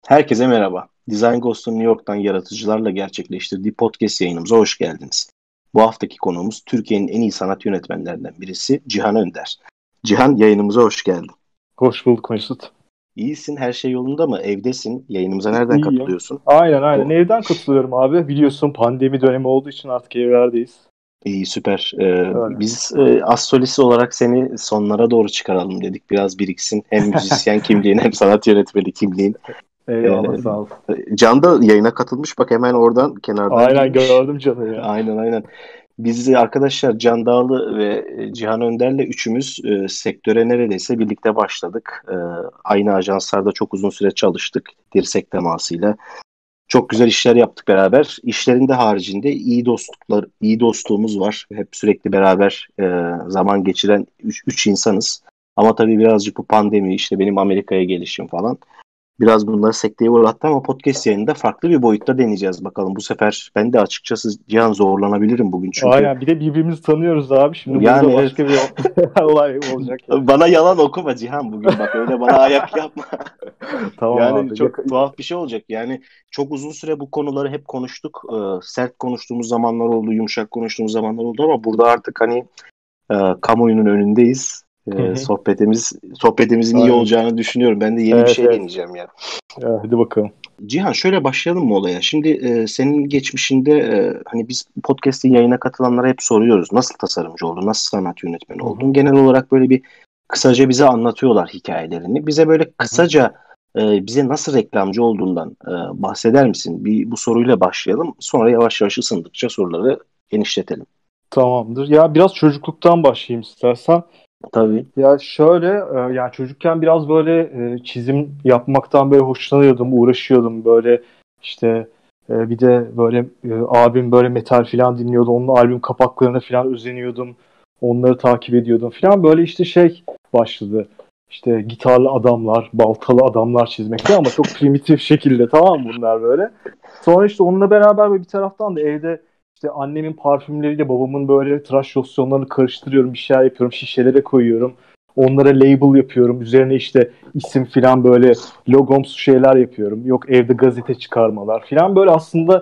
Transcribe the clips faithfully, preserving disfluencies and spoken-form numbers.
Herkese merhaba. Design Ghost'un New York'tan yaratıcılarla gerçekleştirdiği podcast yayınımıza hoş geldiniz. Bu haftaki konuğumuz Türkiye'nin en iyi sanat yönetmenlerinden birisi Cihan Önder. Cihan, yayınımıza hoş geldin. Hoş bulduk Mesut. İyisin, her şey yolunda mı? Evdesin. Yayınımıza nereden İyiyim. katılıyorsun? Aynen aynen. Bu Evden katılıyorum abi. Biliyorsun pandemi dönemi olduğu için artık evlerdeyiz. iyi, süper. Ee, Öyle. biz e, az solist olarak seni sonlara doğru çıkaralım dedik. Biraz biriksin. Hem müzisyen kimliğin hem sanat yönetmeni kimliğin. Ee, Eyvallah sağ ol. Can da yayına katılmış. Bak, hemen oradan kenardan Aynen girmiş. gördüm canı ya. Aynen aynen. Biz de arkadaşlar Can Dağlı ve Cihan Önder'le üçümüz e, sektöre neredeyse birlikte başladık. E, aynı ajanslarda çok uzun süre çalıştık dirsek temasıyla. Çok güzel işler yaptık beraber. İşlerin de haricinde iyi dostluklar, iyi dostluğumuz var. Hep sürekli beraber e, zaman geçiren üç, üç insanız. Ama tabii birazcık bu pandemi, işte benim Amerika'ya gelişim falan, biraz bunları sekteye uğrattı ama podcast yayınında farklı bir boyutta deneyeceğiz bakalım. Bu sefer ben de açıkçası Cihan zorlanabilirim bugün çünkü. Aynen, bir de birbirimizi tanıyoruz abi. Şimdi Yani burada evet. başka bir olay olacak yani. Bana yalan okuma Cihan bugün, bak öyle bana ayak yapma. Tamam Yani abi. çok Yak- tuhaf bir şey olacak. Yani çok uzun süre bu konuları hep konuştuk. Ee, sert konuştuğumuz zamanlar oldu, yumuşak konuştuğumuz zamanlar oldu ama burada artık hani e, kamuoyunun önündeyiz. Hı E, hı. sohbetimiz sohbetimizin iyi Aynen. olacağını düşünüyorum. Ben de yeni bir Evet şey evet. deneyeceğim ya. Ya, hadi bakalım. Cihan, şöyle başlayalım mı olaya? Şimdi e, senin geçmişinde e, hani biz podcast'in yayına katılanlara hep soruyoruz. Nasıl tasarımcı oldun? Nasıl sanat yönetmeni Hı oldun? hı. Genel olarak böyle bir kısaca bize anlatıyorlar hikayelerini. Bize böyle Hı hı. kısaca e, bize nasıl reklamcı olduğundan e, bahseder misin? Bir bu soruyla başlayalım. Sonra yavaş yavaş ısındıkça soruları genişletelim. Tamamdır. Ya biraz çocukluktan başlayayım istersen. Tabii. Ya şöyle, e, yani çocukken biraz böyle e, çizim yapmaktan böyle hoşlanıyordum, uğraşıyordum böyle işte e, bir de böyle e, abim böyle metal falan dinliyordu. Onun albüm kapaklarına falan özeniyordum. Onları takip ediyordum falan. Böyle işte şey başladı. İşte gitarlı adamlar, baltalı adamlar çizmekte ama çok primitif şekilde, tamam mı bunlar böyle. Sonra işte onunla beraber böyle bir taraftan da evde işte annemin parfümleriyle babamın böyle tıraş losyonlarını karıştırıyorum, bir şeyler yapıyorum, şişelere koyuyorum. Onlara label yapıyorum. Üzerine işte isim filan böyle logomsu şeyler yapıyorum. Yok evde gazete çıkarmalar filan. Böyle aslında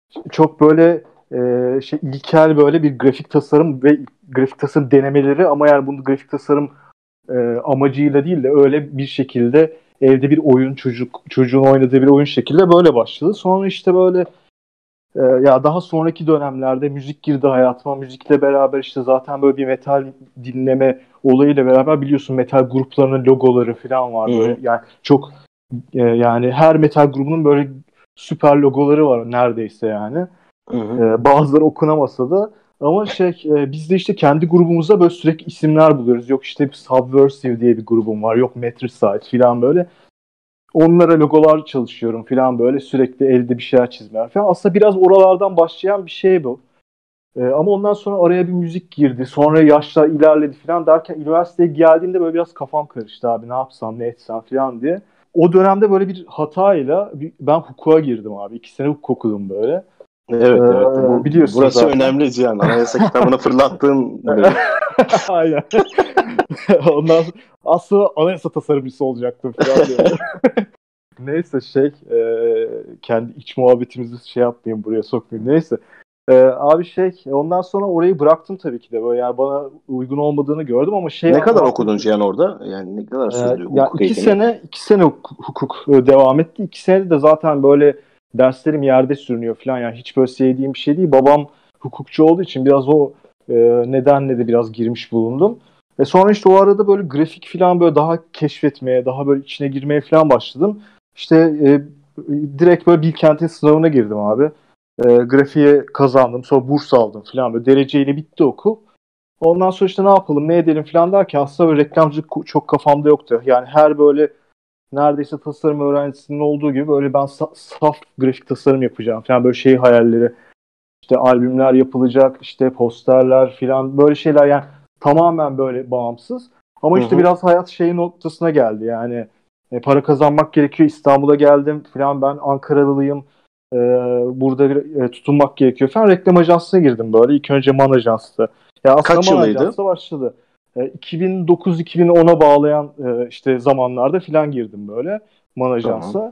çok böyle e, şey ilkel böyle bir grafik tasarım ve grafik tasarım denemeleri ama yani bunu grafik tasarım e, amacıyla değil de öyle bir şekilde evde bir oyun çocuk çocuğun oynadığı bir oyun şekilde böyle başladı. Sonra işte böyle ee, ya daha sonraki dönemlerde müzik girdi hayatıma. Müzikle beraber işte zaten böyle bir metal dinleme olayıyla beraber biliyorsun metal gruplarının logoları falan Hı var böyle. hı. Yani çok e, yani her metal grubunun böyle süper logoları var neredeyse yani. Hı hı. Ee, bazıları okunamasa da ama şey e, biz de işte kendi grubumuzda böyle sürekli isimler buluyoruz. Yok işte Subversive diye bir grubum var. Yok Matricide falan böyle. Onlara logolar çalışıyorum falan böyle sürekli elde bir şeyler çizmeler falan. Aslında biraz oralardan başlayan bir şey bu. Ee, ama ondan sonra araya bir müzik girdi. Sonra yaşlar ilerledi falan derken üniversiteye geldiğimde böyle biraz kafam karıştı abi ne yapsam ne etsem falan diye. O dönemde böyle bir hatayla bir- ben hukuka girdim abi. İki sene hukuk okudum böyle. Evet evet. Ee, Bu, biliyorsun burası zaten. önemli Cihan. Anayasa kitabını fırlattığın bölüm. Aynen. Ondan sonra aslında anayasa tasarımcısı olacaktım falan diye. Neyse şey e, kendi iç muhabbetimizi şey yapmayayım buraya sokmayayım. Neyse. E, abi şey ondan sonra orayı bıraktım tabii ki de böyle yani bana uygun olmadığını gördüm ama şey Ne kadar muhabbet okudun Cihan orada? Yani ne kadar e, sürdü ya hukuk iki eğitimi? sene iki sene hukuk, hukuk e, devam etti. İki senede de zaten böyle derslerim yerde sürünüyor falan yani hiç böyle sevdiğim bir şey değil. Babam hukukçu olduğu için biraz o e, nedenle de biraz girmiş bulundum. Ve sonra işte o arada böyle grafik falan böyle daha keşfetmeye, daha böyle içine girmeye falan başladım. İşte e, direkt böyle Bilkent'in sınavına girdim abi. E, grafiğe kazandım. Sonra burs aldım falan böyle. Dereceyle bitti okul. Ondan sonra işte ne yapalım, ne edelim falan derken aslında böyle reklamcılık çok kafamda yoktu. Yani her böyle neredeyse tasarım öğrencisinin olduğu gibi böyle ben sa- saf grafik tasarım yapacağım falan böyle şey hayalleri. İşte albümler yapılacak, işte posterler falan böyle şeyler yani tamamen böyle bağımsız. Ama Hı işte hı. biraz hayat şeyin noktasına geldi yani e, para kazanmak gerekiyor. İstanbul'a geldim falan ben Ankaralıyım. E, burada bir, e, tutunmak gerekiyor falan. Reklam ajansına girdim böyle. İlk önce Man Ajans'tı. Ya aslında Kaç Man yılıydı? Ajans'ta başladı. E, iki bin dokuz iki bin ona bağlayan e, işte zamanlarda falan girdim böyle Man Tamam. Ajans'a.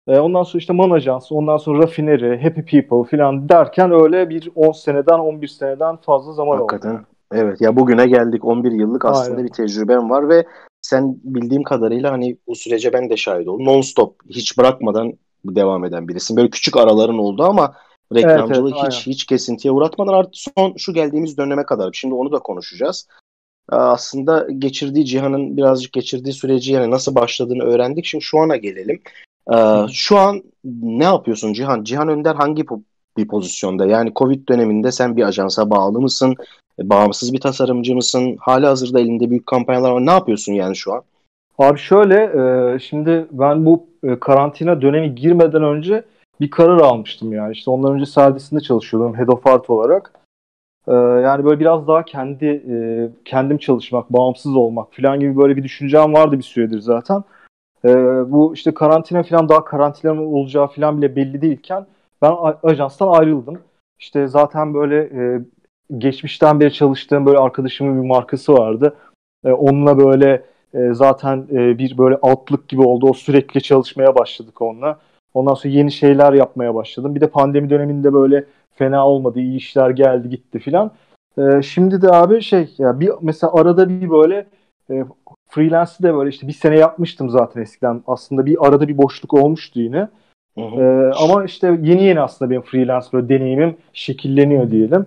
E, ondan sonra işte Man Ajansı, ondan sonra Rafineri, Happy People falan derken öyle bir on seneden on bir seneden fazla zaman oldu Hakikaten. yani. Evet ya, bugüne geldik. on bir yıllık aslında Aynen. bir tecrüben var ve sen bildiğim kadarıyla hani bu sürece ben de şahit oldum. Non-stop hiç bırakmadan devam eden birisin. Böyle küçük araların oldu ama Evet, evet, reklamcılığı hiç aynen. hiç kesintiye uğratmadan artık son şu geldiğimiz döneme kadar. Şimdi onu da konuşacağız. Ee, Aslında geçirdiği Cihan'ın birazcık geçirdiği süreci, yani nasıl başladığını öğrendik. Şimdi şu ana gelelim. Hı Ee, hı. şu an ne yapıyorsun Cihan? Cihan Önder hangi po- bir pozisyonda? Yani Covid döneminde sen bir ajansa bağlı mısın? E, Bağımsız bir tasarımcı mısın? Halihazırda elinde büyük kampanyalar var. Ne yapıyorsun yani şu an? Abi şöyle, e, şimdi ben bu e, karantina dönemi girmeden önce bir karar almıştım yani. İşte ondan önce Serdis'inde çalışıyordum Head of Art olarak. E, yani böyle biraz daha kendi e, kendim çalışmak, bağımsız olmak falan gibi böyle bir düşüncem vardı bir süredir zaten. E, bu işte karantina falan, daha karantina olacağı falan bile belli değilken ben a- ajanstan ayrıldım. İşte zaten böyle e, geçmişten beri çalıştığım böyle arkadaşımın bir markası vardı. E, onunla böyle e, zaten e, bir böyle altlık gibi oldu. O sürekli çalışmaya başladık onunla. Ondan sonra yeni şeyler yapmaya başladım. Bir de pandemi döneminde böyle fena olmadı. İyi işler geldi gitti filan. E, şimdi de abi şey ya, bir mesela arada bir böyle e, freelance'ı da böyle işte bir sene yapmıştım zaten eskiden. Aslında bir arada bir boşluk olmuştu yine. Hı E, hı. ama işte yeni yeni aslında benim freelance böyle deneyimim şekilleniyor diyelim.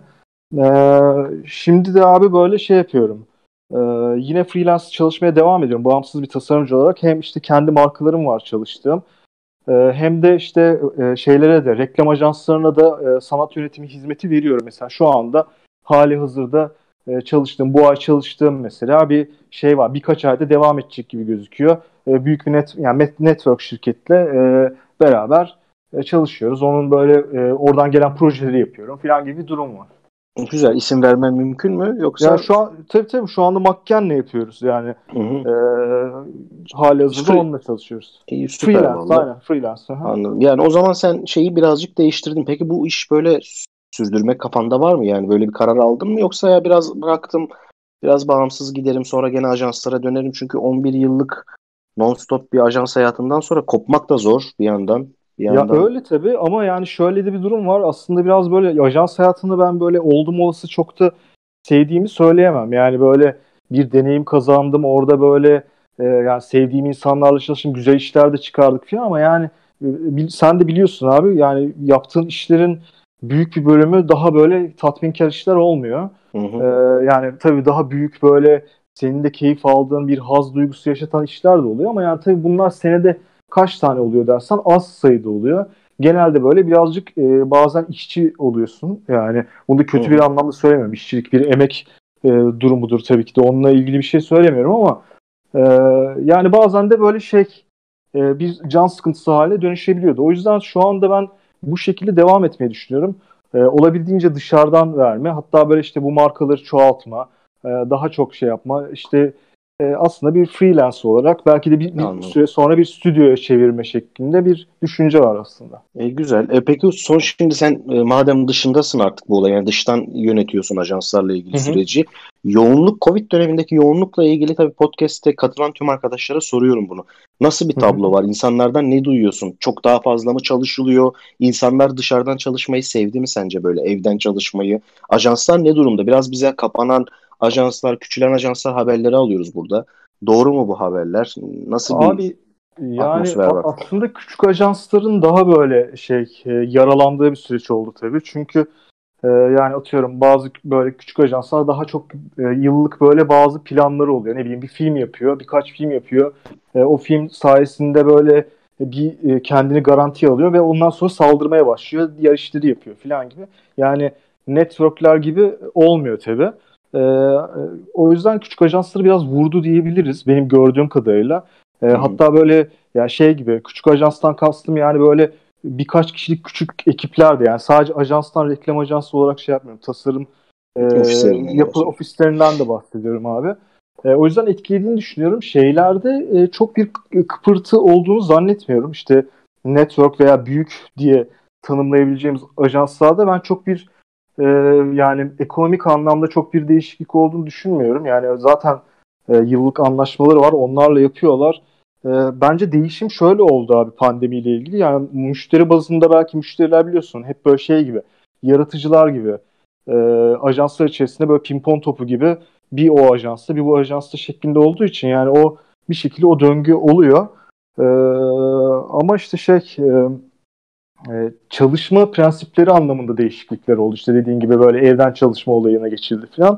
Ee, şimdi de abi böyle şey yapıyorum. Ee, yine freelance çalışmaya devam ediyorum. Bağımsız bir tasarımcı olarak hem işte kendi markalarım var çalıştığım. Ee, hem de işte e, şeylere de, reklam ajanslarına da e, sanat yönetimi hizmeti veriyorum. Mesela şu anda hali hazırda e, çalıştığım, bu ay çalıştığım mesela bir şey var. Birkaç ayda devam edecek gibi gözüküyor. E, büyük bir net, yani met- network şirketle e, beraber e, çalışıyoruz. Onun böyle e, oradan gelen projeleri yapıyorum falan gibi bir durum var. Güzel. İsim vermen mümkün mü? Ya Yoksa şu an tabii tabii şu anda Makken'le yapıyoruz yani. hı hı. E, hali hazırda Free, onunla çalışıyoruz. iyi, süper Freelance, valla. aynen freelance. Aha. Anladım. Yani o zaman sen şeyi birazcık değiştirdin. Peki bu iş böyle sürdürmek kafanda var mı? Yani böyle bir karar aldın mı? Yoksa ya biraz bıraktım, biraz bağımsız giderim, sonra gene ajanslara dönerim. Çünkü on bir yıllık non-stop bir ajans hayatından sonra kopmak da zor bir yandan. Bir Ya yandan. öyle tabii ama yani şöyle de bir durum var. Aslında biraz böyle ajans hayatını ben böyle oldum olası çok da sevdiğimi söyleyemem. Yani böyle bir deneyim kazandım. Orada böyle e, yani sevdiğim insanlarla çalıştım. Güzel işler de çıkardık falan ama yani e, bil- sen de biliyorsun abi yani yaptığın işlerin büyük bir bölümü daha böyle tatminkar işler olmuyor. Hı E, hı. yani tabii daha büyük böyle senin de keyif aldığın bir haz duygusu yaşatan işler de oluyor ama yani tabii bunlar senede kaç tane oluyor dersen az sayıda oluyor. Genelde böyle birazcık e, bazen işçi oluyorsun. Yani bunu da Hı kötü bir hı. anlamda söylemiyorum. İşçilik bir emek e, durumudur tabii ki de. Onunla ilgili bir şey söylemiyorum ama e, yani bazen de böyle şey e, bir can sıkıntısı haline dönüşebiliyordu. O yüzden şu anda ben bu şekilde devam etmeyi düşünüyorum. E, olabildiğince dışarıdan verme, hatta böyle işte bu markaları çoğaltma, e, daha çok şey yapma. İşte e, aslında bir freelance olarak belki de bir, bir Anladım. süre sonra bir stüdyoya çevirme şeklinde bir düşünce var aslında. E, güzel. E, peki son, şimdi sen e, madem dışındasın artık bu olay, yani dıştan yönetiyorsun ajanslarla ilgili Hı hı. süreci. Yoğunluk, Covid dönemindeki yoğunlukla ilgili tabii podcast'te katılan tüm arkadaşlara soruyorum bunu. Nasıl bir Hı hı. tablo var? İnsanlardan ne duyuyorsun? Çok daha fazla mı çalışılıyor? İnsanlar dışarıdan çalışmayı sevdi mi sence, böyle evden çalışmayı? Ajanslar ne durumda? Biraz bize kapanan ajanslar, küçülen ajanslar haberleri alıyoruz burada. Doğru mu bu haberler? Nasıl bir Abi yani atmosfer var? a- aslında küçük ajansların daha böyle şey e, yaralandığı bir süreç oldu tabii. Çünkü e, yani atıyorum bazı böyle küçük ajanslar daha çok e, yıllık böyle bazı planları oluyor. Ne bileyim bir film yapıyor, birkaç film yapıyor. E, o film sayesinde böyle bir e, kendini garantiye alıyor ve ondan sonra saldırmaya başlıyor. Diğer işleri yapıyor falan gibi. Yani networkler gibi olmuyor tabii. E, e, o yüzden küçük ajansları biraz vurdu diyebiliriz benim gördüğüm kadarıyla. E, Hı hı. hatta böyle ya şey gibi küçük ajanstan kastım yani böyle birkaç kişilik küçük ekiplerdi yani sadece ajanstan reklam ajansı olarak şey yapmıyorum. Tasarım e, Ofislerinden yapı diyorsun. ofislerinden de bahsediyorum abi. E, o yüzden etkilediğini düşünüyorum. Şeylerde e, çok bir kıpırtı olduğunu zannetmiyorum. İşte network veya büyük diye tanımlayabileceğimiz ajanslarda ben çok bir e, yani ekonomik anlamda çok bir değişiklik olduğunu düşünmüyorum. Yani zaten e, yıllık anlaşmaları var. Onlarla yapıyorlar. e, bence değişim şöyle oldu abi pandemiyle ilgili. Yani müşteri bazında belki müşteriler biliyorsun hep böyle şey gibi, yaratıcılar gibi, e, ajanslar içerisinde böyle pimpon topu gibi bir o ajansta bir bu ajansta şeklinde olduğu için yani o bir şekilde o döngü oluyor. E, ama işte şey e, e, çalışma prensipleri anlamında değişiklikler oldu. İşte dediğin gibi böyle evden çalışma olayına geçildi falan.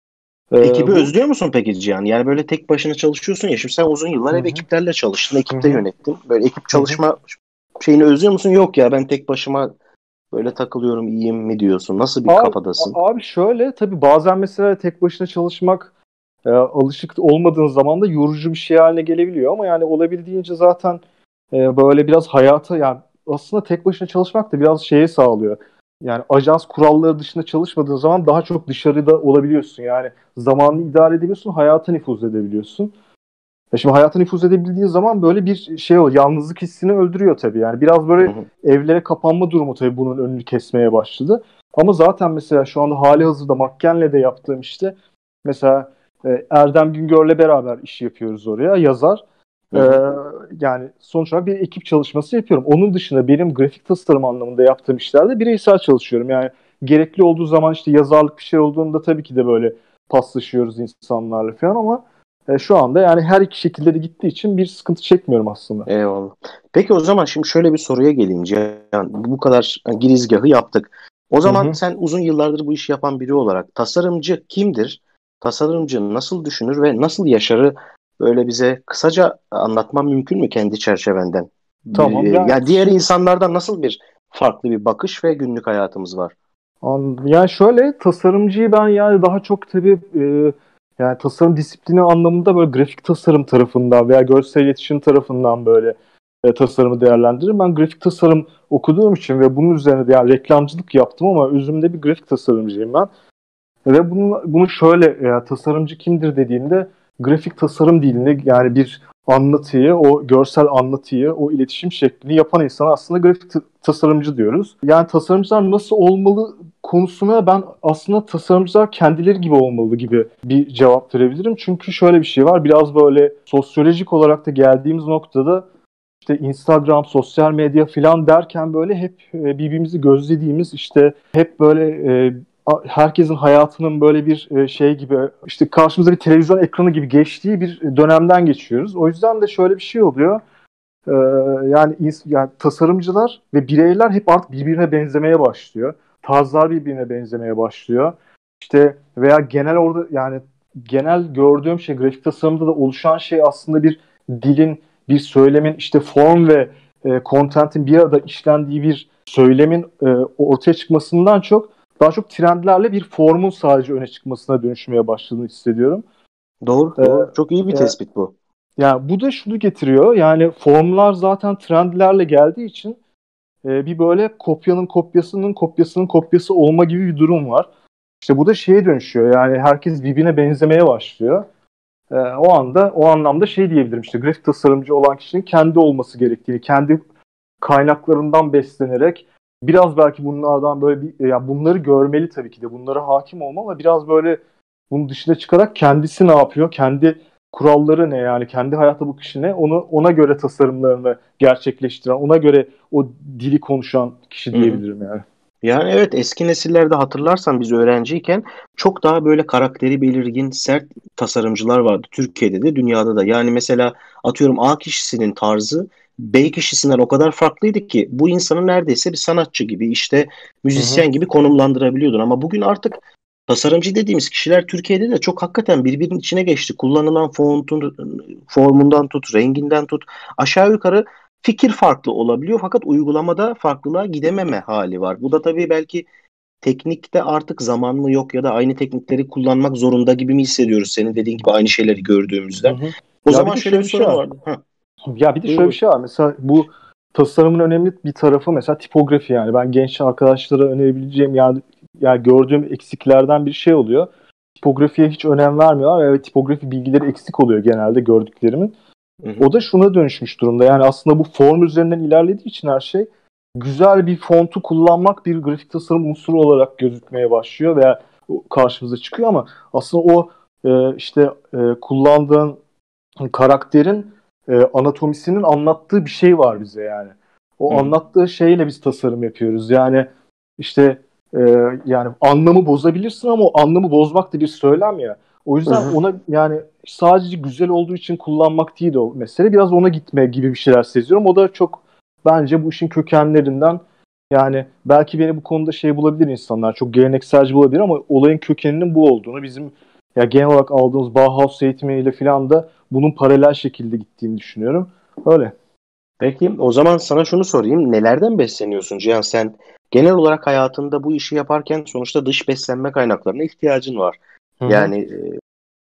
E, Ekibi bu özlüyor musun peki Cihan? Yani böyle tek başına çalışıyorsun ya. Şimdi sen uzun Hı yıllar hep hı. ekiplerle çalıştın, Hı ekipte hı. yönettin. Böyle ekip Hı hı. çalışma şeyini özlüyor musun? Yok ya ben tek başıma böyle takılıyorum iyiyim mi diyorsun? Nasıl bir Abi, kafadasın? abi şöyle tabii bazen mesela tek başına çalışmak e, alışık olmadığın zaman da yorucu bir şey haline gelebiliyor ama yani olabildiğince zaten e, böyle biraz hayata yani aslında tek başına çalışmak da biraz şeye sağlıyor. Yani ajans kuralları dışında çalışmadığın zaman daha çok dışarıda olabiliyorsun. Yani zamanını idare edebiliyorsun, hayata nüfuz edebiliyorsun. Ya şimdi hayata nüfuz edebildiğin zaman böyle bir şey oluyor. Yalnızlık hissini öldürüyor tabii. Yani biraz Hı böyle hı. evlere kapanma durumu tabii bunun önünü kesmeye başladı. Ama zaten mesela şu anda hali hazırda Makken'le de yaptığım işte mesela e, Erdem Güngör'le beraber iş yapıyoruz oraya yazar. Hı E, hı. yani sonuç olarak bir ekip çalışması yapıyorum. Onun dışında benim grafik tasarım anlamında yaptığım işlerde bireysel çalışıyorum. Yani gerekli olduğu zaman işte yazarlık bir şey olduğunda tabii ki de böyle paslaşıyoruz insanlarla falan ama e, şu anda yani her iki şekilde de gittiği için bir sıkıntı çekmiyorum aslında. Eyvallah. Peki o zaman şimdi şöyle bir soruya geleyim Cihan. Bu kadar hani, girizgahı yaptık. O Hı zaman hı. sen uzun yıllardır bu işi yapan biri olarak tasarımcı kimdir? Tasarımcı nasıl düşünür ve nasıl yaşarı böyle bize kısaca anlatman mümkün mü kendi çerçevenden? Bir, Tamam. e, Yani ya diğer şimdi insanlardan nasıl bir farklı bir bakış ve günlük hayatımız var? an- yani şöyle tasarımcıyı ben yani daha çok tabii e, yani tasarım disiplini anlamında böyle grafik tasarım tarafından veya görsel iletişim tarafından böyle e, tasarımı değerlendiririm. Ben grafik tasarım okuduğum için ve bunun üzerine de yani reklamcılık yaptım ama özümde bir grafik tasarımcıyım ben. Ve bunu, bunu şöyle ya, tasarımcı kimdir dediğimde grafik tasarım dilini yani bir anlatıyı, o görsel anlatıyı, o iletişim şeklini yapan insana aslında grafik t- tasarımcı diyoruz. Yani tasarımcılar nasıl olmalı konusuna ben aslında tasarımcılar kendileri gibi olmalı gibi bir cevap verebilirim. Çünkü şöyle bir şey var, biraz böyle sosyolojik olarak da geldiğimiz noktada işte Instagram, sosyal medya falan derken böyle hep e, birbirimizi gözlediğimiz işte hep böyle e, a- herkesin hayatının böyle bir e, şey gibi işte karşımıza bir televizyon ekranı gibi geçtiği bir dönemden geçiyoruz. O yüzden de şöyle bir şey oluyor. E, yani, ins- yani tasarımcılar ve bireyler hep artık birbirine benzemeye başlıyor. Tarzlar birbirine benzemeye başlıyor. İşte veya genel orada yani genel gördüğüm şey grafik tasarımda da oluşan şey aslında bir dilin, bir söylemin işte form ve e, content'in bir arada işlendiği bir söylemin e, ortaya çıkmasından çok daha çok trendlerle bir formun sadece öne çıkmasına dönüşmeye başladığını hissediyorum. Doğru, E, doğru. Çok iyi bir e, tespit bu. yani bu da şunu getiriyor. Yani formlar zaten trendlerle geldiği için e, bir böyle kopyanın kopyasının kopyasının kopyası olma gibi bir durum var. İşte bu da şeye dönüşüyor. Yani herkes birbirine benzemeye başlıyor. E, o anda o anlamda şey diyebilirim işte grafik tasarımcı olan kişinin kendi olması gerektiğini, kendi kaynaklarından beslenerek biraz belki bunlardan böyle bir ya bunları görmeli tabii ki de bunlara hakim olmalı ama biraz böyle bunun dışına çıkarak kendisi ne yapıyor? Kendi kuralları ne yani kendi hayata bakışı ne? Onu ona göre tasarımlarını gerçekleştiren, ona göre o dili konuşan kişi Hı hı. diyebilirim yani. Yani evet eski nesillerde hatırlarsan biz öğrenciyken çok daha böyle karakteri belirgin sert tasarımcılar vardı. Türkiye'de de dünyada da. Yani mesela atıyorum A kişisinin tarzı B kişisinden o kadar farklıydı ki bu insanı neredeyse bir sanatçı gibi işte Hı hı. müzisyen gibi konumlandırabiliyordun. Ama bugün artık tasarımcı dediğimiz kişiler Türkiye'de de çok hakikaten birbirinin içine geçti. Kullanılan fontun, formundan tut, renginden tut aşağı yukarı fikir farklı olabiliyor fakat uygulamada farklılığa gidememe hali var. Bu da tabii belki teknikte artık zaman mı yok ya da aynı teknikleri kullanmak zorunda gibi mi hissediyoruz senin dediğin gibi aynı şeyleri Hı gördüğümüzden. hı. O Ya bir zaman de şöyle şöyle bir bir şey sorum var. vardı. Heh, Ya bir de buyur şöyle bir buyur. şey var. Mesela bu tasarımın önemli bir tarafı mesela tipografi yani. Ben genç arkadaşlara önerebileceğim yani, yani gördüğüm eksiklerden bir şey oluyor. Tipografiye hiç önem vermiyorlar ve tipografi bilgileri eksik oluyor genelde gördüklerimin. Hı hı. O da şuna dönüşmüş durumda. Yani aslında bu form üzerinden ilerlediği için her şey güzel bir fontu kullanmak bir grafik tasarım unsuru olarak gözükmeye başlıyor veya karşımıza çıkıyor ama aslında o e, işte e, kullandığın karakterin e, anatomisinin anlattığı bir şey var bize yani. O Hı. anlattığı şeyle biz tasarım yapıyoruz. Yani işte e, yani anlamı bozabilirsin ama o anlamı bozmak da bir söylem ya. O Hı yüzden hı. ona yani sadece güzel olduğu için kullanmak değil o mesele. Biraz ona gitme gibi bir şeyler seziyorum. O da çok bence bu işin kökenlerinden, yani belki beni bu konuda şey bulabilir insanlar, çok gelenekselci bulabilir ama olayın kökeninin bu olduğunu, bizim ya genel olarak aldığımız Bauhaus eğitimiyle falan da bunun paralel şekilde gittiğini düşünüyorum. Öyle. Peki o zaman sana şunu sorayım. Nelerden besleniyorsun Cihan? Sen genel olarak hayatında bu işi yaparken sonuçta dış beslenme kaynaklarına ihtiyacın var. Hı hı. Yani e,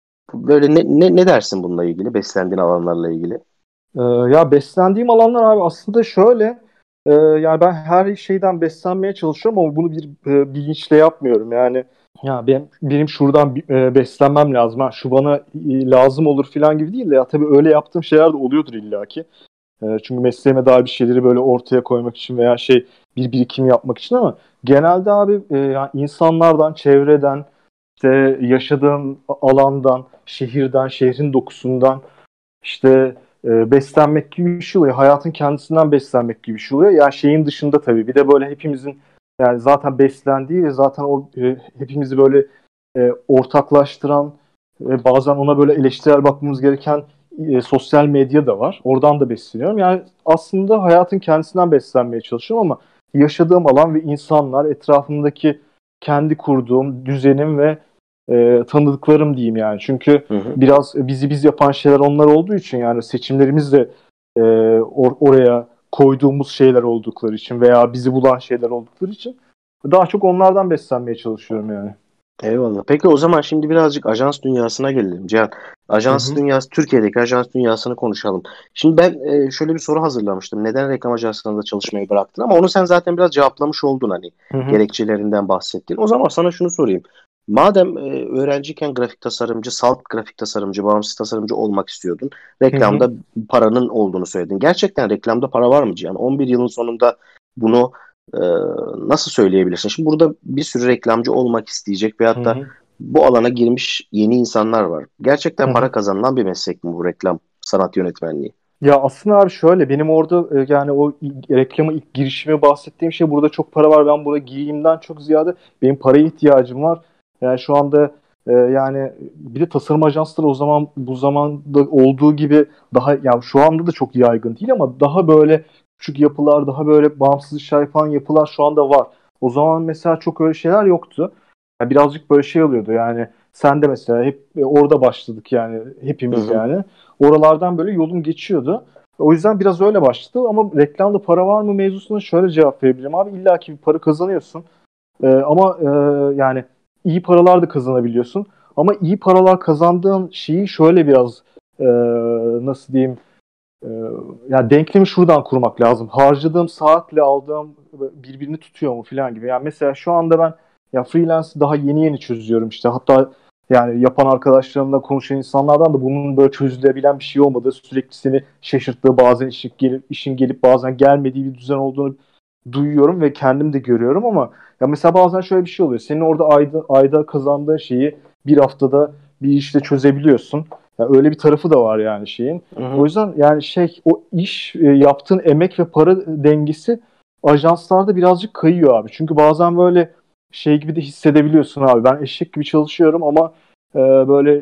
böyle ne, ne, ne dersin bununla ilgili? Beslendiğin alanlarla ilgili. Ee, ya beslendiğim alanlar abi aslında şöyle, e, yani ben her şeyden beslenmeye çalışıyorum ama bunu bir e, bilinçle yapmıyorum. Yani ya benim, benim şuradan bi- e, beslenmem lazım, ha, şu bana e, lazım olur falan gibi değil de, ya tabii öyle yaptığım şeyler de oluyordur illaki. E, çünkü mesleğime dair bir şeyleri böyle ortaya koymak için veya şey, bir birikim yapmak için, ama genelde abi e, yani insanlardan, çevreden, işte yaşadığım alandan, şehirden, şehrin dokusundan, işte e, beslenmek gibi bir şey oluyor. Hayatın kendisinden beslenmek gibi bir şey oluyor. Yani şeyin dışında tabii. Bir de böyle hepimizin yani zaten beslendiği ve zaten o e, hepimizi böyle e, ortaklaştıran ve bazen ona böyle eleştirel bakmamız gereken e, sosyal medya da var. Oradan da besleniyorum. Yani aslında hayatın kendisinden beslenmeye çalışıyorum ama yaşadığım alan ve insanlar, etrafımdaki kendi kurduğum düzenim ve e, tanıdıklarım diyeyim yani. Çünkü Hı hı. biraz bizi biz yapan şeyler onlar olduğu için, yani seçimlerimiz de e, or- oraya koyduğumuz şeyler oldukları için veya bizi bulan şeyler oldukları için daha çok onlardan beslenmeye çalışıyorum yani. Eyvallah. Peki o zaman şimdi birazcık ajans dünyasına gelelim Cihan. Hı Ajans hı. dünyası, Türkiye'deki ajans dünyasını konuşalım. Şimdi ben e, şöyle bir soru hazırlamıştım. Neden reklam ajanslarında çalışmayı bıraktın? Ama onu sen zaten biraz cevaplamış oldun hani. Hı hı. Gerekçelerinden bahsettin. O zaman sana şunu sorayım. Madem e, öğrenciyken grafik tasarımcı, salt grafik tasarımcı, bağımsız tasarımcı olmak istiyordun. Hı hı. Reklamda paranın olduğunu söyledin. Gerçekten reklamda para var mı Cihan? on bir yılın sonunda bunu ee, nasıl söyleyebilirsin? Şimdi burada bir sürü reklamcı olmak isteyecek Hı veyahut da hı. bu alana girmiş yeni insanlar var. Hı Gerçekten para hı. kazanılan bir meslek mi bu reklam sanat yönetmenliği? Ya aslında abi şöyle, benim orada e, yani o ilk- reklama ilk girişime bahsettiğim şey, burada çok para var, ben buraya gireyimden çok ziyade benim paraya ihtiyacım var. Yani şu anda e, yani bir de tasarım ajansları o zaman, bu zamanda olduğu gibi daha, yani şu anda da çok yaygın değil ama daha böyle küçük yapılar, daha böyle bağımsız iş yapan yapılar şu anda var. O zaman mesela çok öyle şeyler yoktu. Ya birazcık böyle şey oluyordu yani, sen de mesela hep e, orada başladık yani, Hı hepimiz hı. yani. Oralardan böyle yolum geçiyordu. O yüzden biraz öyle başladı ama reklamda para var mı mevzusuna şöyle cevap verebilirim abi. İlla ki bir para kazanıyorsun. Ee, ama e, yani iyi paralar da kazanabiliyorsun. Ama iyi paralar kazandığın şeyi şöyle biraz e, nasıl diyeyim, e, yani denklemi şuradan kurmak lazım. Harcadığım saatle aldığım birbirini tutuyor mu falan gibi. Yani mesela şu anda ben ya freelance daha yeni yeni çözüyorum işte. Hatta yani yapan arkadaşlarımla, konuşan insanlardan da bunun böyle çözülebilen bir şey olmadığı, sürekli seni şaşırttığı, bazen işin gelip, işin gelip bazen gelmediği bir düzen olduğunu duyuyorum ve kendim de görüyorum ama ya mesela bazen şöyle bir şey oluyor. Senin orada ayda, ayda kazandığın şeyi bir haftada bir işte çözebiliyorsun. Ya öyle bir tarafı da var yani şeyin. Hı O hı. yüzden yani şey, o iş e, yaptığın emek ve para dengesi ajanslarda birazcık kayıyor abi. Çünkü bazen böyle şey gibi de hissedebiliyorsun abi. Ben eşek gibi çalışıyorum ama e, böyle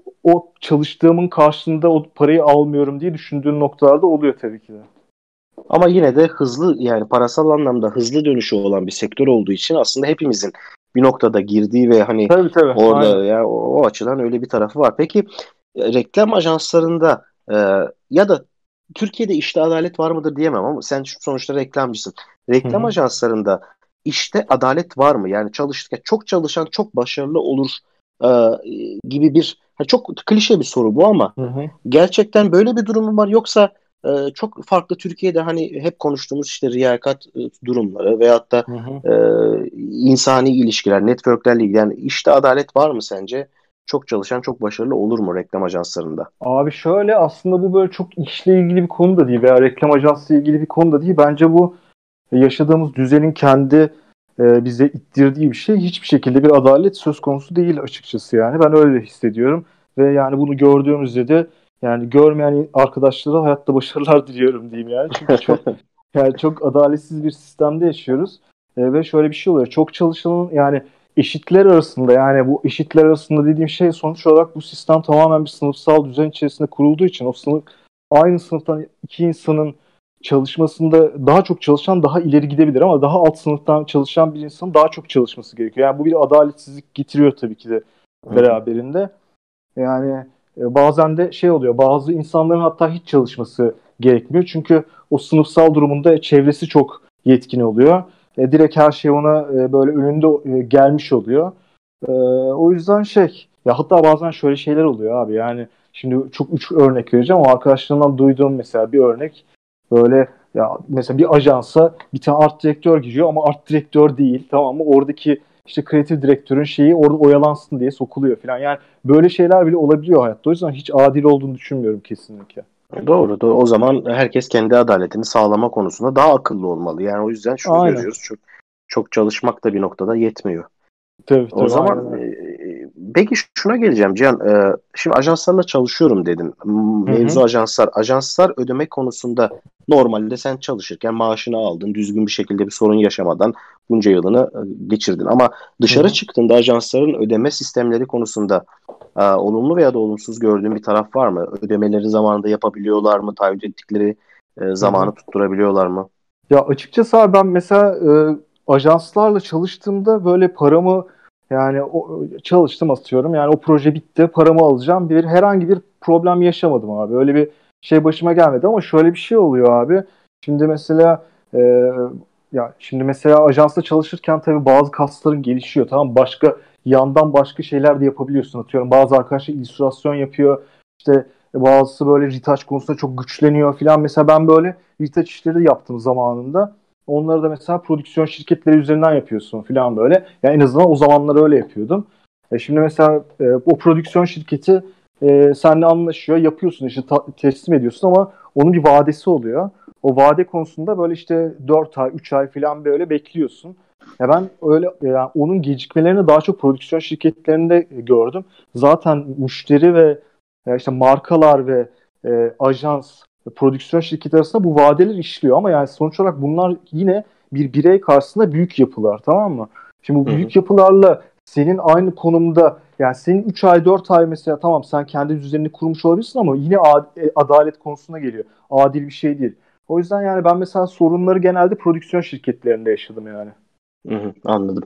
o çalıştığımın karşılığında o parayı almıyorum diye düşündüğün noktalarda oluyor tabii ki de. Ama yine de hızlı, yani parasal anlamda hızlı dönüşü olan bir sektör olduğu için aslında hepimizin bir noktada girdiği ve hani Tabii tabii, aynen. orada ya o, o açıdan öyle bir tarafı var. Peki e, reklam ajanslarında e, ya da Türkiye'de işte adalet var mıdır diyemem ama sen şu- sonuçta reklamcısın. Hı Reklam hı. ajanslarında işte adalet var mı? Yani çalışırken çok çalışan çok başarılı olur e, gibi bir, ha, çok klişe bir soru bu ama Hı hı. gerçekten böyle bir durum mu var, yoksa ee, çok farklı Türkiye'de hani hep konuştuğumuz işte riyakat e, durumları veyahut da Hı hı. e, insani ilişkiler, networklerle ilgili, yani işte adalet var mı sence? Çok çalışan çok başarılı olur mu reklam ajanslarında? Abi şöyle, aslında bu böyle çok işle ilgili bir konu da değil veya reklam ajansı ile ilgili bir konu da değil. Bence bu yaşadığımız düzenin kendi e, bize ittirdiği bir şey. Hiçbir şekilde bir adalet söz konusu değil açıkçası yani. Ben öyle hissediyorum ve yani bunu gördüğümüzde de yani görmeyen arkadaşlara hayatta başarılar diliyorum diyeyim yani. Çünkü çok yani çok adaletsiz bir sistemde yaşıyoruz. E, ve şöyle bir şey oluyor. Çok çalışanın yani eşitler arasında, yani bu eşitler arasında dediğim şey sonuç olarak bu sistem tamamen bir sınıfsal düzen içerisinde kurulduğu için o sınıf, aynı sınıftan iki insanın çalışmasında daha çok çalışan daha ileri gidebilir ama daha alt sınıftan çalışan bir insanın daha çok çalışması gerekiyor. Yani bu bir adaletsizlik getiriyor tabii ki de beraberinde. Yani e, bazen de şey oluyor, bazı insanların hatta hiç çalışması gerekmiyor. Çünkü o sınıfsal durumunda çevresi çok yetkin oluyor. E, direkt her şey ona e, böyle önünde e, gelmiş oluyor. E, o yüzden şey, ya hatta bazen şöyle şeyler oluyor abi. Yani şimdi çok üç örnek vereceğim ama arkadaşlarımdan duyduğum mesela bir örnek, böyle ya mesela bir ajansa bir tane art direktör giriyor ama art direktör değil, tamam mı? Oradaki işte kreatif direktörün şeyi orada oyalansın diye sokuluyor falan. Yani böyle şeyler bile olabiliyor hayatta. O yüzden hiç adil olduğunu düşünmüyorum kesinlikle. Doğru, doğru. O zaman herkes kendi adaletini sağlama konusunda daha akıllı olmalı. Yani o yüzden şunu Aynen. görüyoruz. Çok çok çalışmak da bir noktada yetmiyor. Tabii O tabii, aynen zaman öyle. e, peki şuna geleceğim Cihan. E, şimdi ajanslarla çalışıyorum dedin. M- Hı hı. Mevzu ajanslar. Ajanslar ödeme konusunda normalde sen çalışırken maaşını aldın. Düzgün bir şekilde bir sorun yaşamadan bunca yılını e, geçirdin. Ama Hı dışarı hı. çıktığında ajansların ödeme sistemleri konusunda e, olumlu veya da olumsuz gördüğün bir taraf var mı? Ödemeleri zamanında yapabiliyorlar mı? Taahhüt ettikleri e, Hı hı. zamanı tutturabiliyorlar mı? Ya açıkçası abi ben mesela e, ajanslarla çalıştığımda böyle paramı, yani o, çalıştım atıyorum, yani o proje bitti, paramı alacağım, bir herhangi bir problem yaşamadım abi. Öyle bir şey başıma gelmedi ama şöyle bir şey oluyor abi. Şimdi mesela e, ya şimdi mesela ajansta çalışırken tabii bazı kasların gelişiyor, tamam, başka yandan başka şeyler de yapabiliyorsun, atıyorum bazı arkadaşlar illüstrasyon yapıyor, işte bazısı böyle retouch konusunda çok güçleniyor filan. Mesela ben böyle retouch işleri de yaptım zamanında. Onları da mesela prodüksiyon şirketleri üzerinden yapıyorsun filan böyle. Yani en azından o zamanlar öyle yapıyordum. E şimdi mesela e, o prodüksiyon şirketi e, seninle anlaşıyor, yapıyorsun, işte ta- teslim ediyorsun ama onun bir vadesi oluyor. O vade konusunda böyle işte dört ay, üç ay filan böyle bekliyorsun. Ya ben öyle yani onun gecikmelerini daha çok prodüksiyon şirketlerinde gördüm. Zaten müşteri ve ya işte markalar ve e, ajans, prodüksiyon şirketi arasında bu vadeler işliyor ama yani sonuç olarak bunlar yine bir birey karşısında büyük yapılar, tamam mı? Şimdi bu Hı hı. büyük yapılarla senin aynı konumda, yani senin üç ay dört ay mesela, tamam sen kendi düzenini kurmuş olabilirsin ama yine ad- e, adalet konusuna geliyor. Adil bir şey değil. O yüzden yani ben mesela sorunları genelde prodüksiyon şirketlerinde yaşadım yani. Hı hı, anladım.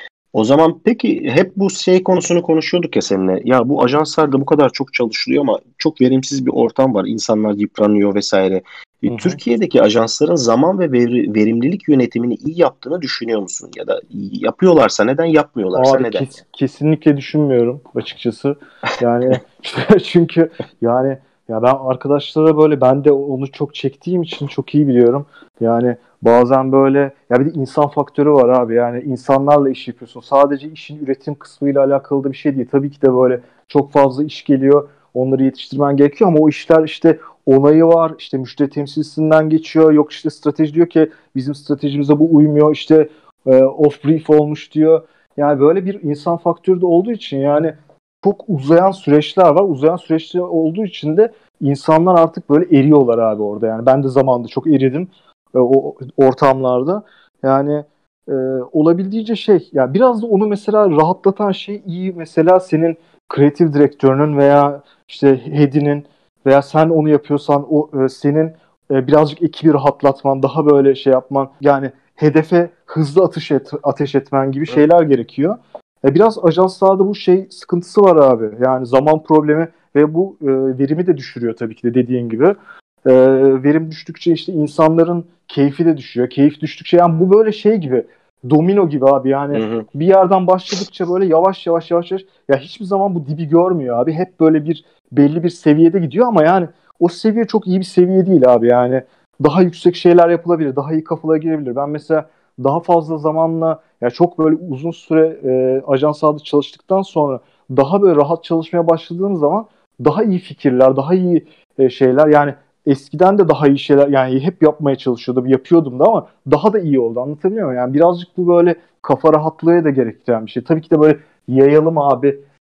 O zaman peki hep bu şey konusunu konuşuyorduk ya seninle. Ya bu ajanslarda bu kadar çok çalışılıyor ama çok verimsiz bir ortam var. İnsanlar yıpranıyor vesaire. Hı E, hı. Türkiye'deki ajansların zaman ve veri- verimlilik yönetimini iyi yaptığını düşünüyor musun? Ya da yapıyorlarsa neden, yapmıyorlarsa Abi neden? kes- kesinlikle düşünmüyorum açıkçası. Yani çünkü yani ya ben arkadaşlara böyle, ben de onu çok çektiğim için çok iyi biliyorum. Yani bazen böyle, ya bir de insan faktörü var abi. Yani insanlarla iş yapıyorsun. Sadece işin üretim kısmıyla alakalı da bir şey değil. Tabii ki de böyle çok fazla iş geliyor. Onları yetiştirmen gerekiyor ama o işler işte onayı var. İşte müşteri temsilcisinden geçiyor. Yok işte strateji diyor ki bizim stratejimize bu uymuyor. İşte e, off brief olmuş diyor. Yani böyle bir insan faktörü de olduğu için yani çok uzayan süreçler var. Uzayan süreçler olduğu için de insanlar artık böyle eriyorlar abi orada. Yani ben de zamanında çok eridim e, o ortamlarda. Yani e, olabildiğince şey, yani biraz da onu mesela rahatlatan şey, iyi mesela senin kreatif direktörünün veya işte head'inin veya sen onu yapıyorsan o e, senin e, birazcık ekibi rahatlatman, daha böyle şey yapman, yani hedefe hızlı atış et, ateş etmen gibi Hı. şeyler gerekiyor. E, biraz ajanslarda bu şey sıkıntısı var abi. Yani zaman problemi ve bu e, verimi de düşürüyor tabii ki de, dediğin gibi. E, verim düştükçe işte insanların keyfi de düşüyor. Keyif düştükçe, yani bu böyle şey gibi, domino gibi abi. Hı Yani hı. bir yerden başladıkça böyle yavaş yavaş yavaş yavaş, ya hiçbir zaman bu dibi görmüyor abi. Hep böyle bir belli bir seviyede gidiyor ama yani o seviye çok iyi bir seviye değil abi. Yani daha yüksek şeyler yapılabilir, daha iyi kafalara girebilir. Ben mesela daha fazla zamanla, ya çok böyle uzun süre e, ajanslarda çalıştıktan sonra daha böyle rahat çalışmaya başladığım zaman daha iyi fikirler, daha iyi e, şeyler, yani eskiden de daha iyi şeyler yani hep yapmaya çalışıyordum, yapıyordum da ama daha da iyi oldu. Anlatabiliyor muyum? Yani birazcık bu böyle kafa rahatlığı da gerektiren bir şey. Tabii ki de böyle yayalım abi.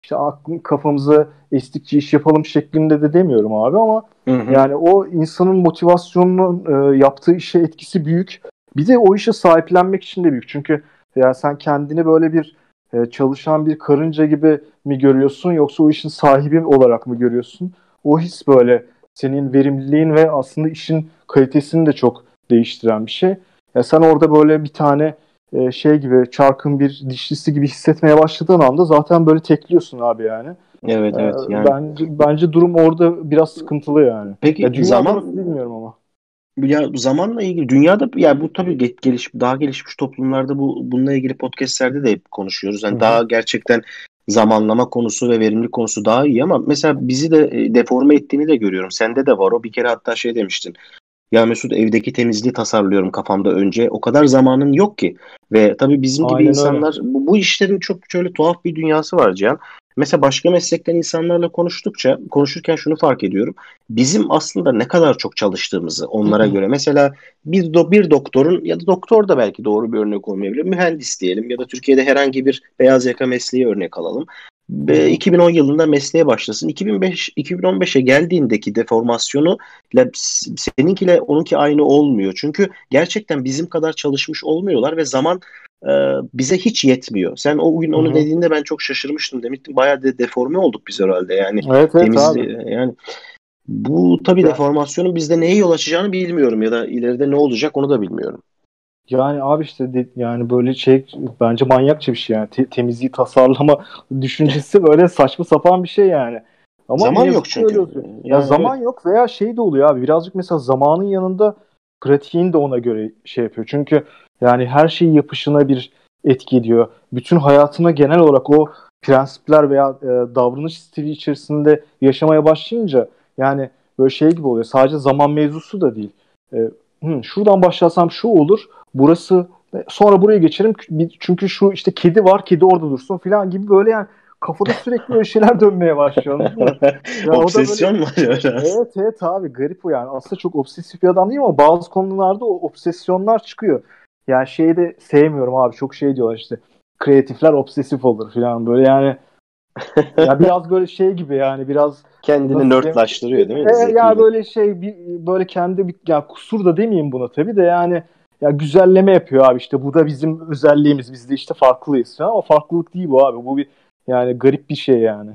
işte aklım kafamıza estikçe iş yapalım şeklinde de demiyorum abi ama Hı hı. yani o insanın motivasyonunun e, yaptığı işe etkisi büyük. Bir de o işe sahiplenmek için de büyük. Çünkü ya sen kendini böyle bir e, çalışan bir karınca gibi mi görüyorsun yoksa o işin sahibi olarak mı görüyorsun? O his böyle senin verimliliğin ve aslında işin kalitesini de çok değiştiren bir şey. Ya sen orada böyle bir tane e, şey gibi çarkın bir dişlisi gibi hissetmeye başladığın anda zaten böyle tekliyorsun abi yani. Evet, E, evet. Yani bence bence durum orada biraz sıkıntılı yani. peki Ya dünyada nasıl zaman bilmiyorum ama. ya zamanla ilgili dünyada ya bu tabii ge- geliş daha gelişmiş toplumlarda bu bununla ilgili podcastlerde de hep konuşuyoruz. Hı Yani hı. daha gerçekten zamanlama konusu ve verimlilik konusu daha iyi ama mesela bizi de e, deforme ettiğini de görüyorum. Sende de var o. Bir kere hatta şey demiştin. Ya Mesut evdeki temizliği tasarlıyorum kafamda önce. O kadar zamanın yok ki. Ve tabii bizim gibi Aynen öyle. insanlar bu, bu işlerin çok şöyle tuhaf bir dünyası var Cihan. Mesela başka meslekten insanlarla konuştukça, konuşurken şunu fark ediyorum. Bizim aslında ne kadar çok çalıştığımızı onlara göre. Mesela bir, do, bir doktorun ya da doktor da belki doğru bir örnek olmayabilir. Mühendis diyelim ya da Türkiye'de herhangi bir beyaz yaka mesleği örnek alalım. Hı Ve hı. iki bin on yılında mesleğe başlasın. iki bin beş iki bin on beşe geldiğindeki deformasyonu ile seninkiyle onunki aynı olmuyor. Çünkü gerçekten bizim kadar çalışmış olmuyorlar ve zaman e, bize hiç yetmiyor. Sen o gün Hı onu hı. dediğinde ben çok şaşırmıştım. Demiştim bayağı de deforme olduk biz herhalde. Yani Evet evet abi. temizliği yani bu tabii Ya, deformasyonun bizde neye yol açacağını bilmiyorum ya da ileride ne olacak onu da bilmiyorum. yani abi işte de- yani böyle şey bence manyakça bir şey yani. Te- temizliği tasarlama düşüncesi böyle saçma sapan bir şey yani. Ama ne Zaman yok yazık ki öyle çünkü. oluyor. Ya Yani zaman evet. yok veya şey de oluyor abi. Birazcık mesela zamanın yanında pratiğin de ona göre şey yapıyor. Çünkü yani her şeyi yapışına bir etki ediyor. Bütün hayatına genel olarak o prensipler veya e, davranış stili içerisinde yaşamaya başlayınca yani böyle şey gibi oluyor. Sadece zaman mevzusu da değil. E, hı, şuradan başlasam şu olur. Burası sonra buraya geçerim çünkü şu işte kedi var, kedi orada dursun falan gibi böyle yani kafada sürekli böyle şeyler dönmeye başlıyor, anladın mı? Ya o da böyle Obsesyon mu acaba biraz? evet evet abi garip o yani. Aslında çok obsesif bir adam değil ama bazı konularda o obsesyonlar çıkıyor. Yani şeyi de sevmiyorum abi. Çok şey diyorlar işte. Kreatifler obsesif olur falan böyle yani. Ya biraz böyle şey gibi yani biraz Kendini nasıl diyeyim? nerdlaştırıyor değil E, mi ya zekiyle? böyle şey bir, böyle kendi bir ya kusur da demeyeyim buna tabii de yani ya güzelleme yapıyor abi işte bu da bizim özelliğimiz biz de işte farklıyız falan ama farklılık değil bu abi bu bir yani garip bir şey yani.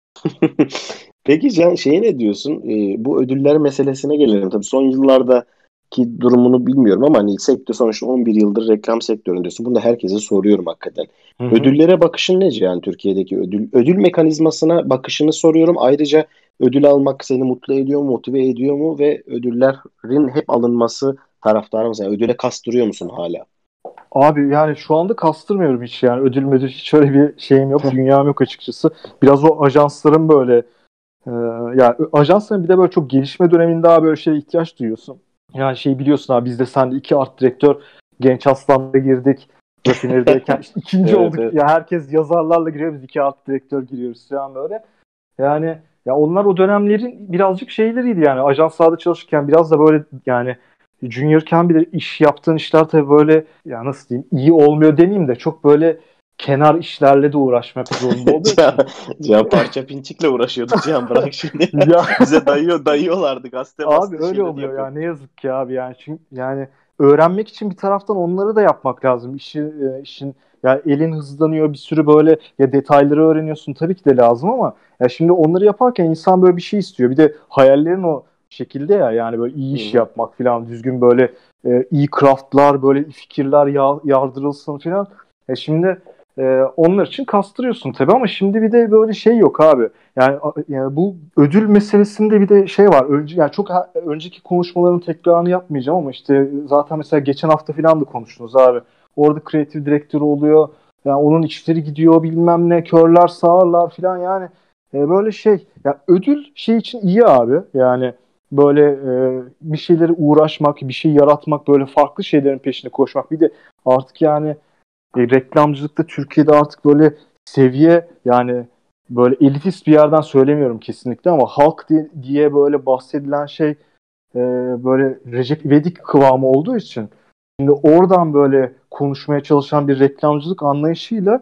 Peki Can şeye ne diyorsun? Ee, bu ödüller meselesine gelelim. Tabii son yıllardaki durumunu bilmiyorum ama hani sektör sonuçta on bir yıldır reklam sektöründesin. Bunu da herkese soruyorum hakikaten. Hı hı. Ödüllere bakışın ne Cihan Türkiye'deki ödül? Ödül mekanizmasına bakışını soruyorum. Ayrıca ödül almak seni mutlu ediyor mu, motive ediyor mu ve ödüllerin hep alınması taraftarı mısın? Yani ödüle kastırıyor musun hala? Abi yani şu anda kastırmıyorum hiç yani ödül müdür hiç öyle bir şeyim yok dünyam yok açıkçası. Biraz o ajansların böyle e, yani ajansların bir de böyle çok gelişme döneminde daha böyle şeye ihtiyaç duyuyorsun. Yani şey biliyorsun abi biz de sen de iki art direktör Genç Aslan'da girdik. Rafinerideyken işte ikinci Evet, olduk. evet. Ya herkes yazarlarla giriyor biz iki art direktör giriyoruz falan böyle. Yani ya onlar o dönemlerin birazcık şeyleriydi yani ajanslarda çalışırken biraz da böyle yani juniorken bir de iş yaptığın işler tabii böyle ya nasıl diyeyim iyi olmuyor demeyeyim de çok böyle kenar işlerle de uğraşmak zorunda olduğu Cihan, için. Cihan parça pinçikle uğraşıyorduk Cihan bırak şimdi. Ya Bize dayıyor dayıyorlardı gazete abi bastı öyle şeyleri oluyor ya yapıyorduk. ne yazık ki abi yani çünkü yani öğrenmek için bir taraftan onları da yapmak lazım. İşi, e, işin ya elin hızlanıyor bir sürü böyle ya detayları öğreniyorsun tabii ki de lazım ama ya şimdi onları yaparken insan böyle bir şey istiyor. Bir de hayallerin o şekilde ya yani böyle iyi Hı iş hı. yapmak falan düzgün böyle e, iyi craftlar böyle fikirler ya, yardırılsın falan. E şimdi e, onlar için kastırıyorsun tabii ama şimdi bir de böyle şey yok abi. Yani, yani bu ödül meselesinde bir de şey var. Önce yani çok ha- önceki konuşmaların tekrarını yapmayacağım ama işte zaten mesela geçen hafta falan da konuştunuz abi. Orada kreatif direktörü oluyor. Yani onun işleri gidiyor bilmem ne körler sağırlar falan yani e, böyle şey. Ya ödül şey için iyi abi. Yani böyle e, bir şeyleri uğraşmak, bir şey yaratmak, böyle farklı şeylerin peşinde koşmak. Bir de artık yani e, reklamcılıkta Türkiye'de artık böyle seviye yani böyle elitist bir yerden söylemiyorum kesinlikle ama halk di- diye böyle bahsedilen şey e, böyle Recep İvedik kıvamı olduğu için şimdi oradan böyle konuşmaya çalışan bir reklamcılık anlayışıyla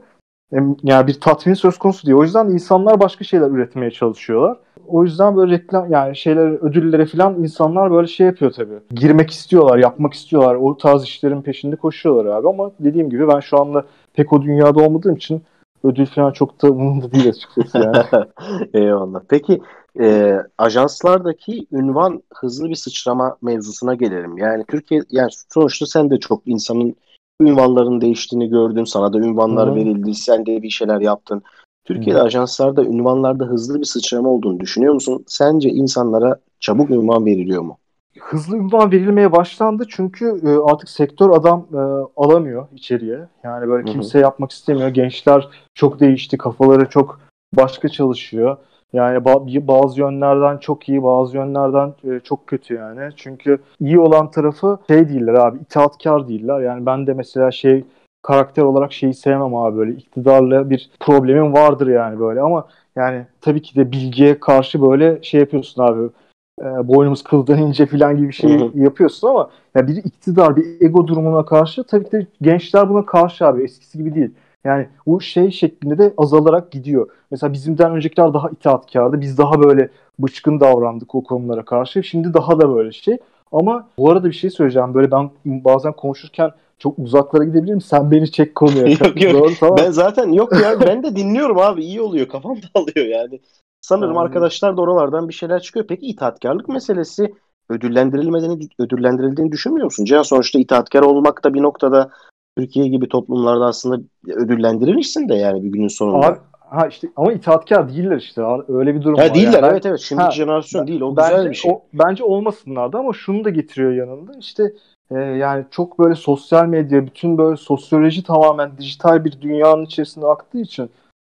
Yani bir tatmin söz konusu değil. O yüzden insanlar başka şeyler üretmeye çalışıyorlar. O yüzden böyle reklam yani şeyler ödüllere falan insanlar böyle şey yapıyor tabii. Girmek istiyorlar, yapmak istiyorlar. O tarz işlerin peşinde koşuyorlar abi ama dediğim gibi ben şu anda pek o dünyada olmadığım için ödül falan çok da umurumda değil açıkçası yani. Eyvallah. Peki e, ajanslardaki ünvan hızlı bir sıçrama mevzusuna gelelim. Yani Türkiye, yani sonuçta sen de çok insanın ünvanların değiştiğini gördün. Sana da ünvanlar Hı. verildi. Sen de bir şeyler yaptın. Hı Türkiye'de hı. ajanslarda ünvanlarda hızlı bir sıçrama olduğunu düşünüyor musun? Sence insanlara çabuk ünvan veriliyor mu? Hızlı ünvan verilmeye başlandı çünkü e, artık sektör adam e, alamıyor içeriye. Yani böyle Hı hı. kimse yapmak istemiyor. Gençler çok değişti, kafaları çok başka çalışıyor. Yani ba- bazı yönlerden çok iyi, bazı yönlerden e, çok kötü yani. Çünkü iyi olan tarafı şey değiller abi, itaatkar değiller. Yani ben de mesela şey karakter olarak şeyi sevmem abi böyle iktidarla bir problemim vardır yani böyle ama yani tabii ki de bilgiye karşı böyle şey yapıyorsun abi e, boynumuz kıldan ince falan gibi bir Hı şey hı. yapıyorsun ama ya bir iktidar, bir ego durumuna karşı tabii ki de gençler buna karşı abi eskisi gibi değil. Yani bu şey şeklinde de azalarak gidiyor. Mesela bizimden öncekiler daha itaatkardı. Biz daha böyle bıçkın davrandık o konulara karşı. Şimdi daha da böyle şey. Ama bu arada bir şey söyleyeceğim. Böyle ben bazen konuşurken çok uzaklara gidebilirim. Sen beni çek konuya. Yok yok. Doğru tamam. Ben zaten yok ya. Ben de dinliyorum abi. İyi oluyor. Kafam dağılıyor yani. Sanırım Aynen. arkadaşlar da oralardan bir şeyler çıkıyor. Peki itaatkarlık meselesi ödüllendirilmediğini, ödüllendirildiğini düşünmüyor musun? Cihan sonuçta itaatkar olmak da bir noktada Türkiye gibi toplumlarda aslında ödüllendirilmişsin de yani bir günün Abi sonunda. ha işte ama itaatkar değiller işte. Öyle bir durum Ha var. Yani değiller, ben evet evet, şimdiki ha ben- jenerasyon değil, o güzel bence bir şey. o bence olmasınlardı ama şunu da getiriyor yanında. İşte e, yani çok böyle sosyal medya, bütün böyle sosyoloji tamamen dijital bir dünyanın içerisinde aktığı için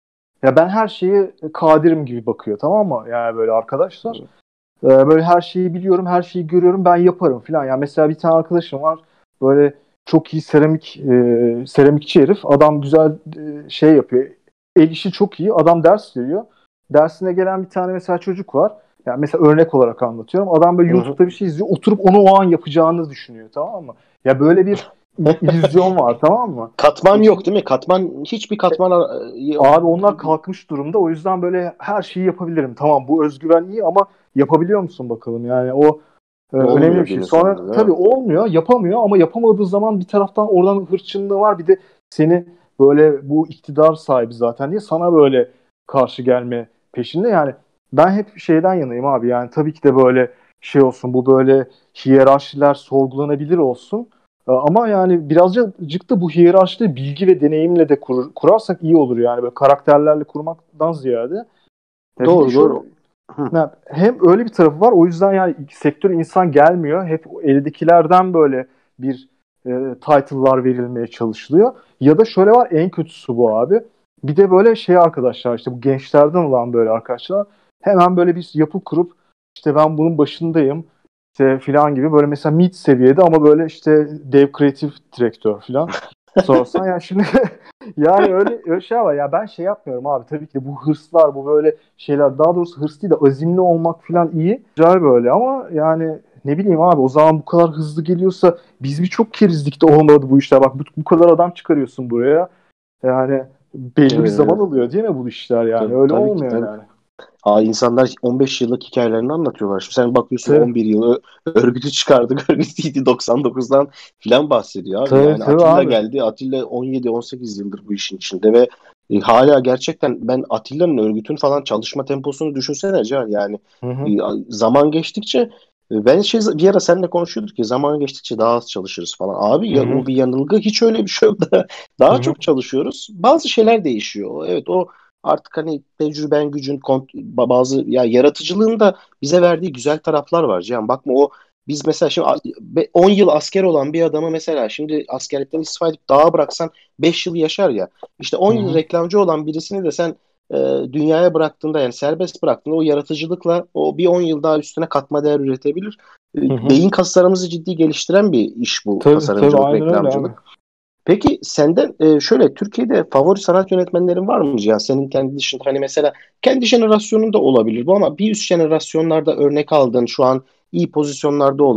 ya ben her şeye kadirim gibi bakıyor tamam mı? Yani böyle arkadaşlar. E, böyle her şeyi biliyorum, her şeyi görüyorum, ben yaparım falan. Yani mesela bir tane arkadaşım var. Böyle çok iyi seramik e, seramikçi herif. Adam güzel e, şey yapıyor. El işi çok iyi. Adam ders veriyor. Dersine gelen bir tane mesela çocuk var. Yani mesela örnek olarak anlatıyorum. Adam böyle Hı hı. YouTube'da bir şey izliyor. Oturup onu o an yapacağını düşünüyor tamam mı? Ya böyle bir il- illüzyon var tamam mı? Katman E yok şimdi değil mi? Katman, hiçbir katman e, yok. abi onlar kalkmış durumda. O yüzden böyle her şeyi yapabilirim. Tamam bu özgüven iyi ama yapabiliyor musun bakalım? Yani o e, önemli Olmuyor bir şey. günün Sonra sonunda değil tabii mi? olmuyor, yapamıyor ama yapamadığı zaman bir taraftan oradan hırçınlığı var. Bir de seni böyle bu iktidar sahibi zaten diye sana böyle karşı gelme peşinde. Yani ben hep şeyden yanayım abi. Yani tabii ki de böyle şey olsun. Bu böyle hiyerarşiler sorgulanabilir olsun. E, Ama yani birazcık da bu hiyerarşide bilgi ve deneyimle de kur, kurarsak iyi olur yani. Böyle karakterlerle kurmaktan ziyade. Ya bir de Doğru şöyle doğru. Hı. ya hem öyle bir tarafı var. O yüzden yani sektör insan gelmiyor. Hep eldekilerden böyle bir e, title'lar verilmeye çalışılıyor. Ya da şöyle var en kötüsü bu abi. Bir de böyle şey arkadaşlar işte bu gençlerden olan böyle arkadaşlar hemen böyle bir yapı kurup işte ben bunun başındayım işte filan gibi böyle mesela mid seviyede ama böyle işte dev kreatif direktör filan sorsan ya şimdi yani öyle öyle şey var ya ben şey yapmıyorum abi tabii ki de bu hırslar bu böyle şeyler daha doğrusu hırs değil de azimli olmak falan iyi güzel böyle ama yani ne bileyim abi o zaman bu kadar hızlı geliyorsa biz bir çok kerizlik de olmadı bu işler bak bu, bu kadar adam çıkarıyorsun buraya yani belli bir Evet, zaman evet. alıyor değil mi bu işler yani Tabii, öyle tabii ki olmuyor tabii. yani. Aa, insanlar on beş yıllık hikayelerini anlatıyorlar. Şimdi sen bakıyorsun Tabii on bir yıl ö- örgütü çıkardık. Örgüt doksan dokuzdan filan bahsediyor abi. tabii, Yani tabii Atilla abi. geldi. Atilla on yedi on sekiz yıldır bu işin içinde ve e, hala gerçekten ben Atilla'nın örgütün falan çalışma temposunu düşünsene Can. Yani Hı hı, e, zaman geçtikçe e, ben şey bir ara seninle konuşuyorduk ki zaman geçtikçe daha az çalışırız falan. Abi hı ya hı, o bir yanılgı, hiç öyle bir şey yok. hı Daha hı. çok çalışıyoruz. Bazı şeyler değişiyor. Evet, o artık hani tecrüben, gücün, kont- ba- bazı ya yaratıcılığın da bize verdiği güzel taraflar var Cihan. Bakma o, biz mesela şimdi a- be- on yıl asker olan bir adamı mesela şimdi askerlikten istifa edip dağa bıraksan beş yıl yaşar ya. İşte Hı on yıl hı, reklamcı olan birisini de sen e, dünyaya bıraktığında, yani serbest bıraktığında, o yaratıcılıkla o bir on yıl daha üstüne katma değer üretebilir. E, hı hı. Beyin kaslarımızı ciddi geliştiren bir iş bu Tabii tabii tasarımcılık, aynen öyle abi. reklamcılık. Peki senden e, şöyle Türkiye'de favori sanat yönetmenlerin var mı ya? Senin kendi dışında hani mesela kendi jenerasyonunda olabilir bu ama bir üst jenerasyonlarda örnek aldığın, şu an iyi pozisyonlarda olan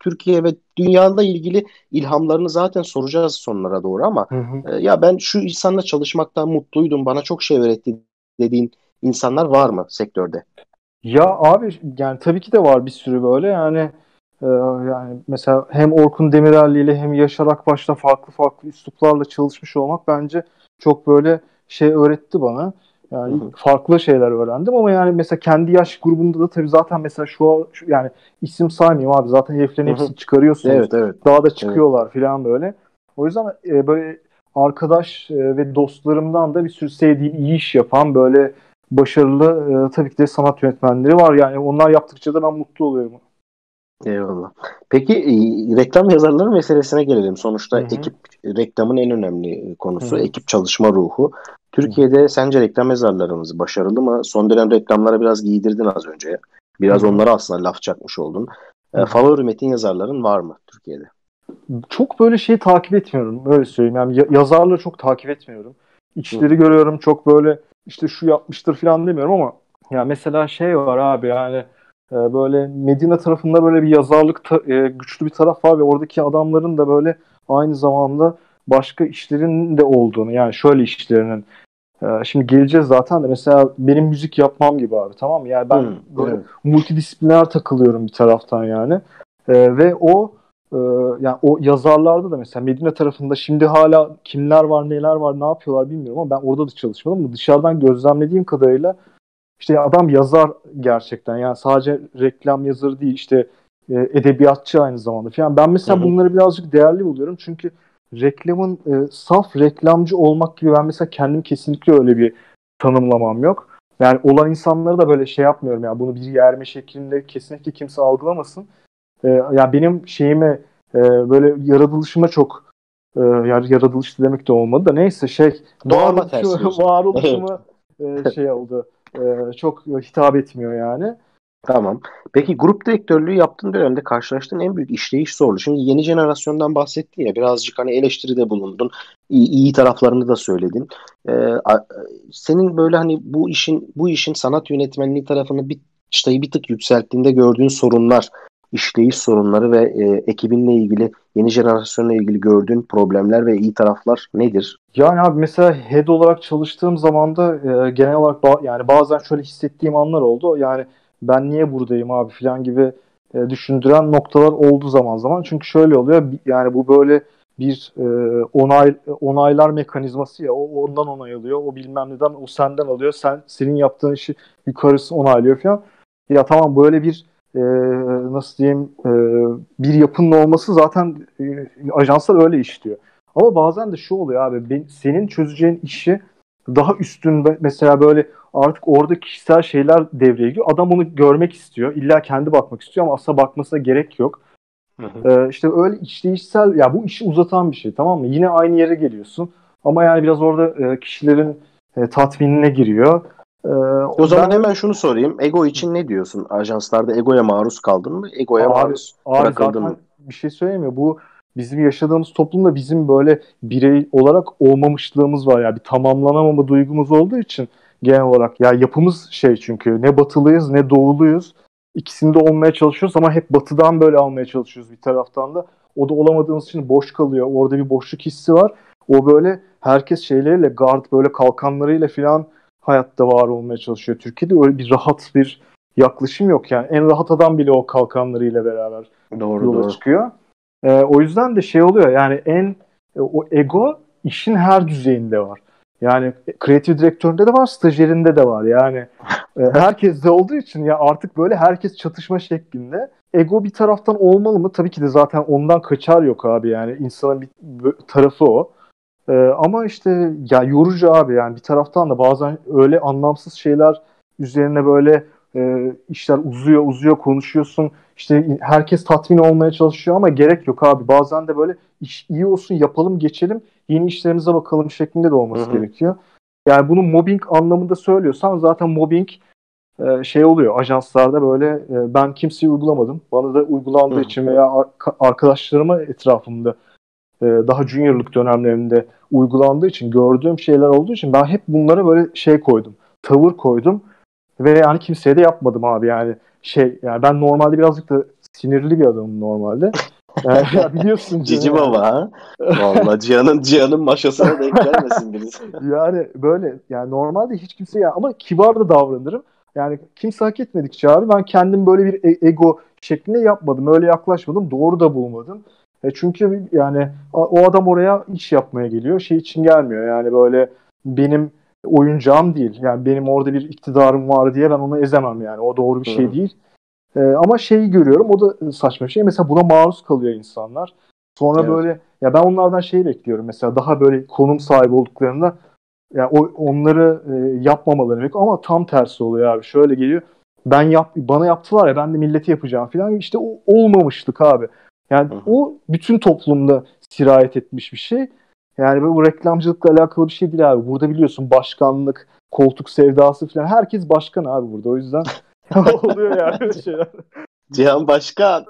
Türkiye ve dünyayla ilgili ilhamlarını zaten soracağız sonlara doğru ama Hı hı. e, ya ben şu insanla çalışmaktan mutluydum, bana çok şey öğretti dediğin insanlar var mı sektörde? Ya abi yani tabii ki de var bir sürü böyle yani e, yani mesela hem Orkun Demirerli ile hem Yaşar Akbaş'la farklı farklı üsluplarla çalışmış olmak bence çok böyle şey öğretti bana. Hı Yani hı. farklı şeyler öğrendim ama yani mesela kendi yaş grubunda da tabii zaten mesela şu, an- şu yani isim saymayayım abi zaten heriflerin Hı hı. hepsini çıkarıyorsunuz. Evet, evet. Daha da Evet. çıkıyorlar falan böyle. O yüzden e, böyle arkadaş e, ve dostlarımdan da bir sürü sevdiğim iyi iş yapan böyle başarılı e, tabii ki de sanat yönetmenleri var. Yani onlar yaptıkça da ben mutlu oluyorum. Eyvallah. Peki e, reklam yazarları meselesine gelelim. Hı Sonuçta hı. ekip reklamın en önemli e, Hı konusu. hı. Ekip çalışma ruhu. Hı hı. Türkiye'de sence reklam yazarlarımız başarılı mı? Son dönem reklamlara biraz giydirdin az önce. Hı Biraz hı. onlara aslında laf çakmış oldun. Hı E, hı. favori metin yazarların var mı Türkiye'de? Çok böyle şeyi takip etmiyorum. Öyle söyleyeyim. Yani ya- yazarları çok takip etmiyorum. Hı İşleri hı. görüyorum çok böyle işte şu yapmıştır falan demiyorum ama ya mesela şey var abi yani e, böyle Medina tarafında böyle bir yazarlık ta- e, güçlü bir taraf var ve oradaki adamların da böyle aynı zamanda başka işlerin de olduğunu yani şöyle işlerinin Ee, Şimdi geleceğiz zaten de mesela benim müzik yapmam gibi abi tamam mı? Yani ben Hı, böyle evet. multidisipliner takılıyorum bir taraftan yani. Ee, ve o e, yani o yazarlarda da mesela Medine tarafında şimdi hala kimler var neler var ne yapıyorlar bilmiyorum ama ben orada da çalışmadım ama dışarıdan gözlemlediğim kadarıyla işte adam yazar gerçekten yani sadece reklam yazarı değil işte e, edebiyatçı aynı zamanda falan. Ben Hı mesela hı. bunları birazcık değerli buluyorum çünkü reklamın e, saf reklamcı olmak gibi ben mesela kendim kesinlikle öyle bir tanımlamam yok. Yani olan insanları da böyle şey yapmıyorum yani bunu bir yerme şeklinde kesinlikle kimse algılamasın. E, yani benim şeyime e, böyle yaratılışıma çok e, yar, yaratılış demek de olmadı da neyse şey Doğama varoluşu ters diyorsun. Evet. varoluşuma e, şey oldu. E, çok hitap etmiyor yani. Tamam. Peki grup direktörlüğü yaptığın dönemde karşılaştığın en büyük işleyiş zorlu. Şimdi yeni jenerasyondan bahsettin ya, birazcık hani eleştiride bulundun. İyi, iyi taraflarını da söyledin. Ee, a- senin böyle hani bu işin bu işin sanat yönetmenliği tarafını bir çıtayı bir tık yükselttiğinde gördüğün sorunlar, işleyiş sorunları ve e, ekibinle ilgili, yeni jenerasyonla ilgili gördüğün problemler ve iyi taraflar nedir? Yani abi mesela head olarak çalıştığım zaman da e, genel olarak ba- yani bazen şöyle hissettiğim anlar oldu. Yani ben niye buradayım abi falan gibi e, düşündüren noktalar oldu zaman zaman. Çünkü şöyle oluyor bi- yani bu böyle bir e, onay onaylar mekanizması ya o ondan onay alıyor. O bilmem neden o senden alıyor. Sen senin yaptığın işi yukarısı onaylıyor falan. Ya tamam böyle bir e, nasıl diyeyim e, bir yapının olması zaten e, ajanslar öyle işliyor. Ama bazen de şu oluyor abi. Ben, senin çözeceğin işi daha üstün mesela böyle artık orada kişisel şeyler devreye giriyor. Adam onu görmek istiyor. İlla kendi bakmak istiyor ama asla bakmasına gerek yok. Hı hı. Ee, işte öyle işleyişsel ya bu işi uzatan bir şey tamam mı? Yine aynı yere geliyorsun. Ama yani biraz orada e, kişilerin e, tatminine giriyor. Ee, O zaman ben öyle hemen şunu sorayım. Ego için ne diyorsun? Ajanslarda egoya maruz kaldın mı? Egoya Abi, maruz abi bırakıldın zaten mı? bir şey söyleyeyim mi? Bu bizim yaşadığımız toplumda bizim böyle birey olarak olmamışlığımız var. Yani bir tamamlanamama duygumuz olduğu için genel olarak. Ya yapımız şey çünkü ne batılıyız ne doğuluyuz. İkisinde olmaya çalışıyoruz ama hep batıdan böyle almaya çalışıyoruz bir taraftan da. O da olamadığımız için boş kalıyor. Orada bir boşluk hissi var. O böyle herkes şeyleriyle guard böyle kalkanlarıyla falan hayatta var olmaya çalışıyor. Türkiye'de öyle bir rahat bir yaklaşım yok yani. En rahat adam bile o kalkanlarıyla beraber Doğru, yola doğru. çıkıyor. Ee, o yüzden de şey oluyor yani en e, o ego işin her düzeyinde var. Yani kreatif direktöründe de var, stajyerinde de var. Yani e, herkes de olduğu için ya artık böyle herkes çatışma şeklinde. Ego bir taraftan olmalı mı? Tabii ki de zaten ondan kaçar yok abi yani insanın bir bir tarafı o. Ee, ama işte ya yorucu abi yani bir taraftan da bazen öyle anlamsız şeyler üzerine böyle e, işler uzuyor uzuyor konuşuyorsun. İşte herkes tatmin olmaya çalışıyor ama gerek yok abi. Bazen de böyle iş iyi olsun yapalım geçelim yeni işlerimize bakalım şeklinde de Hı olması hı. gerekiyor. Yani bunu mobbing anlamında söylüyorsan zaten mobbing e, şey oluyor ajanslarda böyle e, ben kimseyi uygulamadım. Bana da Hı uygulandığı hı. için veya ar- arkadaşlarıma etrafımda e, daha juniorlık dönemlerinde uygulandığı için gördüğüm şeyler olduğu için ben hep bunlara böyle şey koydum. Tavır koydum ve yani kimseye de yapmadım abi yani şey yani ben normalde birazcık da sinirli bir adamım normalde. Yani, ya biliyorsun Cici yani. baba ha. Vallahi Cihan'ın Cihan'ın maşasına denk gelmesin birisi. Yani böyle yani normalde hiç kimse ya ama kibar da davranırım. Yani kimse hak etmedikçe abi ben kendim böyle bir e- ego şeklinde yapmadım. Öyle yaklaşmadım. Doğru da bulmadım. E çünkü yani o adam oraya iş yapmaya geliyor. Şey için gelmiyor. Yani böyle benim oyuncağım değil. Yani benim orada bir iktidarım var diye ben onu ezemem yani. O doğru bir şey Hı-hı. değil. E, ama şeyi görüyorum. O da saçma bir şey. Mesela buna maruz kalıyor insanlar. Sonra Evet. böyle ya ben onlardan şeyi bekliyorum. Mesela daha böyle konum sahibi olduklarında yani o, onları e, yapmamaları bekliyor ama tam tersi oluyor abi. Şöyle geliyor. Ben yap bana yaptılar ya ben de millete yapacağım falan. İşte o olmamışlık abi. Yani Hı-hı. o bütün toplumda sirayet etmiş bir şey. Yani bu reklamcılıkla alakalı bir şey değil abi. Burada biliyorsun başkanlık, koltuk sevdası falan. Herkes başkan abi burada. O yüzden oluyor yani öyle şeyler. Cihan Başkan.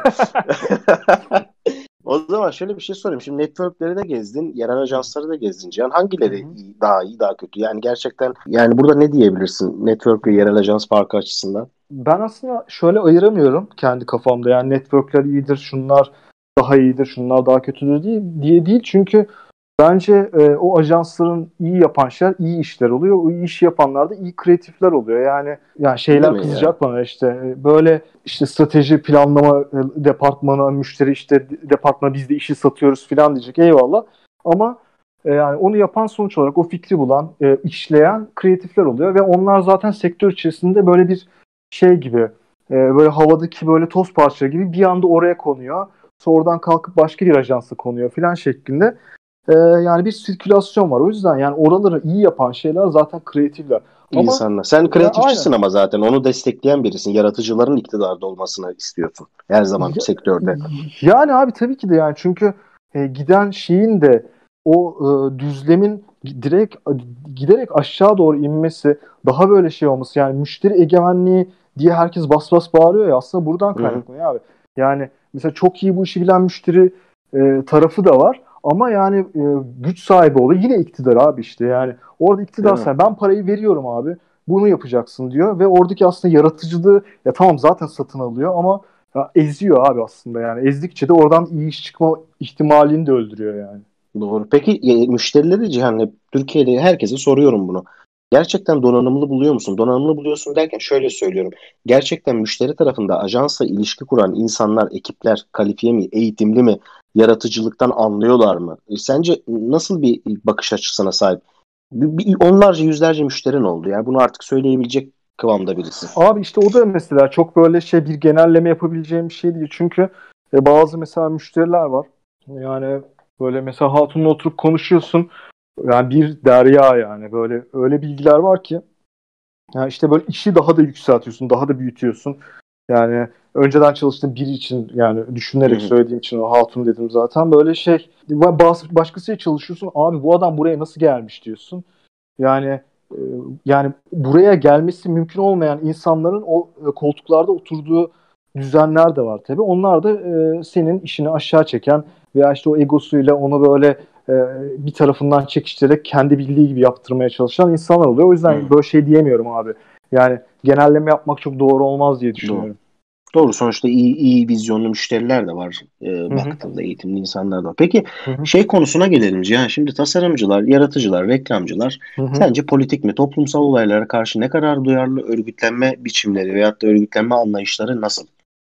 O zaman şöyle bir şey sorayım. Şimdi networkleri de gezdin, yerel ajansları da gezdin Cihan. Hı Hangileri hı. iyi, daha iyi, daha kötü? Yani gerçekten yani burada ne diyebilirsin network ve yerel ajans farkı açısından? Ben aslında şöyle ayıramıyorum kendi kafamda. Yani networkler iyidir, şunlar daha iyidir, şunlar daha kötüdür diye, diye değil. Çünkü bence e, o ajansların iyi yapan şeyler iyi işler oluyor. O iyi işi yapanlar da iyi kreatifler oluyor. Yani yani Değil şeyler mi ya? kızacak bana işte e, böyle işte strateji planlama e, departmanı, müşteri işte departmanı biz de işi satıyoruz falan diyecek. Eyvallah. Ama e, yani onu yapan sonuç olarak o fikri bulan, e, işleyen kreatifler oluyor ve onlar zaten sektör içerisinde böyle bir şey gibi e, böyle havadaki böyle toz parçaları gibi bir anda oraya konuyor. Sonradan kalkıp başka bir ajansa konuyor falan şeklinde. E, yani bir sirkülasyon var. O yüzden yani oraları iyi yapan şeyler zaten kreatifler. Ama İnsanlar. Sen ya aynen. kreatifçisin ama zaten onu destekleyen birisin. Yaratıcıların iktidarda olmasını istiyorsun. Her zaman Ya- sektörde. yani abi tabii ki de yani çünkü e, giden şeyin de o e, düzlemin direkt giderek aşağı doğru inmesi daha böyle şey olması yani müşteri egemenliği diye herkes bas bas bağırıyor ya aslında buradan Hı hı. kaynaklanıyor abi. Yani mesela çok iyi bu işi bilen müşteri e, tarafı da var ama yani e, güç sahibi oluyor yine iktidar abi işte yani orada Değil iktidar mi? sen ben parayı veriyorum abi bunu yapacaksın diyor ve oradaki aslında yaratıcılığı ya tamam zaten satın alıyor ama ya eziyor abi aslında yani. Ezdikçe de oradan iyi iş çıkma ihtimalini de öldürüyor yani. Doğru. Peki e, müşterileri Cihan'la Türkiye'de herkese soruyorum bunu. Gerçekten donanımlı buluyor musun? Donanımlı buluyorsun derken şöyle söylüyorum. Gerçekten müşteri tarafında ajansla ilişki kuran insanlar, ekipler kalifiye mi, eğitimli mi, yaratıcılıktan anlıyorlar mı? E, sence nasıl bir bakış açısına sahip? Bir, bir- onlarca, yüzlerce müşterin oldu. Yani bunu artık söyleyebilecek kıvamda birisi. Abi işte o da mesela çok böyle şey bir genelleme yapabileceğim bir şey değil. Çünkü e, bazı mesela müşteriler var. Yani böyle mesela hatunla oturup konuşuyorsun. Yani bir derya yani böyle öyle bilgiler var ki yani işte böyle işi daha da yükseltiyorsun, daha da büyütüyorsun. Yani önceden çalıştığım biri için yani Hı düşünerek hı. söylediğim için o hatun dedim zaten böyle şey bazı başkasıyla çalışıyorsun abi bu adam buraya nasıl gelmiş diyorsun. Yani e, yani buraya gelmesi mümkün olmayan insanların o e, koltuklarda oturduğu düzenler de var tabii. Onlar da e, senin işini aşağı çeken veya işte o egosuyla onu böyle e, bir tarafından çekiştirerek kendi bildiği gibi yaptırmaya çalışan insanlar oluyor. O yüzden Hı. böyle şey diyemiyorum abi. Yani genelleme yapmak çok doğru olmaz diye Doğru. düşünüyorum. Doğru. Sonuçta iyi, iyi vizyonlu müşteriler de var. Hı E, hı. baktığında eğitimli insanlar da var. Peki Hı hı. şey konusuna gelelim Cihan. Şimdi tasarımcılar, yaratıcılar, reklamcılar Hı hı. sence politik mi? Toplumsal olaylara karşı ne kadar duyarlı, örgütlenme biçimleri veyahut da örgütlenme anlayışları nasıl?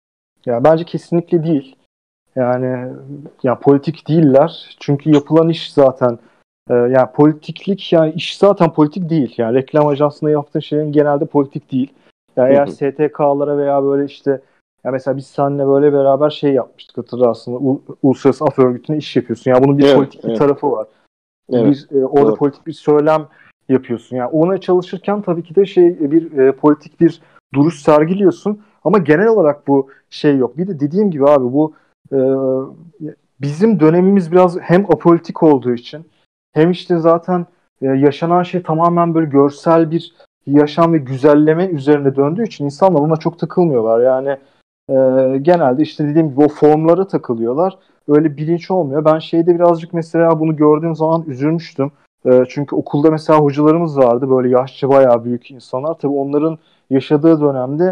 Ya bence kesinlikle değil. Yani ya politik değiller. Çünkü yapılan iş zaten e, yani politiklik yani iş zaten politik değil. Yani reklam ajansında yaptığın şeyin genelde politik değil. Yani Hı eğer hı. S T K'lara veya böyle işte ya mesela biz seninle böyle beraber şey yapmıştık hatırlarsın. U- Uluslararası Af Örgütü'ne iş yapıyorsun. Yani bunun bir Evet, politik bir evet, tarafı var. evet. Bir e, orada Doğru. politik bir söylem yapıyorsun. Yani ona çalışırken tabii ki de şey bir e, politik bir duruş sergiliyorsun. Ama genel olarak bu şey yok. Bir de dediğim gibi abi bu e, bizim dönemimiz biraz hem apolitik olduğu için hem işte zaten e, yaşanan şey tamamen böyle görsel bir yaşam ve güzelleme üzerine döndüğü için insanlar ona çok takılmıyorlar. Yani e, genelde işte dediğim gibi o formlara takılıyorlar. Öyle bilinç olmuyor. Ben şeyde birazcık mesela bunu gördüğüm zaman üzülmüştüm. E, çünkü okulda mesela hocalarımız vardı böyle yaşça bayağı büyük insanlar. Tabii onların yaşadığı dönemde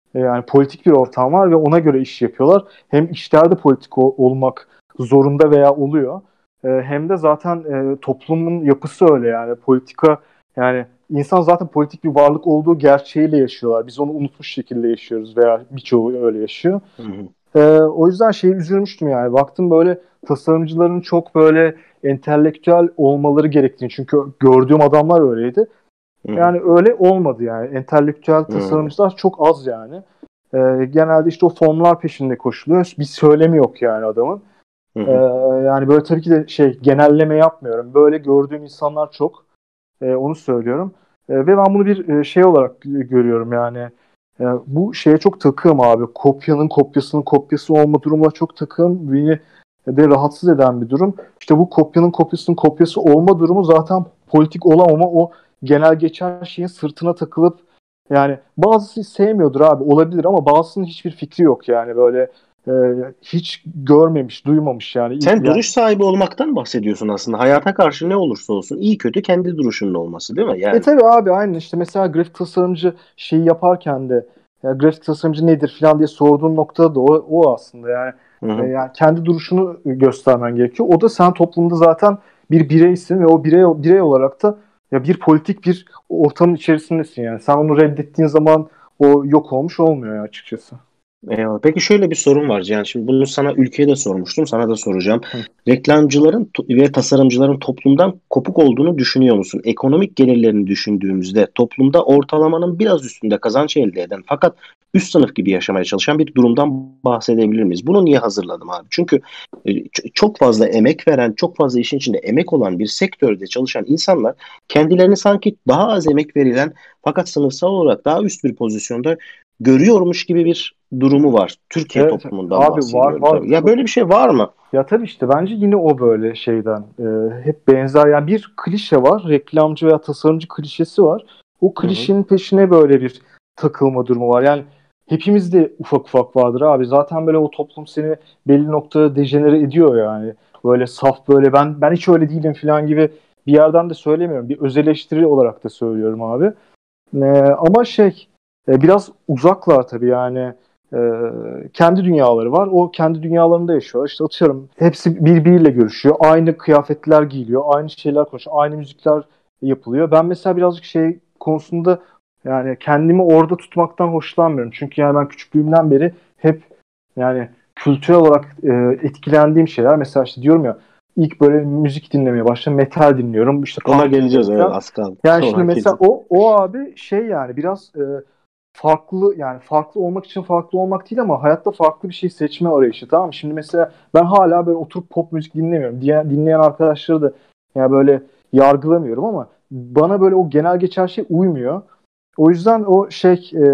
E, yani politik bir ortam var ve ona göre iş yapıyorlar. Hem işlerde politik ol- olmak zorunda veya oluyor. E, hem de zaten e, toplumun yapısı öyle yani. Politika, yani insan zaten politik bir varlık olduğu gerçeğiyle yaşıyorlar. Biz onu unutmuş şekilde yaşıyoruz veya birçoğu öyle yaşıyor. Hı hı. Ee, o yüzden şey üzülmüştüm yani. Baktım böyle tasarımcıların çok böyle entelektüel olmaları gerektiğini. Çünkü gördüğüm adamlar öyleydi. Hı hı. Yani öyle olmadı yani. Entelektüel Hı tasarımcılar çok az yani. Ee, genelde işte o formlar peşinde koşuluyor. Bir söylemi yok yani adamın. Ee, hı. yani böyle tabii ki de şey, genelleme yapmıyorum. Böyle gördüğüm insanlar çok. Ee, onu söylüyorum. Ee, ve ben bunu bir e, şey olarak görüyorum yani. Ee, bu şeye çok takığım abi. Kopyanın kopyasının kopyası olma durumuna çok takığım. Beni de rahatsız eden bir durum. İşte bu kopyanın kopyasının kopyası olma durumu zaten politik olamama, o genel geçer şeyin sırtına takılıp, yani bazısı sevmiyordur abi, olabilir, ama bazısının hiçbir fikri yok yani, böyle e, hiç görmemiş, duymamış yani. Sen Yani duruş sahibi olmaktan bahsediyorsun aslında. Hayata karşı ne olursa olsun iyi kötü kendi duruşunun olması değil mi? E Yani. tabii abi, aynı işte mesela grafik tasarımcı şeyi yaparken de, ya grafik tasarımcı nedir falan diye sorduğun noktada da o, o aslında yani. Hı E, hı. yani kendi duruşunu göstermen gerekiyor. O da sen toplumda zaten bir bireysin ve o birey birey olarak da ya bir politik bir ortamın içerisindesin yani. Sen onu reddettiğin zaman o yok olmuş olmuyor ya, açıkçası. Eyvallah. Peki şöyle bir sorun var Cihan. Şimdi bunu sana ülkeye de sormuştum, sana da soracağım. Hı. Reklamcıların to- ve tasarımcıların toplumdan kopuk olduğunu düşünüyor musun? Ekonomik gelirlerini düşündüğümüzde toplumda ortalamanın biraz üstünde kazanç elde eden fakat üst sınıf gibi yaşamaya çalışan bir durumdan bahsedebilir miyiz? Bunu niye hazırladım abi? Çünkü e, ç- çok fazla emek veren, çok fazla işin içinde emek olan bir sektörde çalışan insanlar kendilerini sanki daha az emek verilen fakat sınıfsal olarak daha üst bir pozisyonda görüyormuş gibi bir durumu var. Türkiye Evet toplumundan abi, var bahsediyorum var. tabii. Ya böyle bir şey var mı? Ya tabii işte bence yine o böyle şeyden e, hep benzer, yani bir klişe var, reklamcı veya tasarımcı klişesi var. O Hı hı. klişenin peşine böyle bir takılma durumu var. Yani hepimizde ufak ufak vardır abi. Zaten böyle o toplum seni belli noktada dejenere ediyor yani. Böyle saf, böyle ben ben hiç öyle değilim falan gibi bir yerden de söylemiyorum. Bir öz eleştiri olarak da söylüyorum abi. E, ama şey, e, biraz uzaklar tabii yani. E, kendi dünyaları var. O kendi dünyalarında yaşıyorlar. İşte atıyorum, hepsi birbiriyle görüşüyor. Aynı kıyafetler giyiliyor. Aynı şeyler konuşuyor. Aynı müzikler yapılıyor. Ben mesela birazcık şey konusunda yani kendimi orada tutmaktan hoşlanmıyorum. Çünkü yani ben küçüklüğümden beri hep yani kültürel olarak e, etkilendiğim şeyler. Mesela işte diyorum ya, ilk böyle müzik dinlemeye başladım. Metal dinliyorum. İşte Ona punk dinliyorum geleceğiz, evet, falan. az kaldı. Yani şimdi Ona mesela geleceğiz. o o abi şey yani biraz e, farklı, yani farklı olmak için farklı olmak değil ama hayatta farklı bir şey seçme arayışı, tamam mı? Şimdi mesela ben hala böyle oturup pop müzik dinlemiyorum. Diğer, dinleyen arkadaşları da yani böyle yargılamıyorum ama bana böyle o genel geçer şey uymuyor. O yüzden o şey e,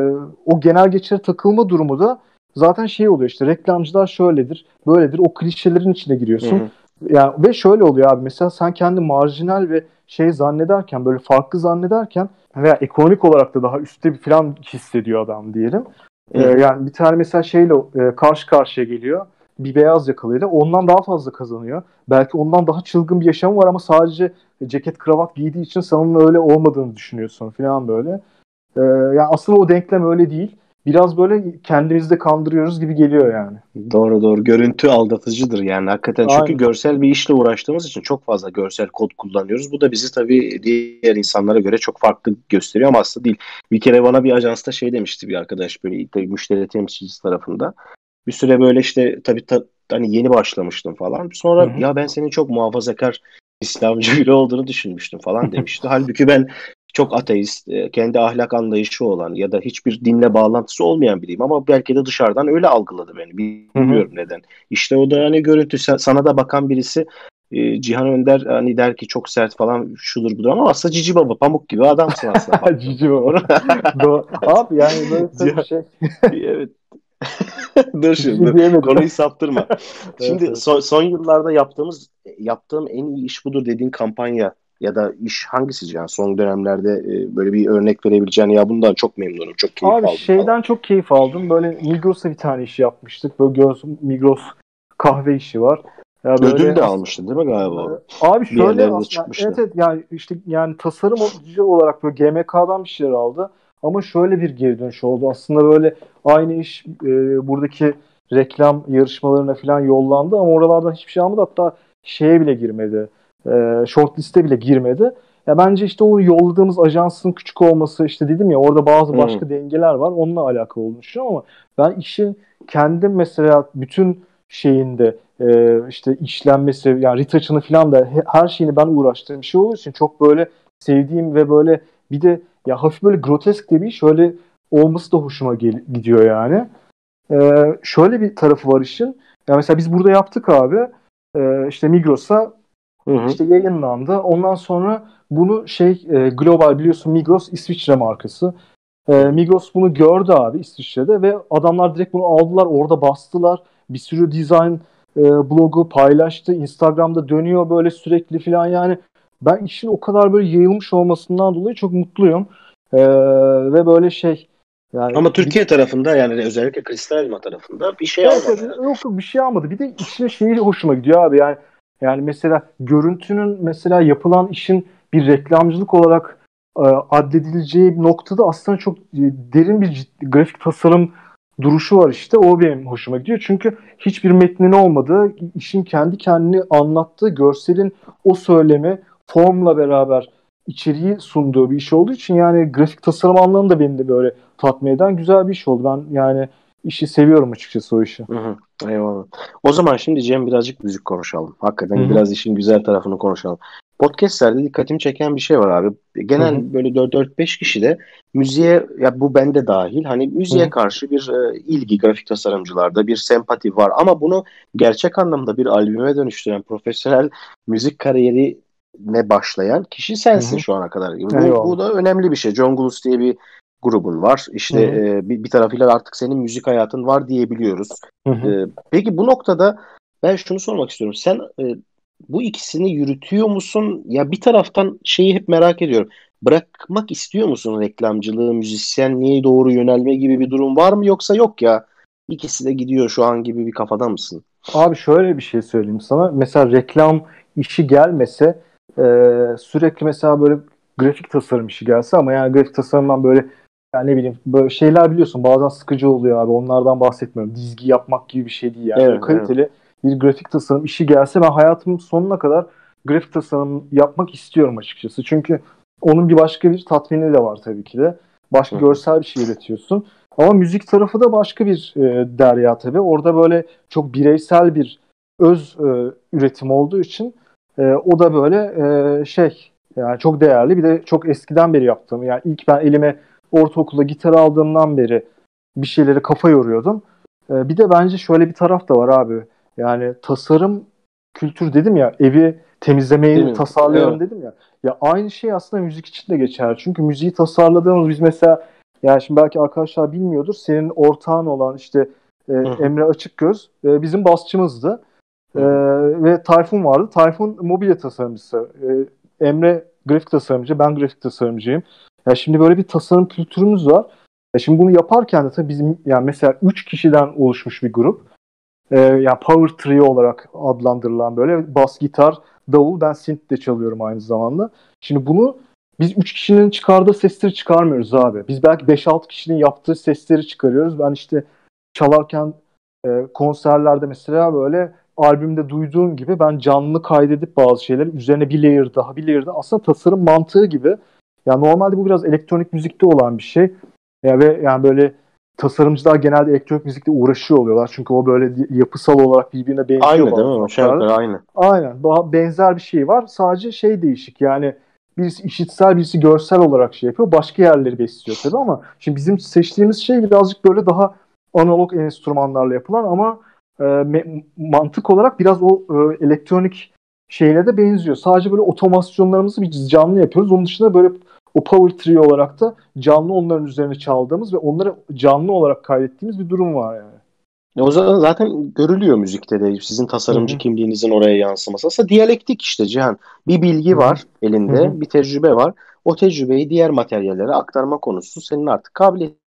o genel geçer takılma durumu da zaten şey oluyor, işte reklamcılar şöyledir, böyledir. O klişelerin içine Hı giriyorsun. hı. Yani ve şöyle oluyor abi, mesela sen kendi marjinal ve şey zannederken, böyle farklı zannederken veya ekonomik olarak da daha üstte bir falan hissediyor adam diyelim. Hı Ee, hı. yani bir tane mesela şeyle e, karşı karşıya geliyor. Bir beyaz yakalıyla, ondan daha fazla kazanıyor. Belki ondan daha çılgın bir yaşamı var ama sadece ceket kravat giydiği için sen onun öyle olmadığını düşünüyorsun falan böyle. Ee, yani aslında o denklem öyle değil. Biraz böyle kendimizi de kandırıyoruz gibi geliyor yani. Doğru doğru. Görüntü aldatıcıdır yani hakikaten. Çünkü Aynen. görsel bir işle uğraştığımız için çok fazla görsel kod kullanıyoruz. Bu da bizi tabii diğer insanlara göre çok farklı gösteriyor ama aslında değil. Bir kere bana bir ajansta şey demişti bir arkadaş, böyle tabii müşteri temsilcisi tarafında. Bir süre böyle işte tabii ta- hani yeni başlamıştım falan. Hı Sonra hı. ya ben senin çok muhafazakar İslamcı biri olduğunu düşünmüştüm falan demişti. Halbuki ben çok ateist, e, kendi ahlak anlayışı olan ya da hiçbir dinle bağlantısı olmayan biriyim ama belki de dışarıdan öyle algıladı beni. Hı hı. Bilmiyorum neden. İşte o da hani görüntü sa- sana da bakan birisi, e, Cihan Önder hani der ki çok sert falan şudur budur ama aslında cici baba pamuk gibi adamsın aslında baktığın Cici zaman. baba. Doğru. Do abi yani böyle tabii Cihan, şey. evet. Dur Bir şimdi şey dur. diyemedim. Konuyu saptırma. Evet, Şimdi evet. son, son yıllarda yaptığımız yaptığım en iyi iş budur dediğin kampanya ya da iş hangisi yani son dönemlerde e, böyle bir örnek verebileceğin, ya bundan çok memnunum, çok keyif Abi aldım falan. şeyden çok keyif aldım. Böyle Migros'a bir tane iş yapmıştık. Böyle göz, Migros kahve işi var. Ya Ödül böyle de as almıştı değil mi galiba o? abi Bir şöyle yerlerde aslında, evet çıkmıştı. evet, yani işte yani tasarımcı olarak böyle G M K'dan bir şeyler aldı. Ama şöyle bir geri dönüş oldu. Aslında böyle aynı iş e, buradaki reklam yarışmalarına falan yollandı ama oralardan hiçbir şey almadı. Hatta şeye bile girmedi. E, short liste bile girmedi. Ya bence işte o yolladığımız ajansın küçük olması, işte dedim ya orada bazı Hı başka dengeler var. Onunla alakalı olduğunu düşünüyorum ama ben işin kendim mesela bütün şeyinde e, işte işlenmesi yani retouch'ını falan da he- her şeyini ben uğraştığım bir şey olduğu için çok böyle sevdiğim ve böyle bir de ya hafif böyle grotesk de bir iş öyle olması da hoşuma gel- gidiyor yani. Ee, şöyle bir tarafı var işin. Ya mesela biz burada yaptık abi. Ee, işte Migros'a hı. Hı. işte yayınlandı. Ondan sonra bunu şey e, global biliyorsun Migros İsviçre markası. Hı Ee, hı. Migros bunu gördü abi İsviçre'de ve adamlar direkt bunu aldılar orada bastılar. Bir sürü design e, blogu paylaştı. Instagram'da dönüyor böyle sürekli falan yani. Ben işin o kadar böyle yayılmış olmasından dolayı çok mutluyum. Ee, ve böyle şey yani Ama bir, Türkiye tarafında yani özellikle Kristal Elma tarafında bir şey evet, evet, almadı herhalde. yok yok bir şey almadı. Bir de işin şeyi hoşuma gidiyor abi yani yani mesela görüntünün mesela yapılan işin bir reklamcılık olarak e, addedileceği bir noktada aslında çok e, derin bir ciddi, grafik tasarım duruşu var işte. O benim hoşuma gidiyor. Çünkü hiçbir metnin olmadığı, işin kendi kendini anlattığı, görselin o söylemi formla beraber içeriği sunduğu bir iş olduğu için yani grafik tasarım anlamında beni de böyle tatmin eden güzel bir iş oldu. Ben yani işi seviyorum açıkçası o işi. Hı hı. Eyvallah. O zaman şimdi Cem birazcık müzik konuşalım. Hı Hakikaten hı. biraz işin güzel tarafını konuşalım. Podcast'lerde dikkatimi çeken bir şey var abi. Hı hı. Genel böyle dört beş kişi de müziğe ya bu bende dahil hani Hı müziğe hı. karşı bir e, ilgi grafik tasarımcılarda bir sempati var ama bunu gerçek anlamda bir albüme dönüştüren profesyonel müzik kariyerine başlayan kişi Hı sensin hı. şu ana kadar gibi. Bu, Eyvallah. bu da önemli bir şey. John Gulus diye bir grubun var. Hı İşte hı. e, bir, bir tarafıyla artık senin müzik hayatın var diyebiliyoruz. Hı hı. Ee, peki bu noktada ben şunu sormak istiyorum. Sen e, bu ikisini yürütüyor musun? Ya bir taraftan şeyi hep merak ediyorum. Bırakmak istiyor musun reklamcılığı, müzisyenliğe doğru yönelme gibi bir durum var mı? Yoksa yok ya ikisi de gidiyor şu an gibi bir kafada mısın? Abi şöyle bir şey söyleyeyim sana. Mesela reklam işi gelmese e, sürekli mesela böyle grafik tasarım işi gelse ama yani grafik tasarımdan böyle yani ne bileyim böyle şeyler biliyorsun bazen sıkıcı oluyor abi. Onlardan bahsetmiyorum. Dizgi yapmak gibi bir şey değil yani. Böyle Evet, evet. kaliteli bir grafik tasarım işi gelse ben hayatımın sonuna kadar grafik tasarım yapmak istiyorum açıkçası. Çünkü onun bir başka bir tatmini de var tabii ki de. Hı Başka hı, görsel bir şey üretiyorsun. Ama müzik tarafı da başka bir e, derya tabii. Orada böyle çok bireysel bir öz e, üretim olduğu için e, o da böyle e, şey yani çok değerli. Bir de çok eskiden beri yaptığım yani ilk ben elime ortaokulda gitar aldığımdan beri bir şeyleri kafa yoruyordum. E, bir de bence şöyle bir taraf da var abi. Yani tasarım kültür dedim ya evi değil temizlemeyi mi? tasarlıyorum Evet. dedim ya. Ya aynı şey aslında müzik için de geçer. Çünkü müziği tasarladığımız biz mesela yani şimdi belki arkadaşlar bilmiyordur. Senin ortağın olan işte e, Hı hı, Emre Açıkgöz e, bizim basçımızdı. hı E, hı. ve Tayfun vardı. Tayfun mobilya tasarımcısı. E, Emre grafik tasarımcı, ben grafik tasarımcıyım. Ya şimdi böyle bir tasarım kültürümüz var. Ya şimdi bunu yaparken de tabii bizim yani mesela üç kişiden oluşmuş bir grup. E, yani Power Trio olarak adlandırılan böyle bas, gitar, davul, ben synth de çalıyorum aynı zamanda. Şimdi bunu biz üç kişinin çıkardığı sesleri çıkarmıyoruz abi. Biz belki beş altı kişinin yaptığı sesleri çıkarıyoruz. Ben işte çalarken e, konserlerde mesela böyle albümde duyduğum gibi ben canlı kaydedip bazı şeyleri üzerine bir layer daha bir layer daha aslında tasarım mantığı gibi. Ya normalde bu biraz elektronik müzikte olan bir şey. Ya ve yani böyle tasarımcılar genelde elektronik müzikle uğraşıyor oluyorlar. Çünkü o böyle yapısal olarak birbirine benziyor Aynı değil bazı mi? Aşağı noktalarda. yukarı aynı. Aynen. Daha benzer bir şey var. Sadece şey değişik. Yani birisi işitsel, birisi görsel olarak şey yapıyor. Başka yerleri besliyor tabii ama şimdi bizim seçtiğimiz şey birazcık böyle daha analog enstrümanlarla yapılan ama e, me- mantık olarak biraz o e, elektronik şeyle de benziyor. Sadece böyle otomasyonlarımızı biz canlı yapıyoruz. Onun dışında böyle o Power Trio olarak da canlı onların üzerine çaldığımız ve onları canlı olarak kaydettiğimiz bir durum var yani. E o zaman zaten görülüyor müzikte de sizin Hı tasarımcı hı. kimliğinizin oraya yansıması. Aslında diyalektik işte Cihan. Bir Hı bilgi hı. var Hı hı. elinde, bir tecrübe var. O tecrübeyi diğer materyallere aktarma konusu senin artık kabiliyetin.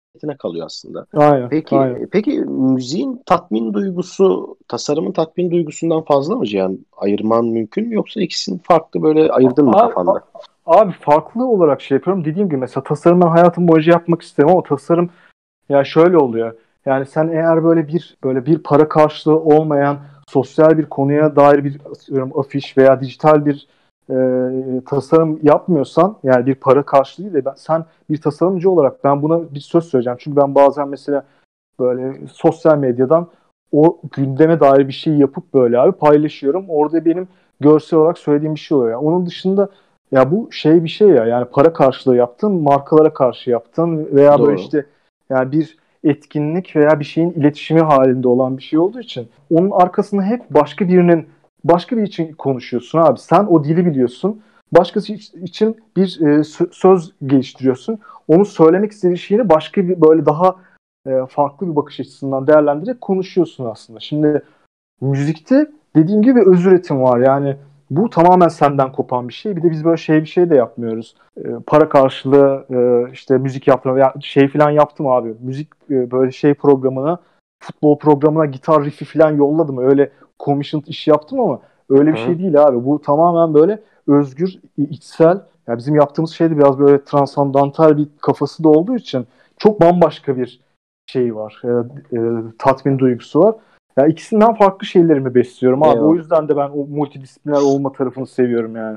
niyetine kalıyor aslında. Aynen, aynen. Peki peki müziğin tatmin duygusu tasarımın tatmin duygusundan fazla mı Cihan? Ayırman mümkün mü yoksa ikisini farklı böyle ayırdın mı Abi, kafanda? abi farklı olarak şey yapıyorum. Dediğim gibi mesela tasarım ben hayatım boyunca yapmak isterim ama tasarım ya şöyle oluyor. Yani sen eğer böyle bir böyle bir para karşılığı olmayan sosyal bir konuya dair bir atıyorum, afiş veya dijital bir e, tasarım yapmıyorsan yani bir para karşılığı değil de ben, sen bir tasarımcı olarak ben buna bir söz söyleyeceğim. Çünkü ben bazen mesela böyle sosyal medyadan o gündeme dair bir şey yapıp böyle abi paylaşıyorum. Orada benim görsel olarak söylediğim bir şey oluyor. Yani onun dışında ya bu şey bir şey ya yani para karşılığı yaptın, markalara karşı yaptın veya böyle Doğru. işte yani bir etkinlik veya bir şeyin iletişimi halinde olan bir şey olduğu için onun arkasında hep başka birinin başka bir için konuşuyorsun abi. Sen o dili biliyorsun. Başkası için bir e, söz geliştiriyorsun. Onu söylemek istediği şeyini başka bir böyle daha e, farklı bir bakış açısından değerlendirerek konuşuyorsun aslında. Şimdi müzikte dediğim gibi öz üretim var. Yani bu tamamen senden kopan bir şey. Bir de biz böyle şey bir şey de yapmıyoruz. E, para karşılığı e, işte müzik yaptım. Ya şey falan yaptım abi. Müzik e, böyle şey programına, futbol programına gitar riff'i falan yolladım. Öyle commissioned iş yaptım ama öyle bir şey Hı. değil abi. Bu tamamen böyle özgür, içsel. Ya bizim yaptığımız şey de biraz böyle transandantal bir kafası da olduğu için çok bambaşka bir şey var. E, e, tatmin duygusu var. Ya ikisinden farklı şeylerimi besliyorum abi. O Eyvallah. yüzden de ben o multidisipliner olma tarafını seviyorum yani.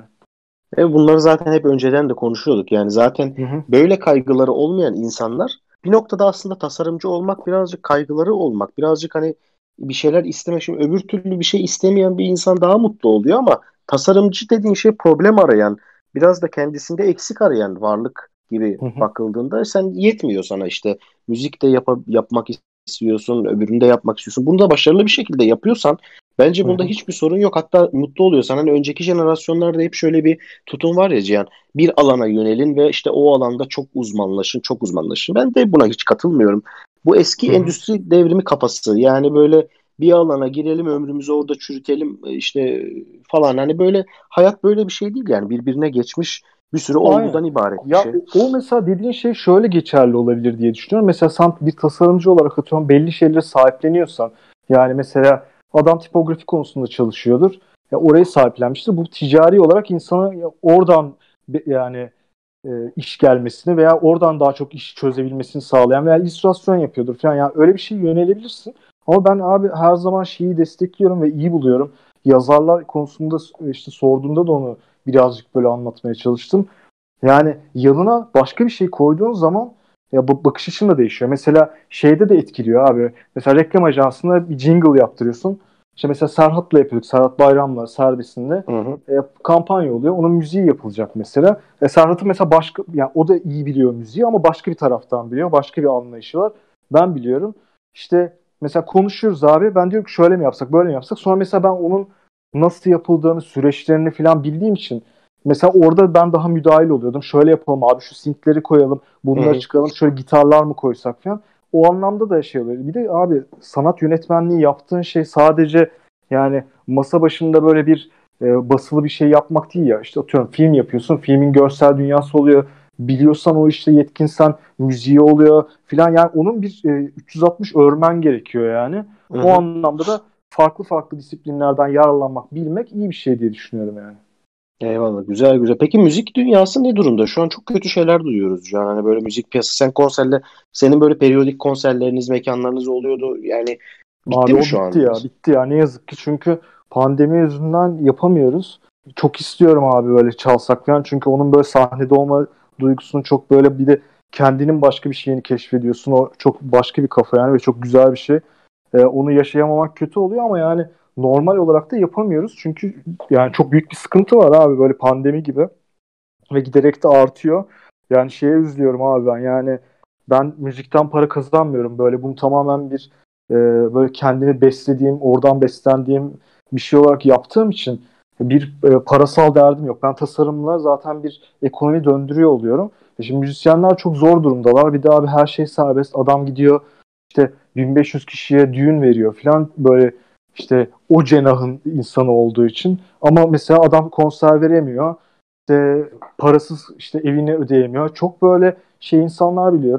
E bunları zaten hep önceden de konuşuyorduk. Yani zaten Hı hı. böyle kaygıları olmayan insanlar bir noktada aslında tasarımcı olmak birazcık kaygıları olmak. Birazcık hani bir şeyler istemek. Şimdi öbür türlü bir şey istemeyen bir insan daha mutlu oluyor ama tasarımcı dediğin şey problem arayan, biraz da kendisinde eksik arayan varlık gibi Hı hı. bakıldığında sen yetmiyor sana işte müzik de yap yapmak istiyorsun, öbürünü de yapmak istiyorsun. Bunu da başarılı bir şekilde yapıyorsan bence Hı bunda hı. hiçbir sorun yok. Hatta mutlu oluyorsan hani önceki jenerasyonlarda hep şöyle bir tutum var ya Cihan. Bir alana yönelin ve işte o alanda çok uzmanlaşın, çok uzmanlaşın. Ben de buna hiç katılmıyorum. Bu eski Hı hı. endüstri devrimi kafası. Yani böyle bir alana girelim, ömrümüzü orada çürütelim e, işte falan. Hani böyle hayat böyle bir şey değil yani. Birbirine geçmiş bir sürü Aynen. olgudan ibaret bir Ya şey. o, o mesela dediğin şey şöyle geçerli olabilir diye düşünüyorum. Mesela sen bir tasarımcı olarak atıyorum belli şeylere sahipleniyorsan yani mesela adam tipografi konusunda çalışıyordur. Ya orayı sahiplenmiştir. Bu ticari olarak insana ya oradan be- yani e, iş gelmesini veya oradan daha çok iş çözebilmesini sağlayan veya illüstrasyon yapıyordur falan. Yani öyle bir şey yönelebilirsin. Ama ben abi her zaman şeyi destekliyorum ve iyi buluyorum. Yazarlar konusunda işte sorduğunda da onu birazcık böyle anlatmaya çalıştım. Yani yanına başka bir şey koyduğun zaman ya bu bakış açın da değişiyor. Mesela şeyde de etkiliyor abi. Mesela reklam ajansına bir jingle yaptırıyorsun. İşte mesela Serhat'la yapıyorduk. Serhat Bayram'la servisinde Hı hı. e, kampanya oluyor. Onun müziği yapılacak mesela. E, Serhat'ın mesela başka yani o da iyi biliyor müziği ama başka bir taraftan biliyor. Başka bir anlayışı var. Ben biliyorum. İşte mesela konuşuyoruz abi. Ben diyorum ki şöyle mi yapsak, böyle mi yapsak? Sonra mesela ben onun nasıl yapıldığını, süreçlerini falan bildiğim için mesela orada ben daha müdahil oluyordum. Şöyle yapalım abi şu synth'leri koyalım, Hı bunları hı. çıkaralım, şöyle gitarlar mı koysak falan. O anlamda da şey oluyor. Bir de abi sanat yönetmenliği yaptığın şey sadece yani masa başında böyle bir e, basılı bir şey yapmak değil ya. İşte atıyorum film yapıyorsun, filmin görsel dünyası oluyor. Biliyorsan o işte yetkinsen müziği oluyor filan. Yani onun bir e, üç yüz altmış örmen gerekiyor yani. Hı O hı. anlamda da farklı farklı disiplinlerden yararlanmak, bilmek iyi bir şey diye düşünüyorum yani. Eyvallah, güzel güzel. Peki müzik dünyası ne durumda? Şu an çok kötü şeyler duyuyoruz. Yani hani böyle müzik piyasası. Sen konserle, senin böyle periyodik konserleriniz, mekanlarınız oluyordu. Yani bitti Abi mi o şu bitti an? ya. Bitti ya. Ne yazık ki çünkü pandemi yüzünden yapamıyoruz. Çok istiyorum abi böyle çalsak falan. Çünkü onun böyle sahnede olma duygusunu çok böyle bir de kendinin başka bir şeyini keşfediyorsun. O çok başka bir kafa yani ve çok güzel bir şey. Ee, onu yaşayamamak kötü oluyor ama yani normal olarak da yapamıyoruz. Çünkü yani çok büyük bir sıkıntı var abi böyle pandemi gibi. Ve giderek de artıyor. Yani şeye üzülüyorum abi ben yani ben müzikten para kazanmıyorum. Böyle bunu tamamen bir e, böyle kendimi beslediğim, oradan beslendiğim bir şey olarak yaptığım için bir e, parasal derdim yok. Ben tasarımla zaten bir ekonomi döndürüyor oluyorum. E şimdi müzisyenler çok zor durumdalar. Bir de abi her şey serbest. Adam gidiyor işte bin beş yüz kişiye düğün veriyor falan böyle işte o cenahın insanı olduğu için. Ama mesela adam konser veremiyor işte parasız işte evini ödeyemiyor. Çok böyle şey insanlar biliyorum.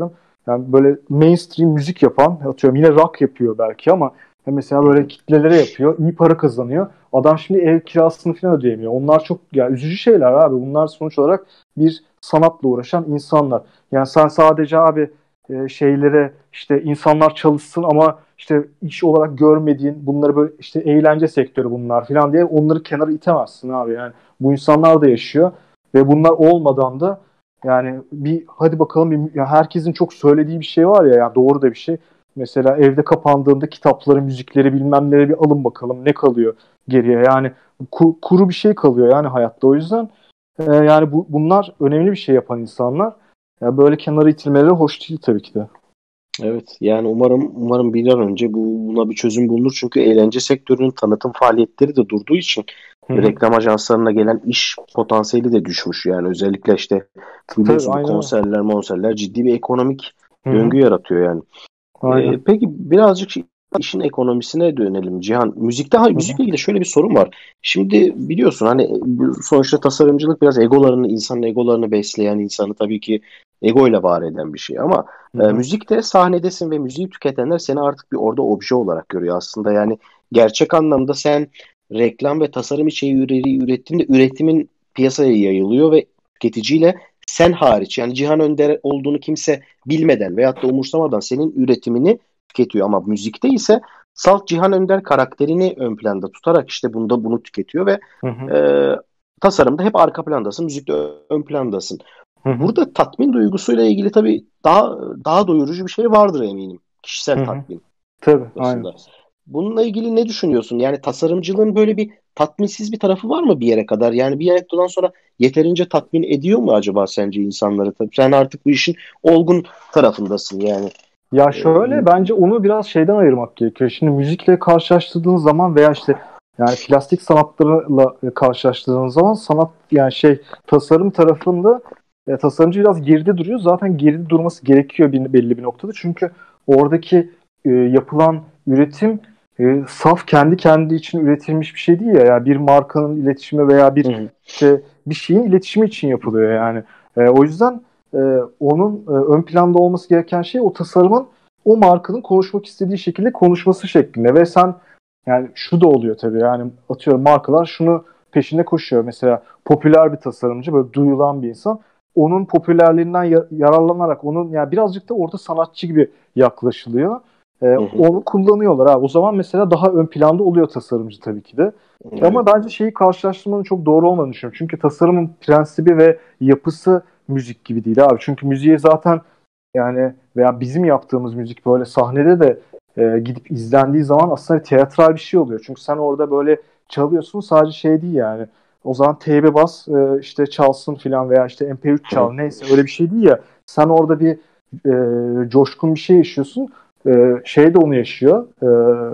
Yani böyle mainstream müzik yapan, atıyorum yine rock yapıyor belki ama mesela böyle kitlelere yapıyor, iyi para kazanıyor. Adam şimdi ev kirasını falan ödeyemiyor. Onlar çok ya üzücü şeyler abi. Bunlar sonuç olarak bir sanatla uğraşan insanlar. Yani sen sadece abi e, şeylere işte insanlar çalışsın ama işte iş olarak görmediğin bunları böyle işte eğlence sektörü bunlar falan diye onları kenara itemezsin abi. Yani bu insanlar da yaşıyor ve bunlar olmadan da yani bir hadi bakalım bir, ya herkesin çok söylediği bir şey var ya, ya doğru da bir şey. Mesela evde kapandığında kitapları, müzikleri bilmem neleri bir alın bakalım ne kalıyor geriye. Yani ku, kuru bir şey kalıyor yani hayatta. O yüzden e, yani bu, bunlar önemli bir şey yapan insanlar. Ya böyle kenara itilmeleri hoş değil tabii ki de. Evet, yani umarım umarım bir an önce bu buna bir çözüm bulunur. Çünkü eğlence sektörünün tanıtım faaliyetleri de durduğu için Hı hı. reklam ajanslarına gelen iş potansiyeli de düşmüş. Yani özellikle işte Tabii biliyorsun bu aynen öyle. konserler, monserler ciddi bir ekonomik Hı hı. döngü yaratıyor yani. Aynen. Ee, peki birazcık şi- işin ekonomisine dönelim Cihan. Müzikte ha Hı hı. müzikle ilgili şöyle bir sorun var. Şimdi biliyorsun hani bu sonuçta tasarımcılık biraz egolarını, insanın egolarını besleyen, insanı tabii ki egoyla var eden bir şey ama Hı e, hı. müzikte sahnedesin ve müziği tüketenler seni artık bir orada obje olarak görüyor aslında. Yani gerçek anlamda sen reklam ve tasarım içeriği üre- ürettiğinde üretimin piyasaya yayılıyor ve tüketiciyle sen hariç yani Cihan Önder olduğunu kimse bilmeden veyahut da umursamadan senin üretimini tüketiyor. Ama müzikte ise salt Cihan Önder karakterini ön planda tutarak işte bunda bunu tüketiyor ve Hı hı. e, tasarımda hep arka plandasın, müzikte ön plandasın. Hı hı. Burada tatmin duygusuyla ilgili tabii daha daha doyurucu bir şey vardır eminim. Kişisel Hı hı. tatmin Tabii aynen. noktasında. Bununla ilgili ne düşünüyorsun? Yani tasarımcılığın böyle bir tatminsiz bir tarafı var mı bir yere kadar? Yani bir noktadan sonra yeterince tatmin ediyor mu acaba sence insanları? Tabii sen artık bu işin olgun tarafındasın yani. Ya Ee, şöyle bence onu biraz şeyden ayırmak gerekiyor. Şimdi müzikle karşılaştırdığın zaman veya işte yani plastik sanatlarla karşılaştırdığın zaman sanat yani şey tasarım tarafında e, tasarımcı biraz geride duruyor. Zaten geride durması gerekiyor bir, belli bir noktada. Çünkü oradaki e, yapılan üretim e, saf kendi kendi için üretilmiş bir şey değil ya. Yani bir markanın iletişimi veya hı bir hı, işte bir şeyin iletişimi için yapılıyor yani. E, o yüzden e, onun e, ön planda olması gereken şey o tasarımın o markanın konuşmak istediği şekilde konuşması şeklinde ve sen yani şu da oluyor tabii yani atıyorum markalar şunu peşinde koşuyor. Mesela popüler bir tasarımcı böyle duyulan bir insan onun popülerliğinden ya- yararlanarak onun yani birazcık da orada sanatçı gibi yaklaşılıyor. Ee, hı hı. onu kullanıyorlar ha. O zaman mesela daha ön planda oluyor tasarımcı tabii ki de. Ama Evet. bence şeyi karşılaştırmanın çok doğru olmadığını düşünüyorum. Çünkü tasarımın prensibi ve yapısı müzik gibi değil abi. Çünkü müziğe zaten yani veya bizim yaptığımız müzik böyle sahnede de e, gidip izlendiği zaman aslında tiyatral bir şey oluyor. Çünkü sen orada böyle çalıyorsun sadece şey değil yani. O zaman teybe bas e, işte çalsın filan veya işte M P üç Hı hı. çal neyse öyle bir şey değil ya. Sen orada bir e, coşkun bir şey yaşıyorsun. E, şey de onu yaşıyor. E,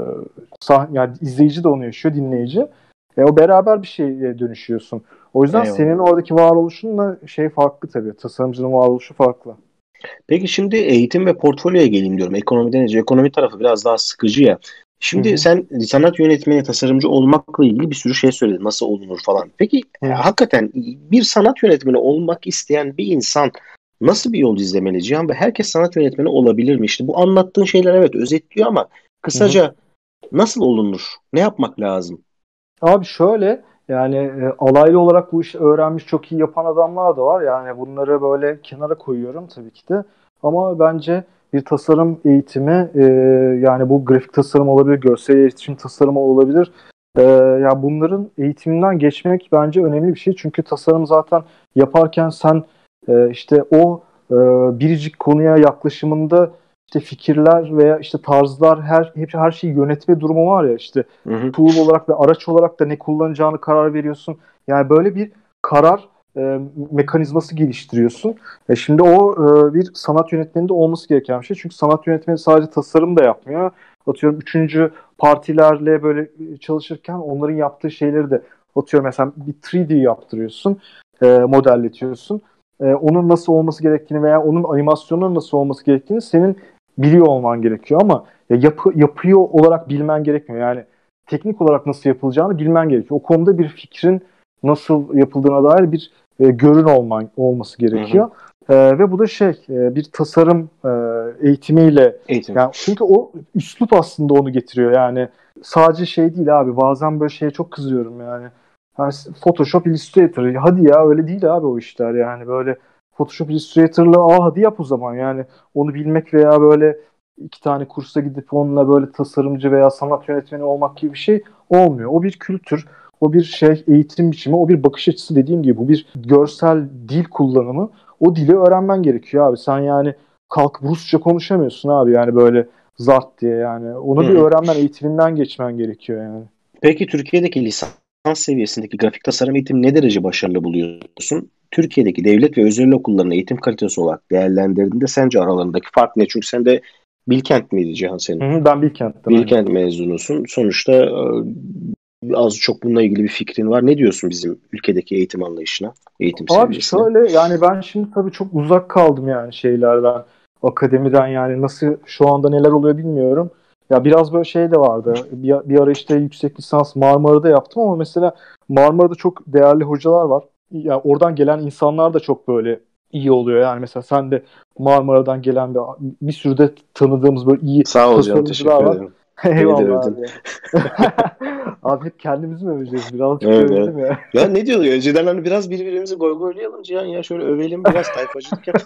sah yani izleyici de onu yaşıyor, dinleyici. E, o beraber bir şeye dönüşüyorsun. O yüzden Eyvallah. senin oradaki varoluşunla şey farklı tabii. Tasarımcının varoluşu farklı. Peki şimdi eğitim ve portfolyoya geleyim diyorum. Ekonomiden önce ekonomi tarafı biraz daha sıkıcı ya. Hı Şimdi hı. sen sanat yönetmeni, tasarımcı olmakla ilgili bir sürü şey söyledin. Nasıl olunur falan. Peki Hı e, hı. hakikaten bir sanat yönetmeni olmak isteyen bir insan nasıl bir yol izlemeli Cihan ve herkes sanat yönetmeni olabilir mi? İşte bu anlattığın şeyler evet özetliyor ama Hı hı. kısaca nasıl olunur? Ne yapmak lazım? Abi şöyle yani e, alaylı olarak bu işi öğrenmiş çok iyi yapan adamlar da var. Yani bunları böyle kenara koyuyorum tabii ki de. Ama bence bir tasarım eğitimi e, yani bu grafik tasarım olabilir, görsel iletişim tasarımı olabilir. E, ya bunların eğitiminden geçmek bence önemli bir şey. Çünkü tasarım zaten yaparken sen e, işte o e, biricik konuya yaklaşımında işte fikirler veya işte tarzlar her hep her şeyi yönetme durumu var ya işte Hı hı. tool olarak ve araç olarak da ne kullanacağını karar veriyorsun. Yani böyle bir karar e, mekanizması geliştiriyorsun. E şimdi o e, bir sanat yönetmeninde olması gereken bir şey. Çünkü sanat yönetmeni sadece tasarım da yapmıyor. Atıyorum üçüncü partilerle böyle çalışırken onların yaptığı şeyleri de atıyorum mesela bir üç D yaptırıyorsun, e, modelletiyorsun. E, onun nasıl olması gerektiğini veya onun animasyonunun nasıl olması gerektiğini senin biliyor olman gerekiyor ama ya yapı, yapıyor olarak bilmen gerekmiyor. Yani teknik olarak nasıl yapılacağını bilmen gerekiyor. O konuda bir fikrin nasıl yapıldığına dair bir e, görün olman olması Hı hı. gerekiyor. E, ve bu da şey e, bir tasarım e, eğitimiyle Eğitim. yani çünkü o üslup aslında onu getiriyor yani sadece şey değil abi bazen böyle şeye çok kızıyorum yani. Yani Photoshop, Illustrator hadi ya öyle değil abi o işler yani böyle Photoshop, Illustrator'la aa hadi yap o zaman yani onu bilmek veya böyle iki tane kursa gidip onunla böyle tasarımcı veya sanat yönetmeni olmak gibi bir şey olmuyor. O bir kültür, o bir şey eğitim biçimi, o bir bakış açısı dediğim gibi bu bir görsel dil kullanımı. O dili öğrenmen gerekiyor abi. Sen yani kalkıp Rusça konuşamıyorsun abi yani böyle zart diye yani. Hı Onu bir hı. öğrenmen, eğitiminden geçmen gerekiyor yani. Peki Türkiye'deki lisans seviyesindeki grafik tasarım eğitimi ne derece başarılı buluyorsun? Türkiye'deki devlet ve özel okulların eğitim kalitesi olarak değerlendirdiğinde sence aralarındaki fark ne? Çünkü sen de Bilkent miydi Cihan Hı senin? hı, ben Bilkent'ten aynen. Bilkent mezunusun. Sonuçta e, az çok bununla ilgili bir fikrin var. Ne diyorsun bizim ülkedeki eğitim anlayışına, eğitim Abi seviyesine? şöyle yani ben şimdi tabii çok uzak kaldım yani şeylerden, akademiden yani nasıl şu anda neler oluyor bilmiyorum. Ya biraz böyle şey de vardı. Bir, bir ara işte yüksek lisans Marmara'da yaptım ama mesela Marmara'da çok değerli hocalar var. Ya oradan gelen insanlar da çok böyle iyi oluyor. Yani mesela sen de Marmara'dan gelen bir, bir sürü de tanıdığımız böyle iyi Sağ ol Cihan, tasarımcılar teşekkür var. ederim. Beni de Eyvallah övdün. abi. Abi hep kendimizi mi öveceğiz? Birazcık da Evet, evet. övelim ya. Ya ne diyor? Önceden hani biraz birbirimizi goygoylayalım Cihan ya. Şöyle övelim biraz, tayfacılık yap.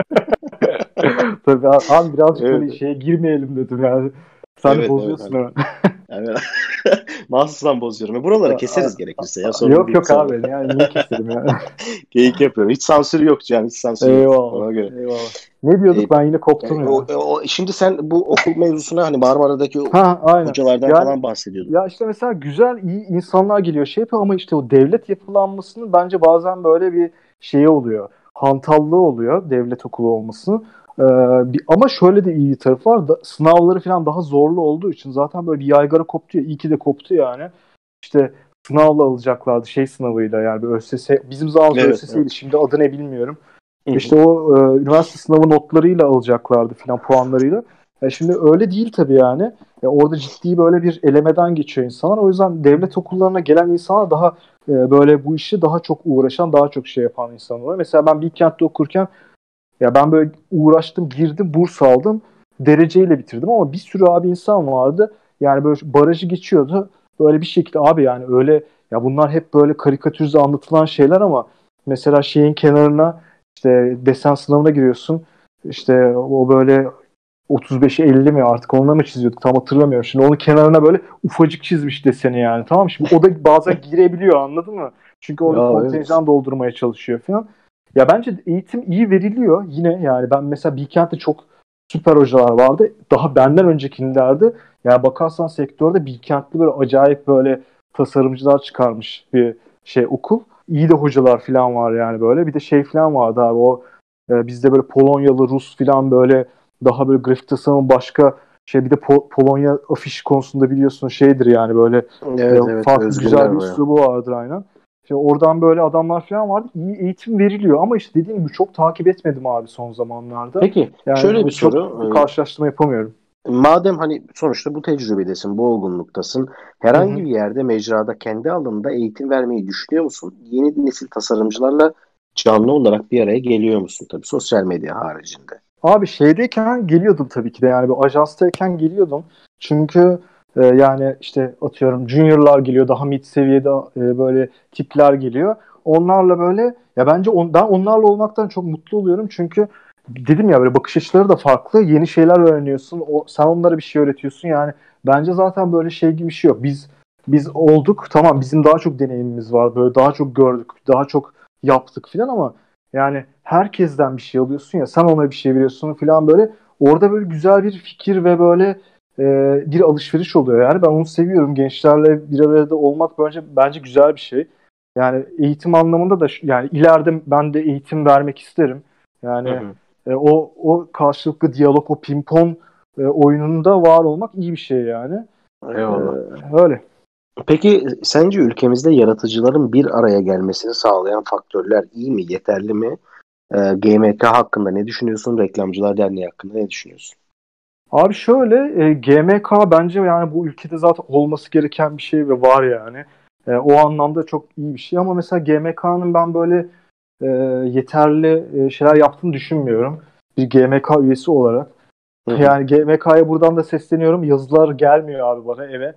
Tabii abi, abi birazcık Evet, böyle şeye girmeyelim dedim yani. Sen de evet, evet. bozuyorsun Hani, hemen. yani, mahsustan bozuyorum. E, Buraları keseriz gerekirse ya. Sorun Yok değil, yok sonra. abi yani niye keselim yani. Geyik yapıyorum. Hiç sansür yok Cihan. Hiç sansür yok. Eyvallah. Ona göre. Eyvallah. Ne E, diyorduk? Ben yine koptum e, o, ya. e, o, şimdi sen bu okul mevzusuna hani Marmara'daki o Ha aynen. hocalardan Yani falan bahsediyordun. ya işte mesela güzel iyi insanlar geliyor şey yapıyor ama işte o devlet yapılanmasının bence bazen böyle bir şeyi oluyor. Hantallığı oluyor devlet okulu olması. Ee, bir, ama şöyle de iyi bir tarafı var. Da, sınavları falan daha zorlu olduğu için zaten böyle bir yaygara koptu ya. İyi ki de koptu yani. İşte sınavla alacaklardı şey sınavıyla yani bir ÖSS bizim zamanımızda Evet, ÖSS'ydi evet. şimdi adı ne bilmiyorum. Hı hı. İşte o e, üniversite sınavı notlarıyla alacaklardı filan puanlarıyla. E, şimdi öyle değil tabii yani. E, orada ciddi böyle bir elemeden geçiyor insanlar. O yüzden devlet okullarına gelen insanlar daha e, böyle bu işi daha çok uğraşan, daha çok şey yapan insanlar. Mesela ben Bilkent'te okurken ya ben böyle uğraştım, girdim, burs aldım. Dereceyle bitirdim ama bir sürü abi insan vardı. Yani böyle barajı geçiyordu. Böyle bir şekilde abi yani öyle ya bunlar hep böyle karikatürize anlatılan şeyler ama mesela şeyin kenarına işte desen sınavına giriyorsun. İşte o böyle otuz beşe elli mi artık onunla mı çiziyorduk tam hatırlamıyorum. Şimdi onun kenarına böyle ufacık çizmiş deseni yani tamam mı? Şimdi o da bazen girebiliyor anladın mı? Çünkü orada Ya evet. kontenjan doldurmaya çalışıyor falan. Ya bence eğitim iyi veriliyor yine yani ben mesela Bilkent'te çok süper hocalar vardı. Daha benden öncekilerde yani bakarsan sektörde Bilkent'te böyle acayip böyle tasarımcılar çıkarmış bir şey okul. İyi de hocalar falan var yani böyle. Bir de şey falan vardı abi o e, bizde böyle Polonyalı, Rus falan böyle daha böyle grafik tasarımın başka şey bir de Po- Polonya afiş konusunda biliyorsun şeydir yani böyle e, Evet, evet. farklı Özgürler güzel bir baya. üslubu vardır aynen. İşte oradan böyle adamlar falan vardı. İyi eğitim veriliyor ama işte dediğim gibi çok takip etmedim abi son zamanlarda. Peki şöyle bir Yani çok soru. karşılaştırma yapamıyorum. Ee, madem hani sonuçta bu tecrübedesin, bu olgunluktasın. Hı Herhangi hı. bir yerde, mecrada, kendi alanında eğitim vermeyi düşünüyor musun? Yeni nesil tasarımcılarla canlı olarak bir araya geliyor musun? Tabii sosyal medya haricinde. Abi şeydeyken geliyordum tabii ki de yani bir ajanstayken geliyordum. Çünkü e, yani işte atıyorum juniorlar geliyor daha mid seviyede e, böyle tipler geliyor. Onlarla böyle ya bence on, ben onlarla olmaktan çok mutlu oluyorum. Çünkü dedim ya böyle bakış açıları da farklı. Yeni şeyler öğreniyorsun. O, sen onlara bir şey öğretiyorsun. Yani bence zaten böyle şey gibi bir şey yok. Biz biz olduk tamam bizim daha çok deneyimimiz var. Böyle daha çok gördük. Daha çok yaptık filan ama yani herkesten bir şey alıyorsun ya sen ona bir şey veriyorsun falan böyle. Orada böyle güzel bir fikir ve böyle e, bir alışveriş oluyor. Yani ben onu seviyorum. Gençlerle bir arada olmak bence bence güzel bir şey. Yani eğitim anlamında da şu- yani ileride ben de eğitim vermek isterim. Hı Yani hı. e, o o karşılıklı diyalog, o pimpon e, oyununda var olmak iyi bir şey yani. E, Eyvallah. öyle. Peki sence ülkemizde yaratıcıların bir araya gelmesini sağlayan faktörler iyi mi, yeterli mi? Ee, G M K hakkında ne düşünüyorsun? Reklamcılar Derneği hakkında ne düşünüyorsun? Abi şöyle e, G M K bence yani bu ülkede zaten olması gereken bir şey ve var yani. E, o anlamda çok iyi bir şey ama mesela G M K'nın ben böyle e, yeterli e, şeyler yaptığını düşünmüyorum. Bir G M K üyesi olarak. Hı hı. Yani G M K'ya buradan da sesleniyorum. Yazılar gelmiyor abi bana eve.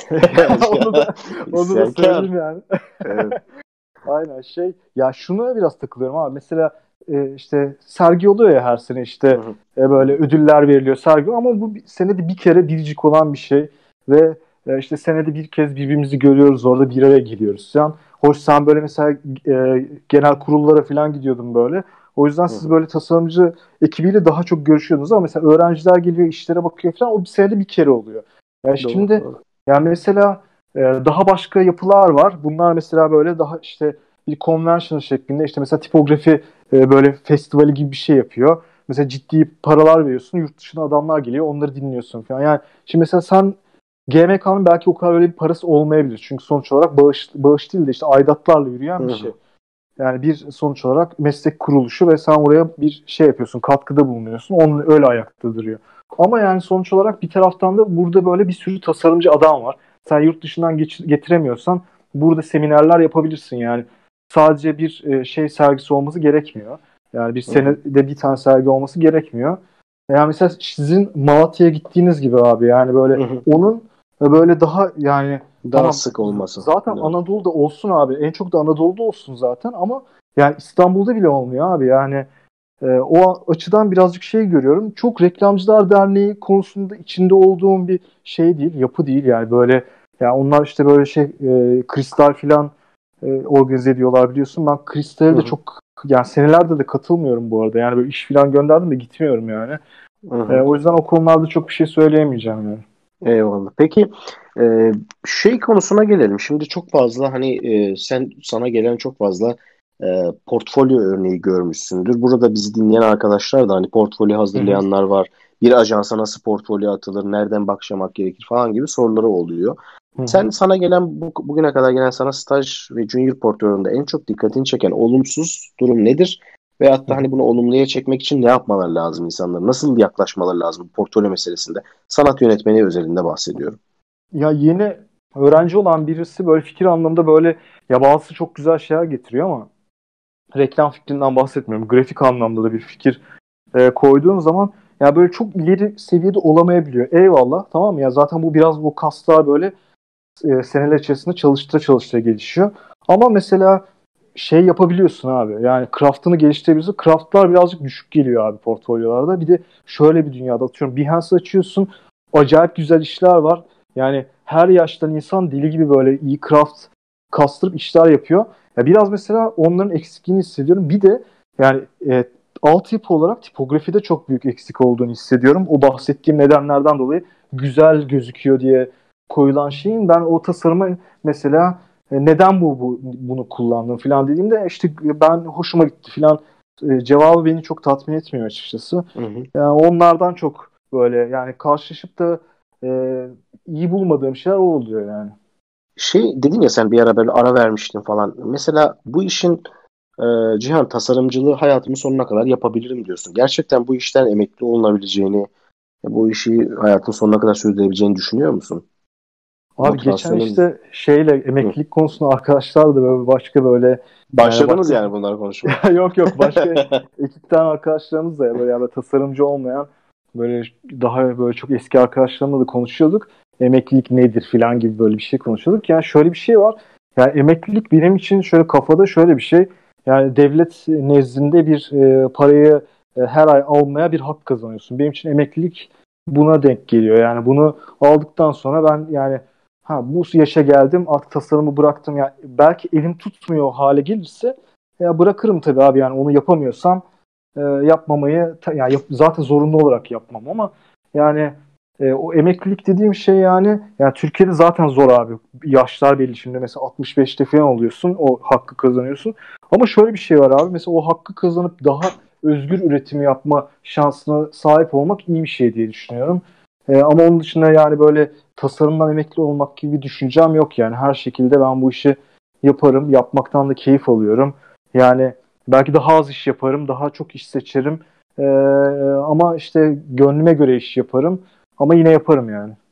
Onu da onu da İsyankar. söyleyeyim yani. Evet. Aynen şey. Ya şuna biraz takılıyorum abi. Mesela e, işte sergi oluyor ya her sene Hı işte hı. e, Hı böyle hı. ödüller veriliyor sergi ama bu bir- senede bir kere biricik olan bir şey ve e, işte senede bir kez birbirimizi görüyoruz orada bir araya geliyoruz. Sen, hoş sen böyle mesela e, genel kurullara falan gidiyordun böyle. O yüzden Hı siz hı. böyle tasarımcı ekibiyle daha çok görüşüyordunuz ama mesela öğrenciler geliyor işlere bakıyor falan o bir senede bir kere oluyor. Yani Doğru, şimdi doğru. yani mesela ee, daha başka yapılar var. Bunlar mesela böyle daha işte bir convention şeklinde işte mesela tipografi e, böyle festivali gibi bir şey yapıyor. Mesela ciddi paralar veriyorsun. Yurt dışına adamlar geliyor. Onları dinliyorsun falan. Yani şimdi mesela sen G M K'nın belki o kadar öyle bir parası olmayabilir. Çünkü sonuç olarak bağış, bağış değil de işte aidatlarla Hı yürüyen bir şey. hı. Yani bir sonuç olarak meslek kuruluşu ve sen oraya bir şey yapıyorsun, katkıda bulunuyorsun. Onun öyle ayakta duruyor. Ama yani sonuç olarak bir taraftan da burada böyle bir sürü tasarımcı adam var. Sen yurt dışından geç, getiremiyorsan burada seminerler yapabilirsin yani. Sadece bir e, şey sergisi olması gerekmiyor. Yani bir Hı hı. senede bir tane sergi olması gerekmiyor. Yani mesela sizin Malatya'ya gittiğiniz gibi abi yani böyle Hı hı. onun böyle daha yani Daha tamam sık z- olması. zaten Evet. Anadolu'da olsun abi. En çok da Anadolu'da olsun zaten ama yani İstanbul'da bile olmuyor abi. Yani e, o açıdan birazcık şey görüyorum. Çok Reklamcılar Derneği konusunda içinde olduğum bir şey değil, yapı değil yani böyle yani onlar işte böyle şey e, kristal filan e, organize ediyorlar biliyorsun. Ben Hı Kristal'e de hı. çok yani senelerde de katılmıyorum bu arada. Yani böyle iş filan gönderdim de gitmiyorum yani. Hı E, hı. o yüzden o konularda çok bir şey söyleyemeyeceğim yani. Eyvallah. Peki e, şey konusuna gelelim. Şimdi çok fazla hani e, sen sana gelen çok fazla e, portfolyo örneği görmüşsündür. Burada bizi dinleyen arkadaşlar da hani portfolyo Hı hı. hazırlayanlar var. Bir ajansa nasıl portfolyo atılır, nereden başlamak gerekir falan gibi soruları oluyor. Hı hı. Sen sana gelen bu, bugüne kadar gelen sana staj ve junior portföyünde en çok dikkatini çeken olumsuz durum nedir? Veyahut Hı da hı. hani bunu olumluya çekmek için ne yapmaları lazım insanlar? Nasıl yaklaşmaları lazım portfolyo meselesinde? Sanat yönetmeni özelinde bahsediyorum. Ya yeni öğrenci olan birisi böyle fikir anlamında böyle ya bazısı çok güzel şeyler getiriyor ama reklam fikrinden bahsetmiyorum. Grafik anlamda da bir fikir e, koyduğun zaman ya böyle çok ileri seviyede olamayabiliyor. Eyvallah tamam mı? Ya zaten bu biraz bu kaslar böyle e, seneler içerisinde çalıştıra çalıştıra gelişiyor. Ama mesela şey yapabiliyorsun abi. Yani craft'ını geliştirebiliyorsun. Craft'lar birazcık düşük geliyor abi portfolyolarda. Bir de şöyle bir dünyada atıyorum. Behance açıyorsun. Acayip güzel işler var. Yani her yaştan insan deli gibi böyle iyi craft kastırıp işler yapıyor. Ya biraz mesela onların eksikliğini hissediyorum. Bir de yani e, altyapı olarak tipografide çok büyük eksik olduğunu hissediyorum. O bahsettiğim nedenlerden dolayı güzel gözüküyor diye koyulan şeyin ben o tasarımı mesela e, neden bu, bu bunu kullandım falan dediğimde işte ben hoşuma gitti falan e, cevabı beni çok tatmin etmiyor açıkçası. Hı hı. Yani onlardan çok böyle yani karşılaşıp da e, iyi bulmadığım şeyler o oluyor yani. Şey dedin ya sen bir ara böyle ara vermiştin falan. Mesela bu işin e, Cihan tasarımcılığı hayatımın sonuna kadar yapabilirim diyorsun. Gerçekten bu işten emekli olunabileceğini, bu işi hayatın sonuna kadar sürdürebileceğini düşünüyor musun? Abi geçen Motivasyonun. işte şeyle Hı. emeklilik konusunda arkadaşlar da böyle başka böyle yani Başladınız başka yani bunları konuşmaya. yok yok başka ekip tane arkadaşlarımız da ya böyle, ya böyle tasarımcı olmayan böyle daha böyle çok eski arkadaşlarımla da konuşuyorduk. Emeklilik nedir filan gibi böyle bir şey konuşuyorduk. Yani şöyle bir şey var. Yani emeklilik benim için şöyle kafada şöyle bir şey. Yani devlet nezdinde bir e, parayı e, her ay almaya bir hak kazanıyorsun. Benim için emeklilik buna denk geliyor. Yani bunu aldıktan sonra ben yani ha bu yaşa geldim artık tasarımı bıraktım. Yani belki elim tutmuyor hale gelirse ya bırakırım tabii abi yani onu yapamıyorsam e, yapmamayı ta- yani yap- zaten zorunlu olarak yapmam ama yani e, o emeklilik dediğim şey yani yani Türkiye'de zaten zor abi. Yaşlar belli şimdi mesela altmış beşte falan oluyorsun o hakkı kazanıyorsun. Ama şöyle bir şey var abi mesela o hakkı kazanıp daha özgür üretim yapma şansına sahip olmak iyi bir şey diye düşünüyorum. E, ama onun dışında yani böyle tasarımdan emekli olmak gibi bir düşüncem yok yani. Her şekilde ben bu işi yaparım. Yapmaktan da keyif alıyorum. Yani belki daha az iş yaparım, daha çok iş seçerim. Ee, ama işte gönlüme göre iş yaparım. Ama yine yaparım yani.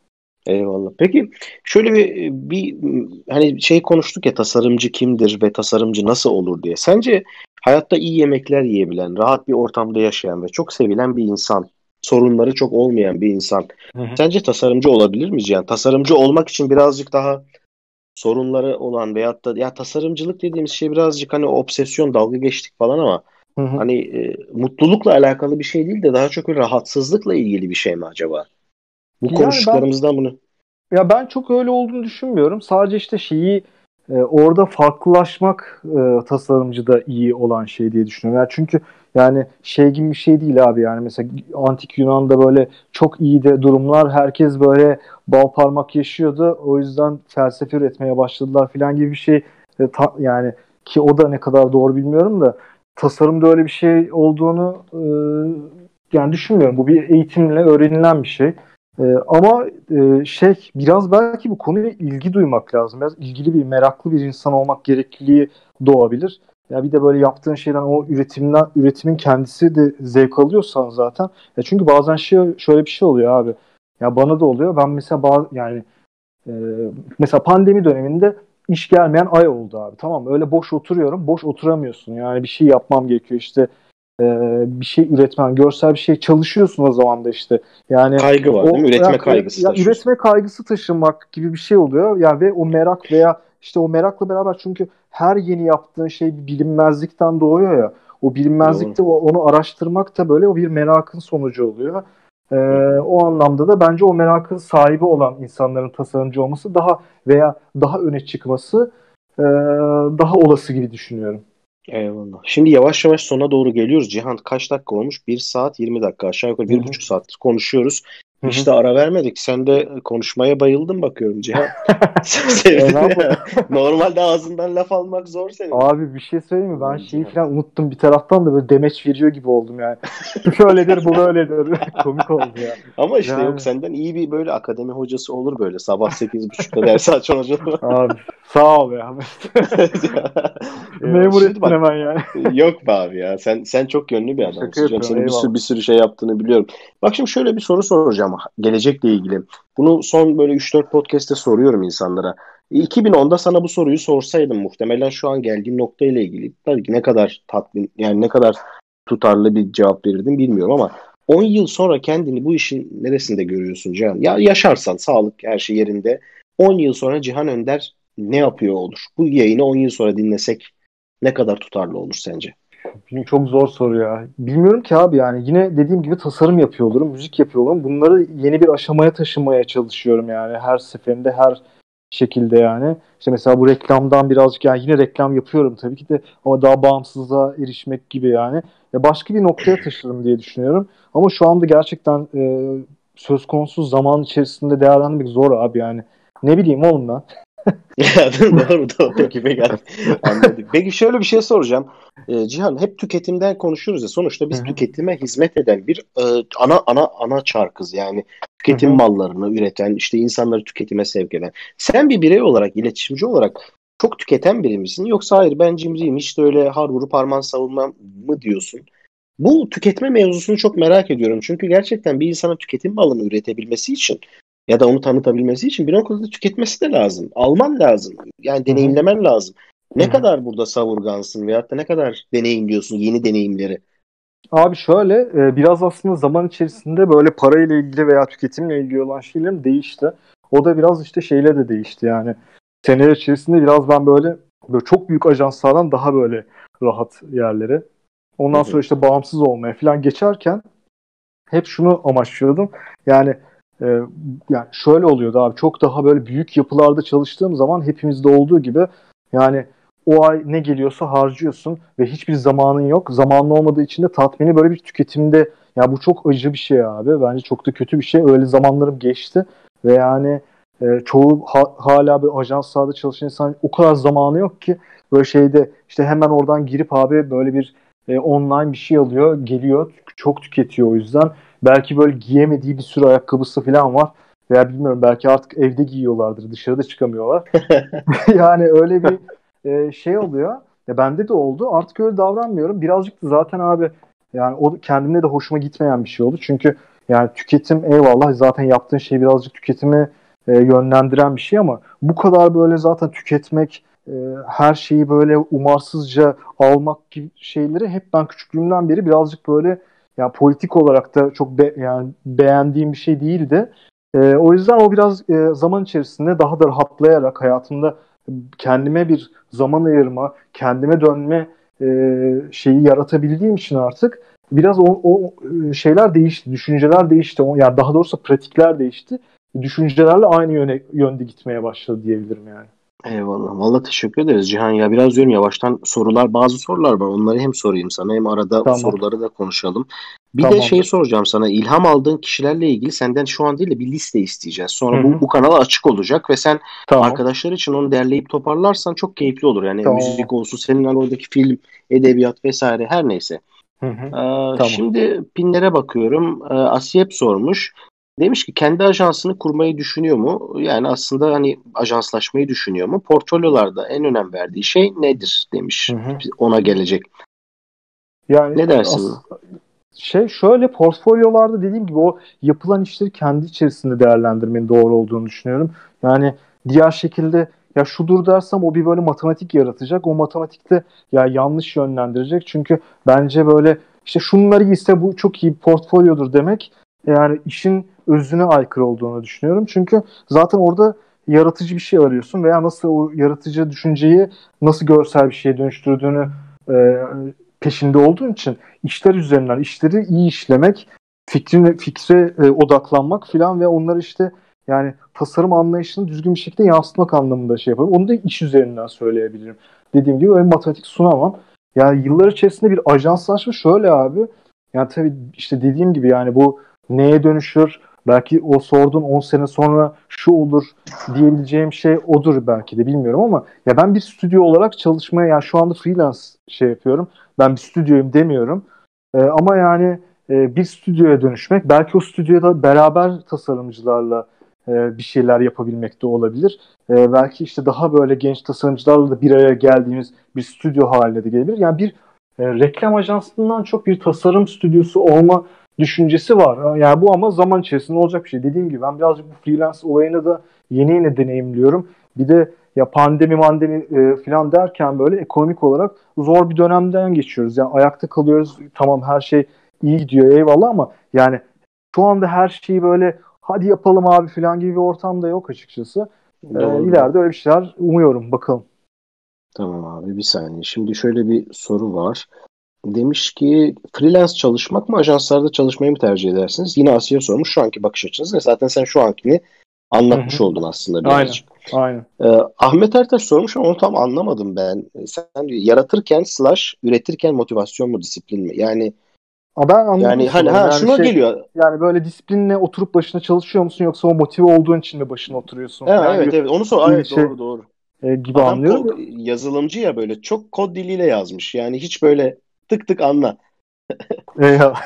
Eyvallah. Peki şöyle bir, bir hani şey konuştuk ya, tasarımcı kimdir ve tasarımcı nasıl olur diye. Sence hayatta iyi yemekler yiyebilen, rahat bir ortamda yaşayan ve çok sevilen bir insan, sorunları çok olmayan bir insan, Hı hı. sence tasarımcı olabilir mi Cihan? Tasarımcı olmak için birazcık daha sorunları olan veyahut da, ya tasarımcılık dediğimiz şey birazcık hani obsesyon, dalga geçtik falan ama Hı hı. hani e, mutlulukla alakalı bir şey değil de daha çok bir rahatsızlıkla ilgili bir şey mi acaba? Bu Yani ben konuştuklarımızdan bunu. Ya ben çok öyle olduğunu düşünmüyorum. Sadece işte şeyi e, orada farklılaşmak e, tasarımcıda iyi olan şey diye düşünüyorum. Yani çünkü yani şey gibi bir şey değil abi, yani mesela antik Yunan'da böyle çok iyi de durumlar, herkes böyle bal parmak yaşıyordu. O yüzden felsefe üretmeye başladılar falan gibi bir şey. E, ta- yani ki o da ne kadar doğru bilmiyorum da tasarımda öyle bir şey olduğunu e, yani düşünmüyorum. Bu bir eğitimle öğrenilen bir şey. Ee, ama e, şey biraz belki bu konuya ilgi duymak lazım. Biraz ilgili bir, meraklı bir insan olmak gerekliliği doğabilir. Ya bir de böyle yaptığın şeyden, o üretimden, üretimin kendisi de zevk alıyorsan zaten. Ya çünkü bazen şey, şöyle bir şey oluyor abi. Ya bana da oluyor. Ben mesela bazı, yani e, mesela pandemi döneminde iş gelmeyen ay oldu abi. Tamam mı? Öyle boş oturuyorum. Boş oturamıyorsun. Yani bir şey yapmam gerekiyor. İşte e, bir şey üretmen, görsel bir şey çalışıyorsun o zaman da işte. Yani Kaygı var değil o mi? ya, Üretme kaygısı ya taşıyorsun. üretme kaygısı taşımak gibi bir şey oluyor. Ya ve o merak veya işte o merakla beraber, çünkü her yeni yaptığın şey bir bilinmezlikten doğuyor ya. O Doğru. bilinmezlikte o- onu araştırmak da böyle o bir merakın sonucu oluyor. Ee, Hı hı. O anlamda da bence o merakın sahibi olan insanların tasarımcı olması daha veya daha öne çıkması e, daha olası gibi düşünüyorum. Eyvallah. Şimdi yavaş yavaş sona doğru geliyoruz. Cihan, kaç dakika olmuş? Bir saat yirmi dakika. Aşağı yukarı Hı bir hı. buçuk saattir konuşuyoruz. Hı Hiç hı. de ara vermedik. Sen de konuşmaya bayıldın bakıyorum Cihan. Sen E, ne sevdin yapalım? ya. Normalde ağzından laf almak zor senin. Abi bir şey söyleyeyim mi? Ben Aman şeyi Cihan. falan unuttum bir taraftan da, böyle demeç veriyor gibi oldum yani. Şu şöyledir, bu böyledir. Komik oldu ya. Ama işte yok, Yani senden iyi bir böyle akademi hocası olur böyle. Sabah sekiz buçukta ders açan hoca. abi sağ ol ya. Eyvallah. Memur Şimdi ettin bak, hemen yani. yok be abi ya. Sen sen çok yönlü bir Şaka adamsın canım. yapıyorum, Senin bir sürü eyvallah. bir sürü şey yaptığını biliyorum. Bak şimdi şöyle bir soru soracağım gelecekle ilgili. Bunu son böyle üç dört podcast'te soruyorum insanlara. iki bin onda sana bu soruyu sorsaydım muhtemelen şu an geldiğim nokta ile ilgili tabii ki ne kadar tatmin, yani ne kadar tutarlı bir cevap verirdim bilmiyorum ama on yıl sonra kendini bu işin neresinde görüyorsun Cihan? Ya yaşarsan, sağlık her şey yerinde. on yıl sonra Cihan Önder ne yapıyor olur? Bu yayını on yıl sonra dinlesek ne kadar tutarlı olur sence? Benim çok zor soru ya. Bilmiyorum ki abi, yani yine dediğim gibi tasarım yapıyor olurum, müzik yapıyor olurum. Bunları yeni bir aşamaya taşımaya çalışıyorum yani her seferinde, her şekilde yani. İşte mesela bu reklamdan birazcık, yani yine reklam yapıyorum tabii ki de, ama daha bağımsızlığa erişmek gibi yani. Ya başka bir noktaya taşırım diye düşünüyorum. Ama şu anda gerçekten e, söz konusu zaman içerisinde değerlendirmek zor abi yani. Ne bileyim oğlum ben. Doğru doğru. Peki peki hadi. Anladık. Peki şöyle bir şey soracağım. Ee, Cihan, hep tüketimden konuşuyoruz ya. Sonuçta Hı biz hı, tüketime hizmet eden bir e, ana ana ana çarkız. Yani hı tüketim hı. mallarını üreten, işte insanları tüketime sevk eden. Sen bir birey olarak, iletişimci olarak çok tüketen biri misin? Yoksa hayır ben cimriyim, hiç de öyle har vurup parmağın savunmam mı diyorsun? Bu tüketme mevzusunu çok merak ediyorum. Çünkü gerçekten bir insanın tüketim malını üretebilmesi için ya da onu tanıtabilmesi için bir noktada tüketmesi de lazım. Alman lazım. Yani Hı hı. deneyimlemen lazım. Hı Ne hı. kadar burada savurgansın veyahut da ne kadar deneyimliyorsun yeni deneyimleri. Abi şöyle e, biraz aslında zaman içerisinde böyle parayla ilgili veya tüketimle ilgili olan şeylerim değişti. O da biraz işte şeyle de değişti yani. Seneler içerisinde biraz ben böyle böyle çok büyük ajanslardan daha böyle rahat yerlere, Hı ondan sonra hı, işte bağımsız olmaya falan geçerken hep şunu amaçlıyordum. Yani e, yani şöyle oluyordu abi. Çok daha böyle büyük yapılarda çalıştığım zaman, hepimizde olduğu gibi, yani o ay ne geliyorsa harcıyorsun ve hiçbir zamanın yok. Zamanın olmadığı için de tatmini böyle bir tüketimde, ya bu çok acı bir şey abi. Bence çok da kötü bir şey. Öyle zamanlarım geçti ve yani e, çoğu ha- hala bir ajanslarda çalışan insan, o kadar zamanı yok ki böyle şeyde işte hemen oradan girip abi böyle bir e, online bir şey alıyor, geliyor, çok tüketiyor o yüzden. Belki böyle giyemediği bir sürü ayakkabısı falan var. Veya bilmiyorum, belki artık evde giyiyorlardır, dışarıda çıkamıyorlar. Yani öyle bir e, şey oluyor. Ya bende de oldu. Artık öyle davranmıyorum. Birazcık da zaten abi, yani o kendimde de hoşuma gitmeyen bir şey oldu. Çünkü yani tüketim eyvallah, zaten yaptığın şey birazcık tüketimi e, yönlendiren bir şey ama bu kadar böyle zaten tüketmek, e, her şeyi böyle umarsızca almak gibi şeyleri hep ben küçüklüğümden beri birazcık böyle yani politik olarak da çok be, yani beğendiğim bir şey değildi. E, o yüzden o biraz e, zaman içerisinde daha da rahatlayarak hayatımda kendime bir zaman ayırma, kendime dönme e, şeyi yaratabildiğim için artık biraz o, o şeyler değişti, düşünceler değişti. O, yani daha doğrusu pratikler değişti. Düşüncelerle aynı yöne, yönde gitmeye başladı diyebilirim yani. Eyvallah. Vallahi teşekkür ederiz Cihan ya. Biraz diyorum yavaştan sorular, bazı sorular var. Onları hem sorayım sana hem arada o Tamam, soruları da konuşalım. Bir de şey tamamdır. soracağım sana. İlham aldığın kişilerle ilgili senden şu an değil de bir liste isteyeceğiz. Hı Sonra bu, hı. bu kanala açık olacak ve sen Tamam, arkadaşlar için onu derleyip toparlarsan çok keyifli olur. Yani tamam. müzik olsun, senin oradaki film, edebiyat vesaire her neyse. Hı hı. Ee, Tamam. şimdi pinlere bakıyorum. Ee, Asiyep sormuş. Demiş ki kendi ajansını kurmayı düşünüyor mu? Yani aslında hani ajanslaşmayı düşünüyor mu? Portfolyolarda en önem verdiği şey nedir Hı demiş. hı. Ona gelecek. Yani Ne as dersin? şey şöyle portfolyolarda dediğim gibi o yapılan işleri kendi içerisinde değerlendirmenin doğru olduğunu düşünüyorum. Yani diğer şekilde ya şudur dersem o bir böyle matematik yaratacak. O matematikte ya yanlış yönlendirecek. Çünkü bence böyle işte şunları ise bu çok iyi bir portfolyodur demek yani işin özüne aykırı olduğunu düşünüyorum. Çünkü zaten orada yaratıcı bir şey arıyorsun veya nasıl o yaratıcı düşünceyi nasıl görsel bir şeye dönüştürdüğünü e, peşinde olduğun için işler üzerinden işleri iyi işlemek, fikrine, fikre e, odaklanmak filan ve onları işte yani tasarım anlayışını düzgün bir şekilde yansıtmak anlamında şey yapıyorum. Onu da iş üzerinden söyleyebilirim. Dediğim gibi öyle matematik sunamam. Yani yıllar içerisinde bir ajanslaşma şöyle abi. Yani tabii işte dediğim gibi yani bu neye dönüşür? Belki o sorduğun on sene sonra şu olur diyebileceğim şey odur belki de bilmiyorum ama ya ben bir stüdyo olarak çalışmaya yani şu anda freelance şey yapıyorum. Ben bir stüdyoyum demiyorum. E, ama yani e, bir stüdyoya dönüşmek, belki o stüdyoda beraber tasarımcılarla e, bir şeyler yapabilmek de olabilir. E, belki işte daha böyle genç tasarımcılarla da bir araya geldiğimiz bir stüdyo haline de gelebilir. Yani bir e, reklam ajansından çok bir tasarım stüdyosu olma düşüncesi var. Yani bu ama zaman içerisinde olacak bir şey. Dediğim gibi ben birazcık bu freelance olayını da yeni yeni deneyimliyorum. Bir de ya pandemi mandemi e, falan derken böyle ekonomik olarak zor bir dönemden geçiyoruz. Yani ayakta kalıyoruz. Tamam her şey iyi gidiyor eyvallah ama yani şu anda her şeyi böyle hadi yapalım abi falan gibi bir ortamda yok açıkçası. Ee, Doğru doğru. ileride öyle bir şeyler umuyorum bakalım. Tamam abi bir saniye. Şimdi şöyle bir soru var. Demiş ki freelance çalışmak mı ajanslarda çalışmayı mı tercih edersiniz? Yine Asiye sormuş şu anki bakış açınız ne? Zaten sen şu ankini Hı anlatmış hı. oldun aslında Aynen. birazcık. Aynen. Ee, Ahmet Ertaş sormuş ama onu tam anlamadım ben. Ee, Sen diyor, yaratırken slash üretirken motivasyon mu disiplin mi? Yani Ama ben anladım yani hani sanırım. ha Yani şuna şey geliyor. yani böyle disiplinle oturup başına çalışıyor musun yoksa o motive olduğun için mi başına oturuyorsun Ha, falan gibi evet evet onu sor. bir Evet şey doğru doğru. e, gibi Adam anlıyorum. ko- yazılımcı ya böyle çok kod diliyle yazmış. Yani hiç böyle tık tık anla. E, ya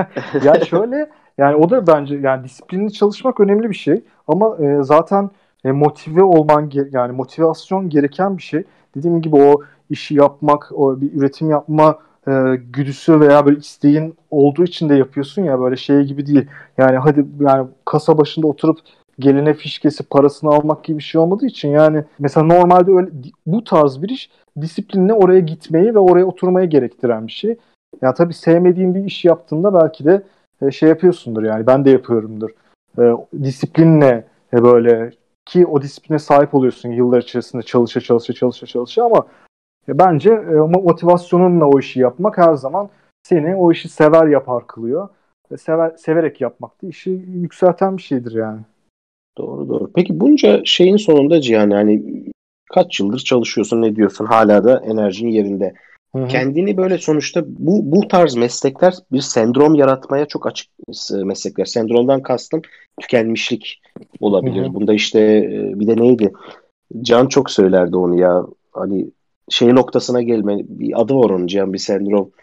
ya şöyle yani o da bence yani disiplinli çalışmak önemli bir şey ama e, zaten e, motive olman ge- yani motivasyon gereken bir şey. Dediğim gibi o işi yapmak, o bir üretim yapma e, güdüsü veya böyle isteğin olduğu için de yapıyorsun ya böyle şey gibi değil. Yani hadi yani kasa başında oturup geline fiş kesip parasını almak gibi bir şey olmadığı için yani mesela normalde öyle bu tarz bir iş disiplinle oraya gitmeyi ve oraya oturmayı gerektiren bir şey. Ya tabii sevmediğin bir iş yaptığında belki de e, şey yapıyorsundur yani ben de yapıyorumdur. E, disiplinle e, böyle ki o disipline sahip oluyorsun yıllar içerisinde çalışa çalışa çalışa çalışa ama e, bence e, mo- motivasyonunla o işi yapmak her zaman seni o işi sever yapar kılıyor. Ve sever, severek yapmak da işi yükselten bir şeydir yani. Doğru doğru. Peki bunca şeyin sonunda Cihan yani kaç yıldır çalışıyorsun ne diyorsun hala da enerjin yerinde. Hı hı. Kendini böyle sonuçta bu bu tarz meslekler bir sendrom yaratmaya çok açık meslekler. Sendromdan kastım tükenmişlik Hı hı. olabilir. Bunda işte e, bir de neydi? Can çok söylerdi onu ya. Hani şey noktasına gelme bir adı var onun Cihan bir sendrom.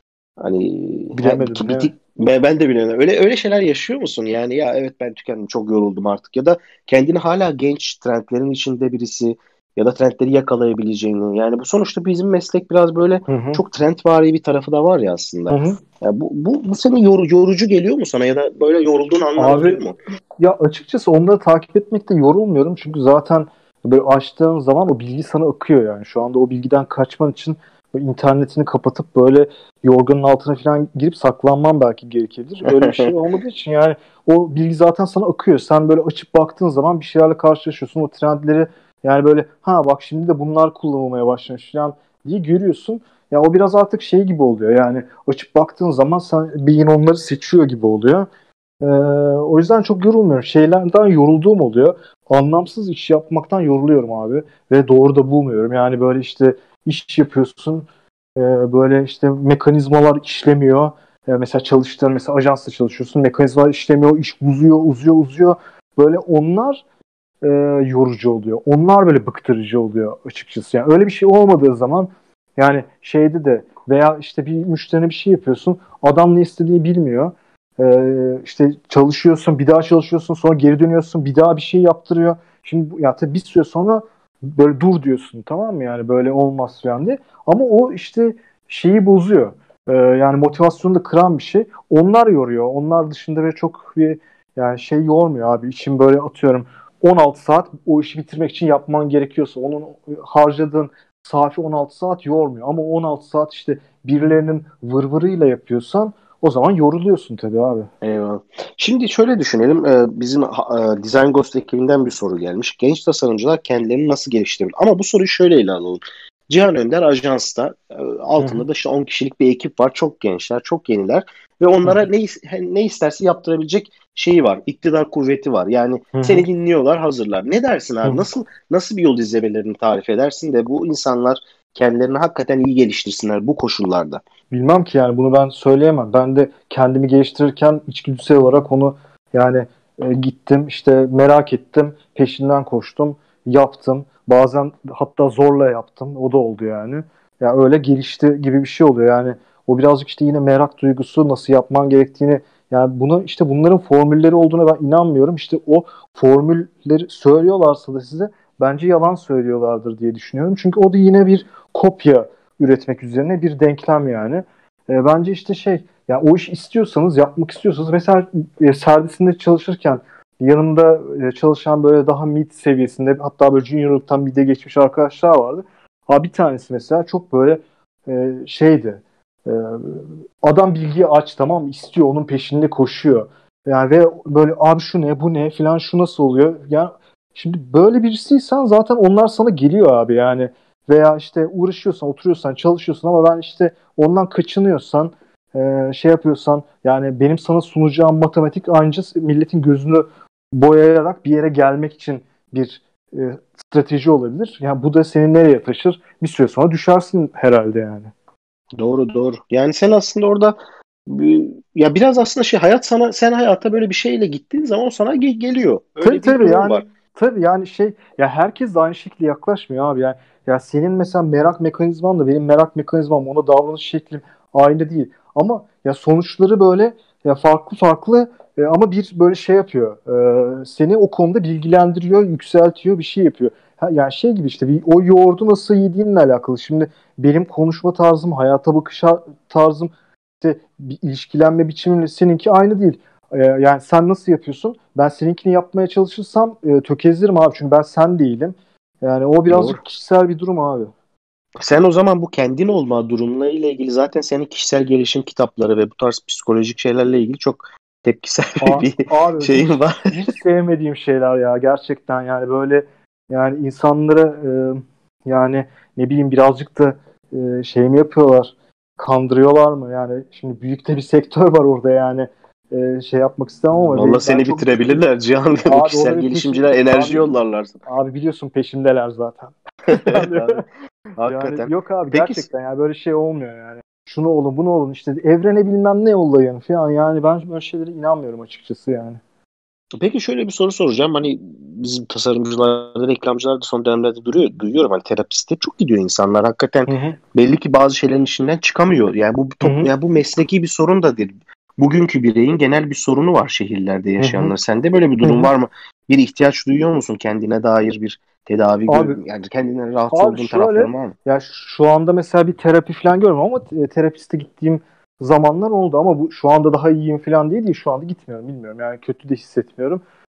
Hani he- Bilemedim ki ne? bitik ben, ben de bilmiyorum. Öyle öyle şeyler yaşıyor musun? Yani ya evet ben tükendim çok yoruldum artık ya da kendini hala genç trendlerin içinde birisi ya da trendleri yakalayabileceğini. Yani bu sonuçta bizim meslek biraz böyle Hı hı. çok trendvari bir tarafı da var ya Hı aslında. hı. Ya bu bu bu senin yor- yorucu geliyor mu sana ya da böyle yorulduğun anlar oluyor Abi mu? Ya açıkçası onları takip etmekte yorulmuyorum. Çünkü zaten böyle açtığın zaman o bilgi sana akıyor yani. Şu anda o bilgiden kaçman için böyle internetini kapatıp böyle yorganın altına falan girip saklanman belki gerekebilir. Öyle bir şey olmadığı için yani o bilgi zaten sana akıyor. Sen böyle açıp baktığın zaman bir şeylerle karşılaşıyorsun. O trendleri yani böyle ha bak şimdi de bunlar kullanılmaya başlamış falan diye görüyorsun. Ya o biraz artık şey gibi oluyor. Yani açıp baktığın zaman sen beyin onları seçiyor gibi oluyor. Ee, O yüzden çok yorulmuyorum. Şeylerden yorulduğum oluyor. Anlamsız iş yapmaktan yoruluyorum abi. Ve doğru da bulmuyorum. Yani böyle işte iş yapıyorsun. e, Böyle işte mekanizmalar işlemiyor. E, mesela çalıştığın, mesela ajansta çalışıyorsun. Mekanizmalar işlemiyor. İş uzuyor, uzuyor, uzuyor. Böyle onlar e, yorucu oluyor. Onlar böyle bıktırıcı oluyor açıkçası. Yani öyle bir şey olmadığı zaman yani şeyde de veya işte bir müşterine bir şey yapıyorsun. Adam ne istediğini bilmiyor. Ee, işte çalışıyorsun, bir daha çalışıyorsun, sonra geri dönüyorsun, bir daha bir şey yaptırıyor. Şimdi bu- ya tabii bir süre sonra böyle dur diyorsun, tamam mı? Yani böyle olmaz falan diye. Ama o işte şeyi bozuyor. Ee, yani motivasyonu da kıran bir şey. Onlar yoruyor. Onlar dışında böyle çok bir yani şey yormuyor abi. İçim böyle atıyorum on altı saat o işi bitirmek için yapman gerekiyorsa onun harcadığın saati on altı saat yormuyor. Ama on altı saat işte birilerinin vırvırıyla yapıyorsan o zaman yoruluyorsun tabii abi. Eyvallah. Şimdi şöyle düşünelim. Ee, Bizim ha- e, Design Ghost ekibinden bir soru gelmiş. Genç tasarımcılar kendilerini nasıl geliştirebilir? Ama bu soruyu şöyle ele alalım. Cihan Önder ajansta, e, Hı altında hı, da işte on kişilik bir ekip var. Çok gençler, çok yeniler ve hı onlara hı, ne is- ne isterse yaptırabilecek şeyi var. İktidar kuvveti var. Yani hı hı, seni dinliyorlar, hazırlar. Ne dersin hı abi? hı. Nasıl nasıl bir yol izlemelerini tarif edersin de bu insanlar kendilerini hakikaten iyi geliştirsinler bu koşullarda? Bilmem ki yani bunu ben söyleyemem. Ben de kendimi geliştirirken içgüdüsel olarak onu yani e, gittim işte merak ettim, peşinden koştum, yaptım. Bazen hatta zorla yaptım. O da oldu yani. Ya öyle gelişti gibi bir şey oluyor yani. O birazcık işte yine merak duygusu nasıl yapman gerektiğini yani bunu işte bunların formülleri olduğuna ben inanmıyorum. İşte o formülleri söylüyorlarsa da size bence yalan söylüyorlardır diye düşünüyorum. Çünkü o da yine bir kopya üretmek üzerine bir denklem yani. E, bence işte şey ya o iş istiyorsanız yapmak istiyorsanız mesela e, servisinde çalışırken yanımda e, çalışan böyle daha mid seviyesinde hatta böyle junior'lıktan mid'e geçmiş arkadaşlar vardı. Ha bir tanesi mesela çok böyle e, şeydi. E, Adam bilgiyi aç, tamam mı? İstiyor, onun peşinde koşuyor. Yani ve böyle abi şu ne bu ne filan şu nasıl oluyor? Yani şimdi böyle birisiysen zaten onlar sana geliyor abi yani. Veya işte uğraşıyorsan, oturuyorsan, çalışıyorsun ama ben işte ondan kaçınıyorsan, e, şey yapıyorsan yani benim sana sunacağım matematik ancak milletin gözünü boyayarak bir yere gelmek için bir e, strateji olabilir. Yani bu da seni nereye taşır? Bir süre sonra düşersin herhalde yani. Doğru doğru. Yani sen aslında orada bir- ya biraz aslında şey hayat sana sen hayata böyle bir şeyle gittiğin zaman o sana ge- geliyor. Tabii Öyle bir tabii durum var. yani tabii yani şey ya herkes de aynı şekilde yaklaşmıyor abi yani ya senin mesela merak mekanizmanla benim merak mekanizmam ona davranış şeklim aynı değil ama ya sonuçları böyle ya farklı farklı e, ama bir böyle şey yapıyor e, seni o konuda bilgilendiriyor yükseltiyor bir şey yapıyor ha, yani şey gibi işte bir, o yoğurdu nasıl yediğinle alakalı şimdi benim konuşma tarzım hayata bakış tarzım işte bir ilişkilenme biçimimle seninki aynı değil. Ee, yani sen nasıl yapıyorsun? Ben seninkini yapmaya çalışırsam e, tökezlerim abi çünkü ben sen değilim. Yani o Doğru. birazcık kişisel bir durum abi. Sen o zaman bu kendin olma durumla ile ilgili zaten senin kişisel gelişim kitapları ve bu tarz psikolojik şeylerle ilgili çok tepkisel A- bir Abi şeyin hiç var. hiç sevmediğim şeyler ya gerçekten yani böyle yani insanlara e, yani ne bileyim birazcık da e, şey mi yapıyorlar? Kandırıyorlar mı? Yani şimdi büyük de bir sektör var orada yani. E, şey yapmak istemem ama Valla benim, ben seni çok bitirebilirler Cihan. Bu abi kişisel orada bir peşin gelişimciler enerji abi yollarlar sana. abi biliyorsun peşimdeler zaten. Evet abi. Yani Hakikaten. yok abi Peki gerçekten ya böyle şey olmuyor yani. Şunu olun bunu olun işte evrene bilmem ne yollayın falan yani ben böyle şeylere inanmıyorum açıkçası yani. Peki şöyle bir soru soracağım. Hani bizim tasarımcılarda, reklamcılarda son dönemlerde duruyor, duyuyorum. Hani terapiste çok gidiyor insanlar. Hakikaten Hı hı. belli ki bazı şeylerin içinden çıkamıyor. Yani bu bir Hı top, hı. yani bu mesleki bir sorun da değil. Bugünkü bireyin genel bir sorunu var şehirlerde Hı hı. yaşayanlar. Sende böyle bir Hı durum hı. var mı? Bir ihtiyaç duyuyor musun kendine dair bir tedavi Abi gör, yani kendine rahatsız abi olduğun şöyle tarafların var mı? ya şu anda mesela bir terapi falan görmüyorum ama te- terapiste gittiğim zamanlar oldu ama bu şu anda daha iyiyim falan diye değil şu anda gitmiyorum bilmiyorum yani kötü de hissetmiyorum.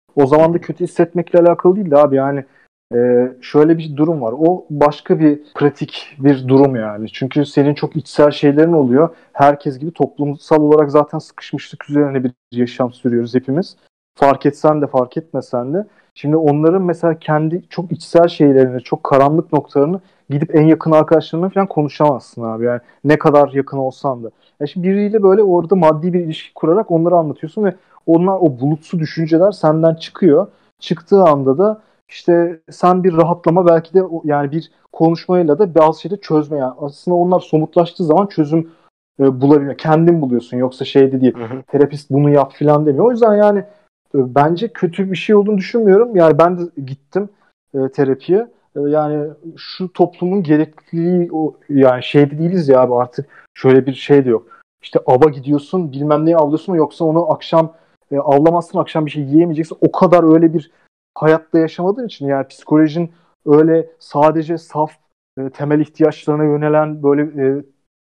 O zaman da kötü hissetmekle alakalı değil de abi yani e, şöyle bir durum var. O başka bir pratik bir durum yani. Çünkü senin çok içsel şeylerin oluyor. Herkes gibi toplumsal olarak zaten sıkışmışlık üzerine bir yaşam sürüyoruz hepimiz. Fark etsen de fark etmesen de. Şimdi onların mesela kendi çok içsel şeylerini, çok karanlık noktalarını gidip en yakın arkadaşlarına falan konuşamazsın abi. Yani ne kadar yakın olsan da. Yani şimdi biriyle böyle orada maddi bir ilişki kurarak onları anlatıyorsun ve onlar o bulutsu düşünceler senden çıkıyor. Çıktığı anda da işte sen bir rahatlama belki de yani bir konuşmayla da bazı şeyleri çözme yani. Aslında onlar somutlaştığı zaman çözüm e, bulabilme. Kendin buluyorsun yoksa şey de değil. Hı hı. Terapist bunu yap filan demiyor. O yüzden yani e, bence kötü bir şey olduğunu düşünmüyorum. Yani ben de gittim e, terapiye. E, yani şu toplumun gerekliliği o yani şeyde değiliz ya abi artık şöyle bir şey de yok. İşte ava gidiyorsun bilmem neyi avlıyorsun yoksa onu akşam e, avlamazsın akşam bir şey yiyemeyeceksin. O kadar öyle bir hayatta yaşamadığın için yani psikolojin öyle sadece saf e, temel ihtiyaçlarına yönelen böyle e,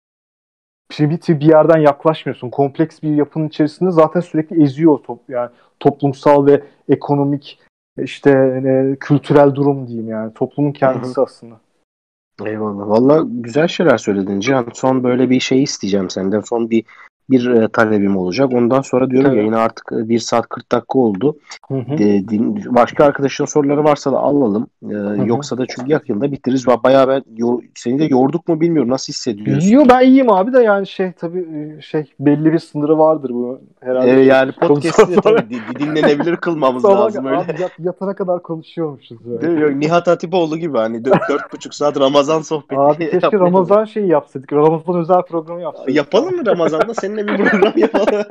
primitif bir yerden yaklaşmıyorsun. Kompleks bir yapının içerisinde zaten sürekli eziyor o top, yani toplumsal ve ekonomik işte e, kültürel durum diyeyim yani toplumun Hı hı. kendisi aslında. Eyvallah. Valla güzel şeyler söyledin Cihan. Son böyle bir şey isteyeceğim senden. Son bir bir e, talebim olacak. Ondan sonra diyorum Tabii. yayına artık e, bir saat kırk dakika oldu. Hı hı. De, din, başka arkadaşın soruları varsa da alalım. E, Hı hı. yoksa da çünkü yakında bitiririz. Va- Bayağı ben yor- seni de yorduk mu bilmiyorum. Nasıl hissediyorsun? Yo ben iyiyim abi de yani şey tabii e, şey belli bir sınırı vardır bu E, herhalde şey yani çok podcast'i zor de sonra tabii di- di- dinlenebilir kılmamız sabah lazım öyle. abi yat, yatana kadar konuşuyormuşuz böyle. Değil mi? Yok, Nihat Hatipoğlu gibi hani dö- dört buçuk saat Ramazan Abi sohbeti keşke yapmayalım. Ramazan şeyi yapsaydık. Ramazan özel programı yapsaydık ya. Yapalım mı Ramazan'da? Seninle bir program yapalım.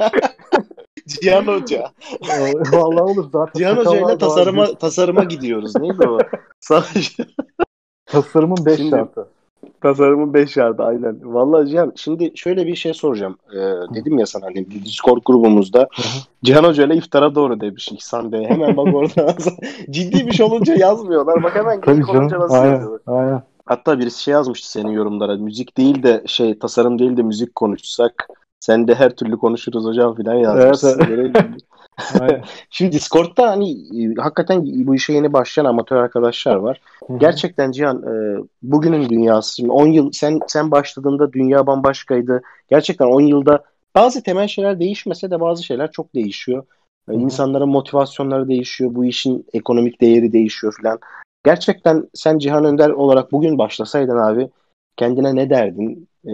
Cihan Hoca. Vallahi olur zaten Cihan Hoca ile sakallar da var. tasarıma tasarıma gidiyoruz. Neydi o? Sadece Tasarımın beş şimdi şartı. tasarımın beş yerde aynen. Vallahi Cihan şimdi şöyle bir şey soracağım. Ee, Hı dedim ya sana hani bir Discord grubumuzda hı. Cihan Hoca ile iftara doğru demiş İhsan Bey. Hemen bak orada ciddi bir şey olunca yazmıyorlar. Bak hemen Tabii geyik olunca canım. nasıl Aynen. yazıyorlar. Aynen. Hatta birisi şey yazmıştı senin yorumlara. Müzik değil de şey tasarım değil de müzik konuşsak. Sen de her türlü konuşuruz hocam falan Evet, yazmışsın. evet. Böyle Aynen. Şimdi Discord'da hani e, hakikaten bu işe yeni başlayan amatör arkadaşlar var. Hı hı. Gerçekten Cihan e, bugünün dünyası şimdi on yıl sen sen başladığında dünya bambaşkaydı. Gerçekten on yılda bazı temel şeyler değişmese de bazı şeyler çok değişiyor. E, Hı hı. İnsanların motivasyonları değişiyor. Bu işin ekonomik değeri değişiyor falan. Gerçekten sen Cihan Önder olarak bugün başlasaydın abi kendine ne derdin? E,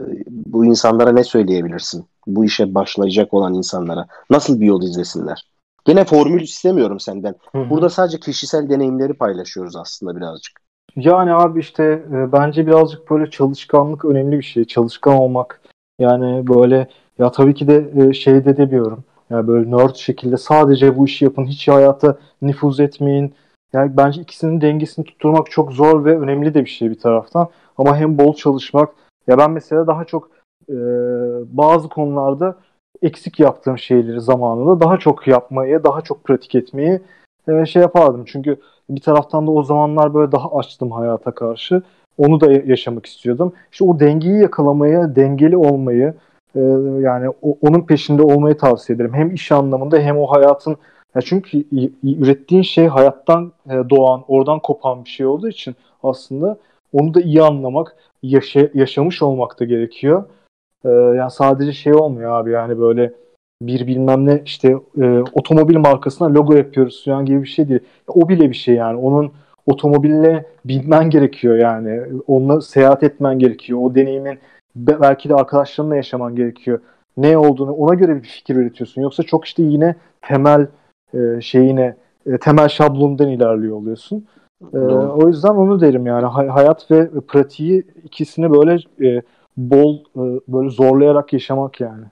bu insanlara ne söyleyebilirsin? Bu işe başlayacak olan insanlara. Nasıl bir yol izlesinler? Gene formül istemiyorum senden. Hı hı. Burada sadece kişisel deneyimleri paylaşıyoruz aslında birazcık. Yani abi işte e, bence birazcık böyle çalışkanlık önemli bir şey. Çalışkan olmak. Yani böyle ya tabii ki de e, şey de demiyorum. Yani böyle nerd şekilde sadece bu işi yapın. Hiç hayata nüfuz etmeyin. Yani bence ikisinin dengesini tutturmak çok zor ve önemli de bir şey bir taraftan. Ama hem bol çalışmak. Ya ben mesela daha çok e, bazı konularda eksik yaptığım şeyleri zamanında daha çok yapmayı, daha çok pratik etmeyi e, şey yapardım. Çünkü bir taraftan da o zamanlar böyle daha açtım hayata karşı. Onu da yaşamak istiyordum. İşte o dengeyi yakalamaya, dengeli olmayı, e, yani o, onun peşinde olmayı tavsiye ederim. Hem iş anlamında hem o hayatın ya çünkü y- y- ürettiğin şey hayattan e, doğan, oradan kopan bir şey olduğu için aslında onu da iyi anlamak, yaşa- yaşamış olmak da gerekiyor. E, yani sadece şey olmuyor abi yani böyle bir bilmem ne işte e, otomobil markasına logo yapıyoruz falan gibi bir şey değil. O bile bir şey yani. Onun otomobille bilmen gerekiyor yani. Onunla seyahat etmen gerekiyor. O deneyimin be- belki de arkadaşlarınla yaşaman gerekiyor. Ne olduğunu ona göre bir fikir üretiyorsun. Yoksa çok işte yine temel e, şeyine e, temel şablondan ilerliyor oluyorsun. E, Doğru. o yüzden onu derim yani hay- hayat ve pratiği ikisini böyle e, bol e, böyle zorlayarak yaşamak yani.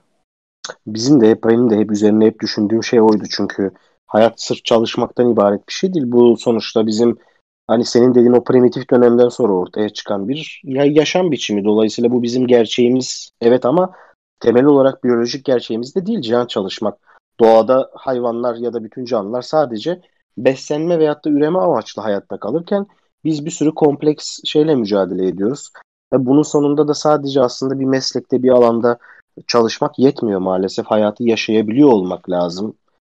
Bizim de hep benim de hep üzerine hep düşündüğüm şey oydu çünkü hayat sırf çalışmaktan ibaret bir şey değil. Bu sonuçta bizim hani senin dediğin o primitif dönemden sonra ortaya çıkan bir ya yaşam biçimi. Dolayısıyla bu bizim gerçeğimiz evet ama temel olarak biyolojik gerçeğimiz de değil can çalışmak. Doğada hayvanlar ya da bütün canlılar sadece beslenme veyahut da üreme amaçlı hayatta kalırken biz bir sürü kompleks şeyle mücadele ediyoruz. Ve bunun sonunda da sadece aslında bir meslekte bir alanda çalışmak yetmiyor maalesef. Hayatı yaşayabiliyor olmak lazım.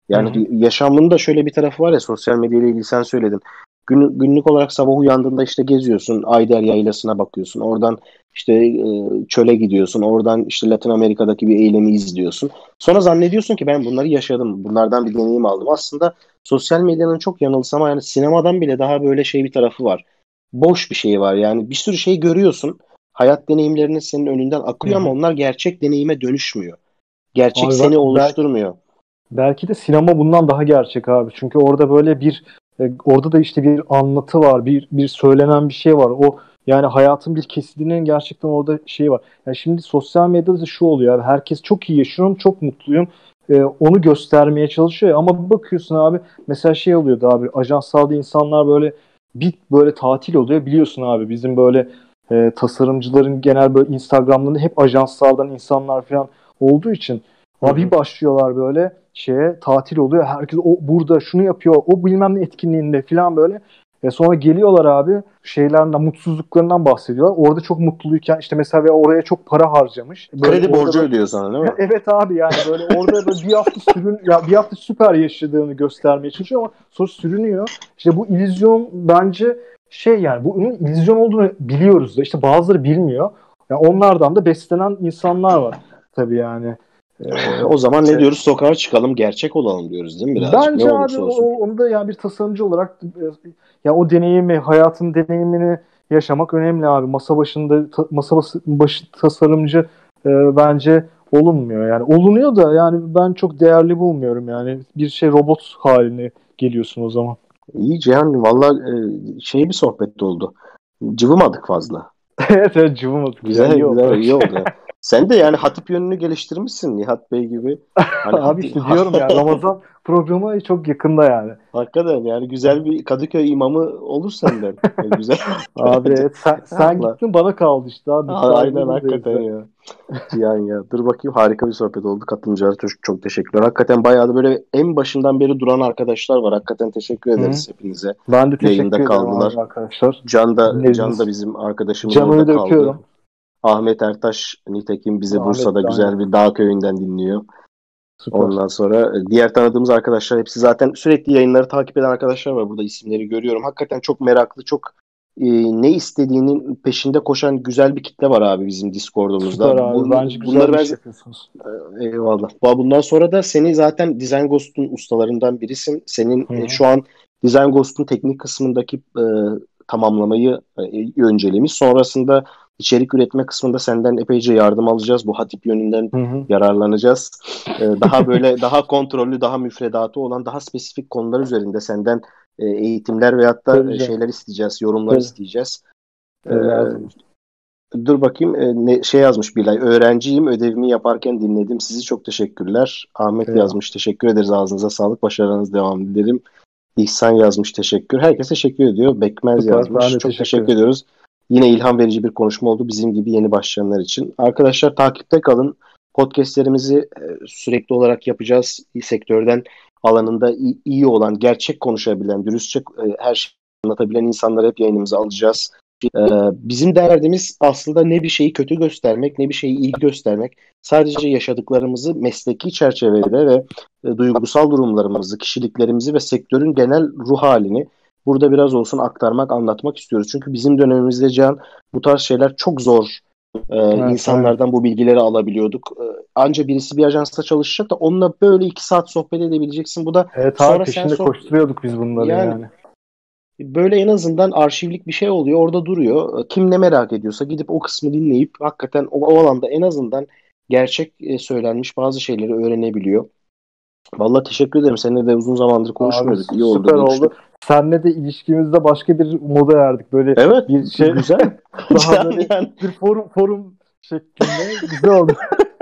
Hı Yani hı. yaşamının da şöyle bir tarafı var ya, sosyal medyayla ilgili sen söyledin. Gün, günlük olarak sabah uyandığında işte geziyorsun. Ayder Yaylası'na bakıyorsun. Oradan işte e, çöle gidiyorsun. Oradan işte Latin Amerika'daki bir eylemi izliyorsun. Sonra zannediyorsun ki ben bunları yaşadım. Bunlardan bir deneyim aldım. Aslında sosyal medyanın çok yanılsama, yani sinemadan bile daha böyle şey bir tarafı var. Boş bir şey var. Yani bir sürü şey görüyorsun. Hayat deneyimlerinin senin önünden Hı akıyor ama hı. onlar gerçek deneyime dönüşmüyor. Gerçek Abi ben, seni belki oluşturmuyor. belki de sinema bundan daha gerçek abi. Çünkü orada böyle bir e, orada da işte bir anlatı var, bir bir söylenen bir şey var. O yani hayatın bir kesitinin gerçekten orada şey var. Yani şimdi sosyal medyada da şu oluyor abi. Herkes çok iyi yaşıyorum, çok mutluyum. E, onu göstermeye çalışıyor. Ama bir bakıyorsun abi, mesela şey oluyordu abi. Ajanslarda insanlar böyle bir böyle tatil oluyor. Biliyorsun abi, bizim böyle e, tasarımcıların genel böyle Instagram'larında hep ajanslardan insanlar falan olduğu için Hı abi hı. başlıyorlar böyle şeye, tatil oluyor. Herkes o burada şunu yapıyor. O bilmem ne etkinliğinde falan böyle. E sonra geliyorlar abi, şeylerden, mutsuzluklarından bahsediyorlar. Orada çok mutluyken işte mesela, ve oraya çok para harcamış. Böyle Kredi orada borcu böyle ödüyor sana, değil mi? evet abi, yani böyle orada böyle bir hafta sürün ya bir hafta süper yaşadığını göstermeye çalışıyor ama sonra sürünüyor. İşte bu illüzyon bence şey, yani bunun illüzyon olduğunu biliyoruz da işte bazıları bilmiyor. Yani onlardan da beslenen insanlar var tabii yani. Ee, O zaman ne işte diyoruz? Sokağa çıkalım, gerçek olalım diyoruz değil mi birazcık? Ne bence abi olursa o, olsun. o- onu da yani bir tasarımcı olarak e, ya o deneyimi, hayatın deneyimini yaşamak önemli abi. Masa başında ta- masa bası- başı tasarımcı e, bence olunmuyor. Yani olunuyor da yani ben çok değerli bulmuyorum yani. Bir şey, robot haline geliyorsun o zaman. İyi Cihan, valla e, şey bir sohbet oldu. Cıvımadık fazla. Evet, evet, cıvımadık ya, Güzel iyi oldu güzel, iyi bence. oldu ya. Sen de yani hatip yönünü geliştirmişsin Nihat Bey gibi. Hani Abi hatip, işte diyorum ya, Ramazan programı çok yakında yani. hakikaten yani güzel bir Kadıköy imamı olur senden. Yani güzel. Abi evet, sen, sen Allah. gittin, bana kaldı işte abi, A- müsaade Aynen buradayız hakikaten ya. ya. Cihan ya. Dur bakayım, harika bir sohbet oldu. Katılımcılara çok, çok teşekkürler. Hakikaten bayağı da böyle en başından beri duran arkadaşlar var. Hakikaten teşekkür Hı. ederiz hepinize. Ben de Yayında teşekkür ederim kaldılar. abi arkadaşlar. Can da, Can da Dinlediniz. bizim arkadaşımız Can'ı orada da kaldı. öpüyorum. Ahmet Ertaş nitekim bizi Ahmet Bursa'da de aynen. güzel bir dağ köyünden dinliyor. Süper. Ondan sonra e, diğer tanıdığımız arkadaşlar hepsi zaten sürekli yayınları takip eden arkadaşlar var. Burada isimleri görüyorum. Hakikaten çok meraklı, çok e, ne istediğinin peşinde koşan güzel bir kitle var abi bizim Süper Discord'umuzda. abi. Bu, Bence bunları güzel bir ben şey yapıyorsunuz. eyvallah. Bundan sonra da seni zaten Design Ghost'un ustalarından birisin. Senin Hı e, hı. şu an Design Ghost'un teknik kısmındaki e, tamamlamayı e, önceliğimiz. Sonrasında içerik üretme kısmında senden epeyce yardım alacağız. Bu hatip yönünden Hı hı. yararlanacağız. E, daha böyle daha kontrollü, daha müfredatı olan, daha spesifik konular üzerinde senden e, eğitimler veyahut da Tabii e, canım. şeyler isteyeceğiz, yorumlar Tabii. isteyeceğiz. E, Tabii, her zaman. Dur bakayım, e, ne, şey yazmış Bilay. Öğrenciyim, ödevimi yaparken dinledim. Sizi çok teşekkürler. Ahmet Eyvallah. yazmış. Teşekkür ederiz. Ağzınıza sağlık. Başarınız devam dilerim. İhsan yazmış. Teşekkür. Herkes teşekkür ediyor. Bekmez Süper. Ben yazmış. de Çok teşekkür teşekkür ederim. ediyoruz. Yine ilham verici bir konuşma oldu bizim gibi yeni başlayanlar için. Arkadaşlar takipte kalın. Podcastlerimizi e, sürekli olarak yapacağız. Sektörden alanında iyi, iyi olan, gerçek konuşabilen, dürüstçe e, her şeyi anlatabilen insanları hep yayınımıza alacağız. Ee, Bizim derdimiz aslında ne bir şeyi kötü göstermek, ne bir şeyi iyi göstermek. Sadece yaşadıklarımızı mesleki çerçevede ve e, duygusal durumlarımızı, kişiliklerimizi ve sektörün genel ruh halini burada biraz olsun aktarmak, anlatmak istiyoruz. Çünkü bizim dönemimizde Can, bu tarz şeyler çok zor. Ee, Evet, aynen. insanlardan bu bilgileri alabiliyorduk. Ee, anca birisi bir ajansta çalışacak da onunla böyle iki saat sohbet edebileceksin. Bu da Evet abi, sonra sen peşinde soh koşturuyorduk biz bunların yani yani. böyle en azından arşivlik bir şey oluyor. Orada duruyor. Kim ne merak ediyorsa gidip o kısmı dinleyip hakikaten o, o alanda en azından gerçek e, söylenmiş bazı şeyleri öğrenebiliyor. Vallahi teşekkür ederim. Seninle de uzun zamandır Abi konuşmuyorduk. İyi oldu, süper oldu. buluştuk. Seninle de ilişkimizde başka bir moda erdik. Böyle Evet, bir şey, güzel. daha Can böyle yani bir forum forum şeklinde güzel oldu.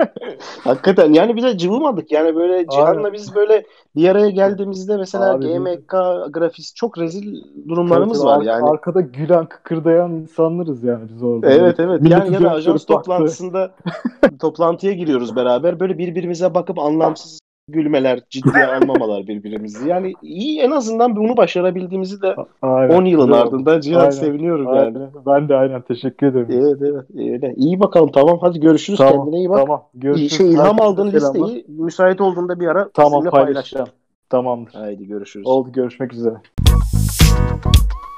hakikaten yani bir de cıvımadık. Yani böyle Aynen. Cihan'la biz böyle bir araya geldiğimizde mesela Abi biz G M K grafist çok rezil tabii tabii durumlarımız var arka, yani. arkada gülen, kıkırdayan insanlarız yani biz orada, böyle Evet evet, millet yani ya da üzerine ajans dönüp baktı. toplantısında toplantıya giriyoruz beraber. Böyle birbirimize bakıp anlamsız gülmeler, ciddiye almamalar birbirimizi. Yani iyi, en azından bunu başarabildiğimizi de A- Aynen, on yılın güzel oldu. ardından Cihan Aynen. seviniyorum yani. Aynen. Ben de aynen teşekkür ederim. Evet evet, öyle. İyi bakalım, tamam, hadi görüşürüz, Tamam, kendine iyi bak. tamam. İyi, Görüşürüz. şey ilham Herkese aldığın selamlar. listeyi müsait olduğunda bir ara Tamam, bizimle paylaş. paylaşacağım. Tamamdır. Haydi görüşürüz. Oldu, görüşmek üzere.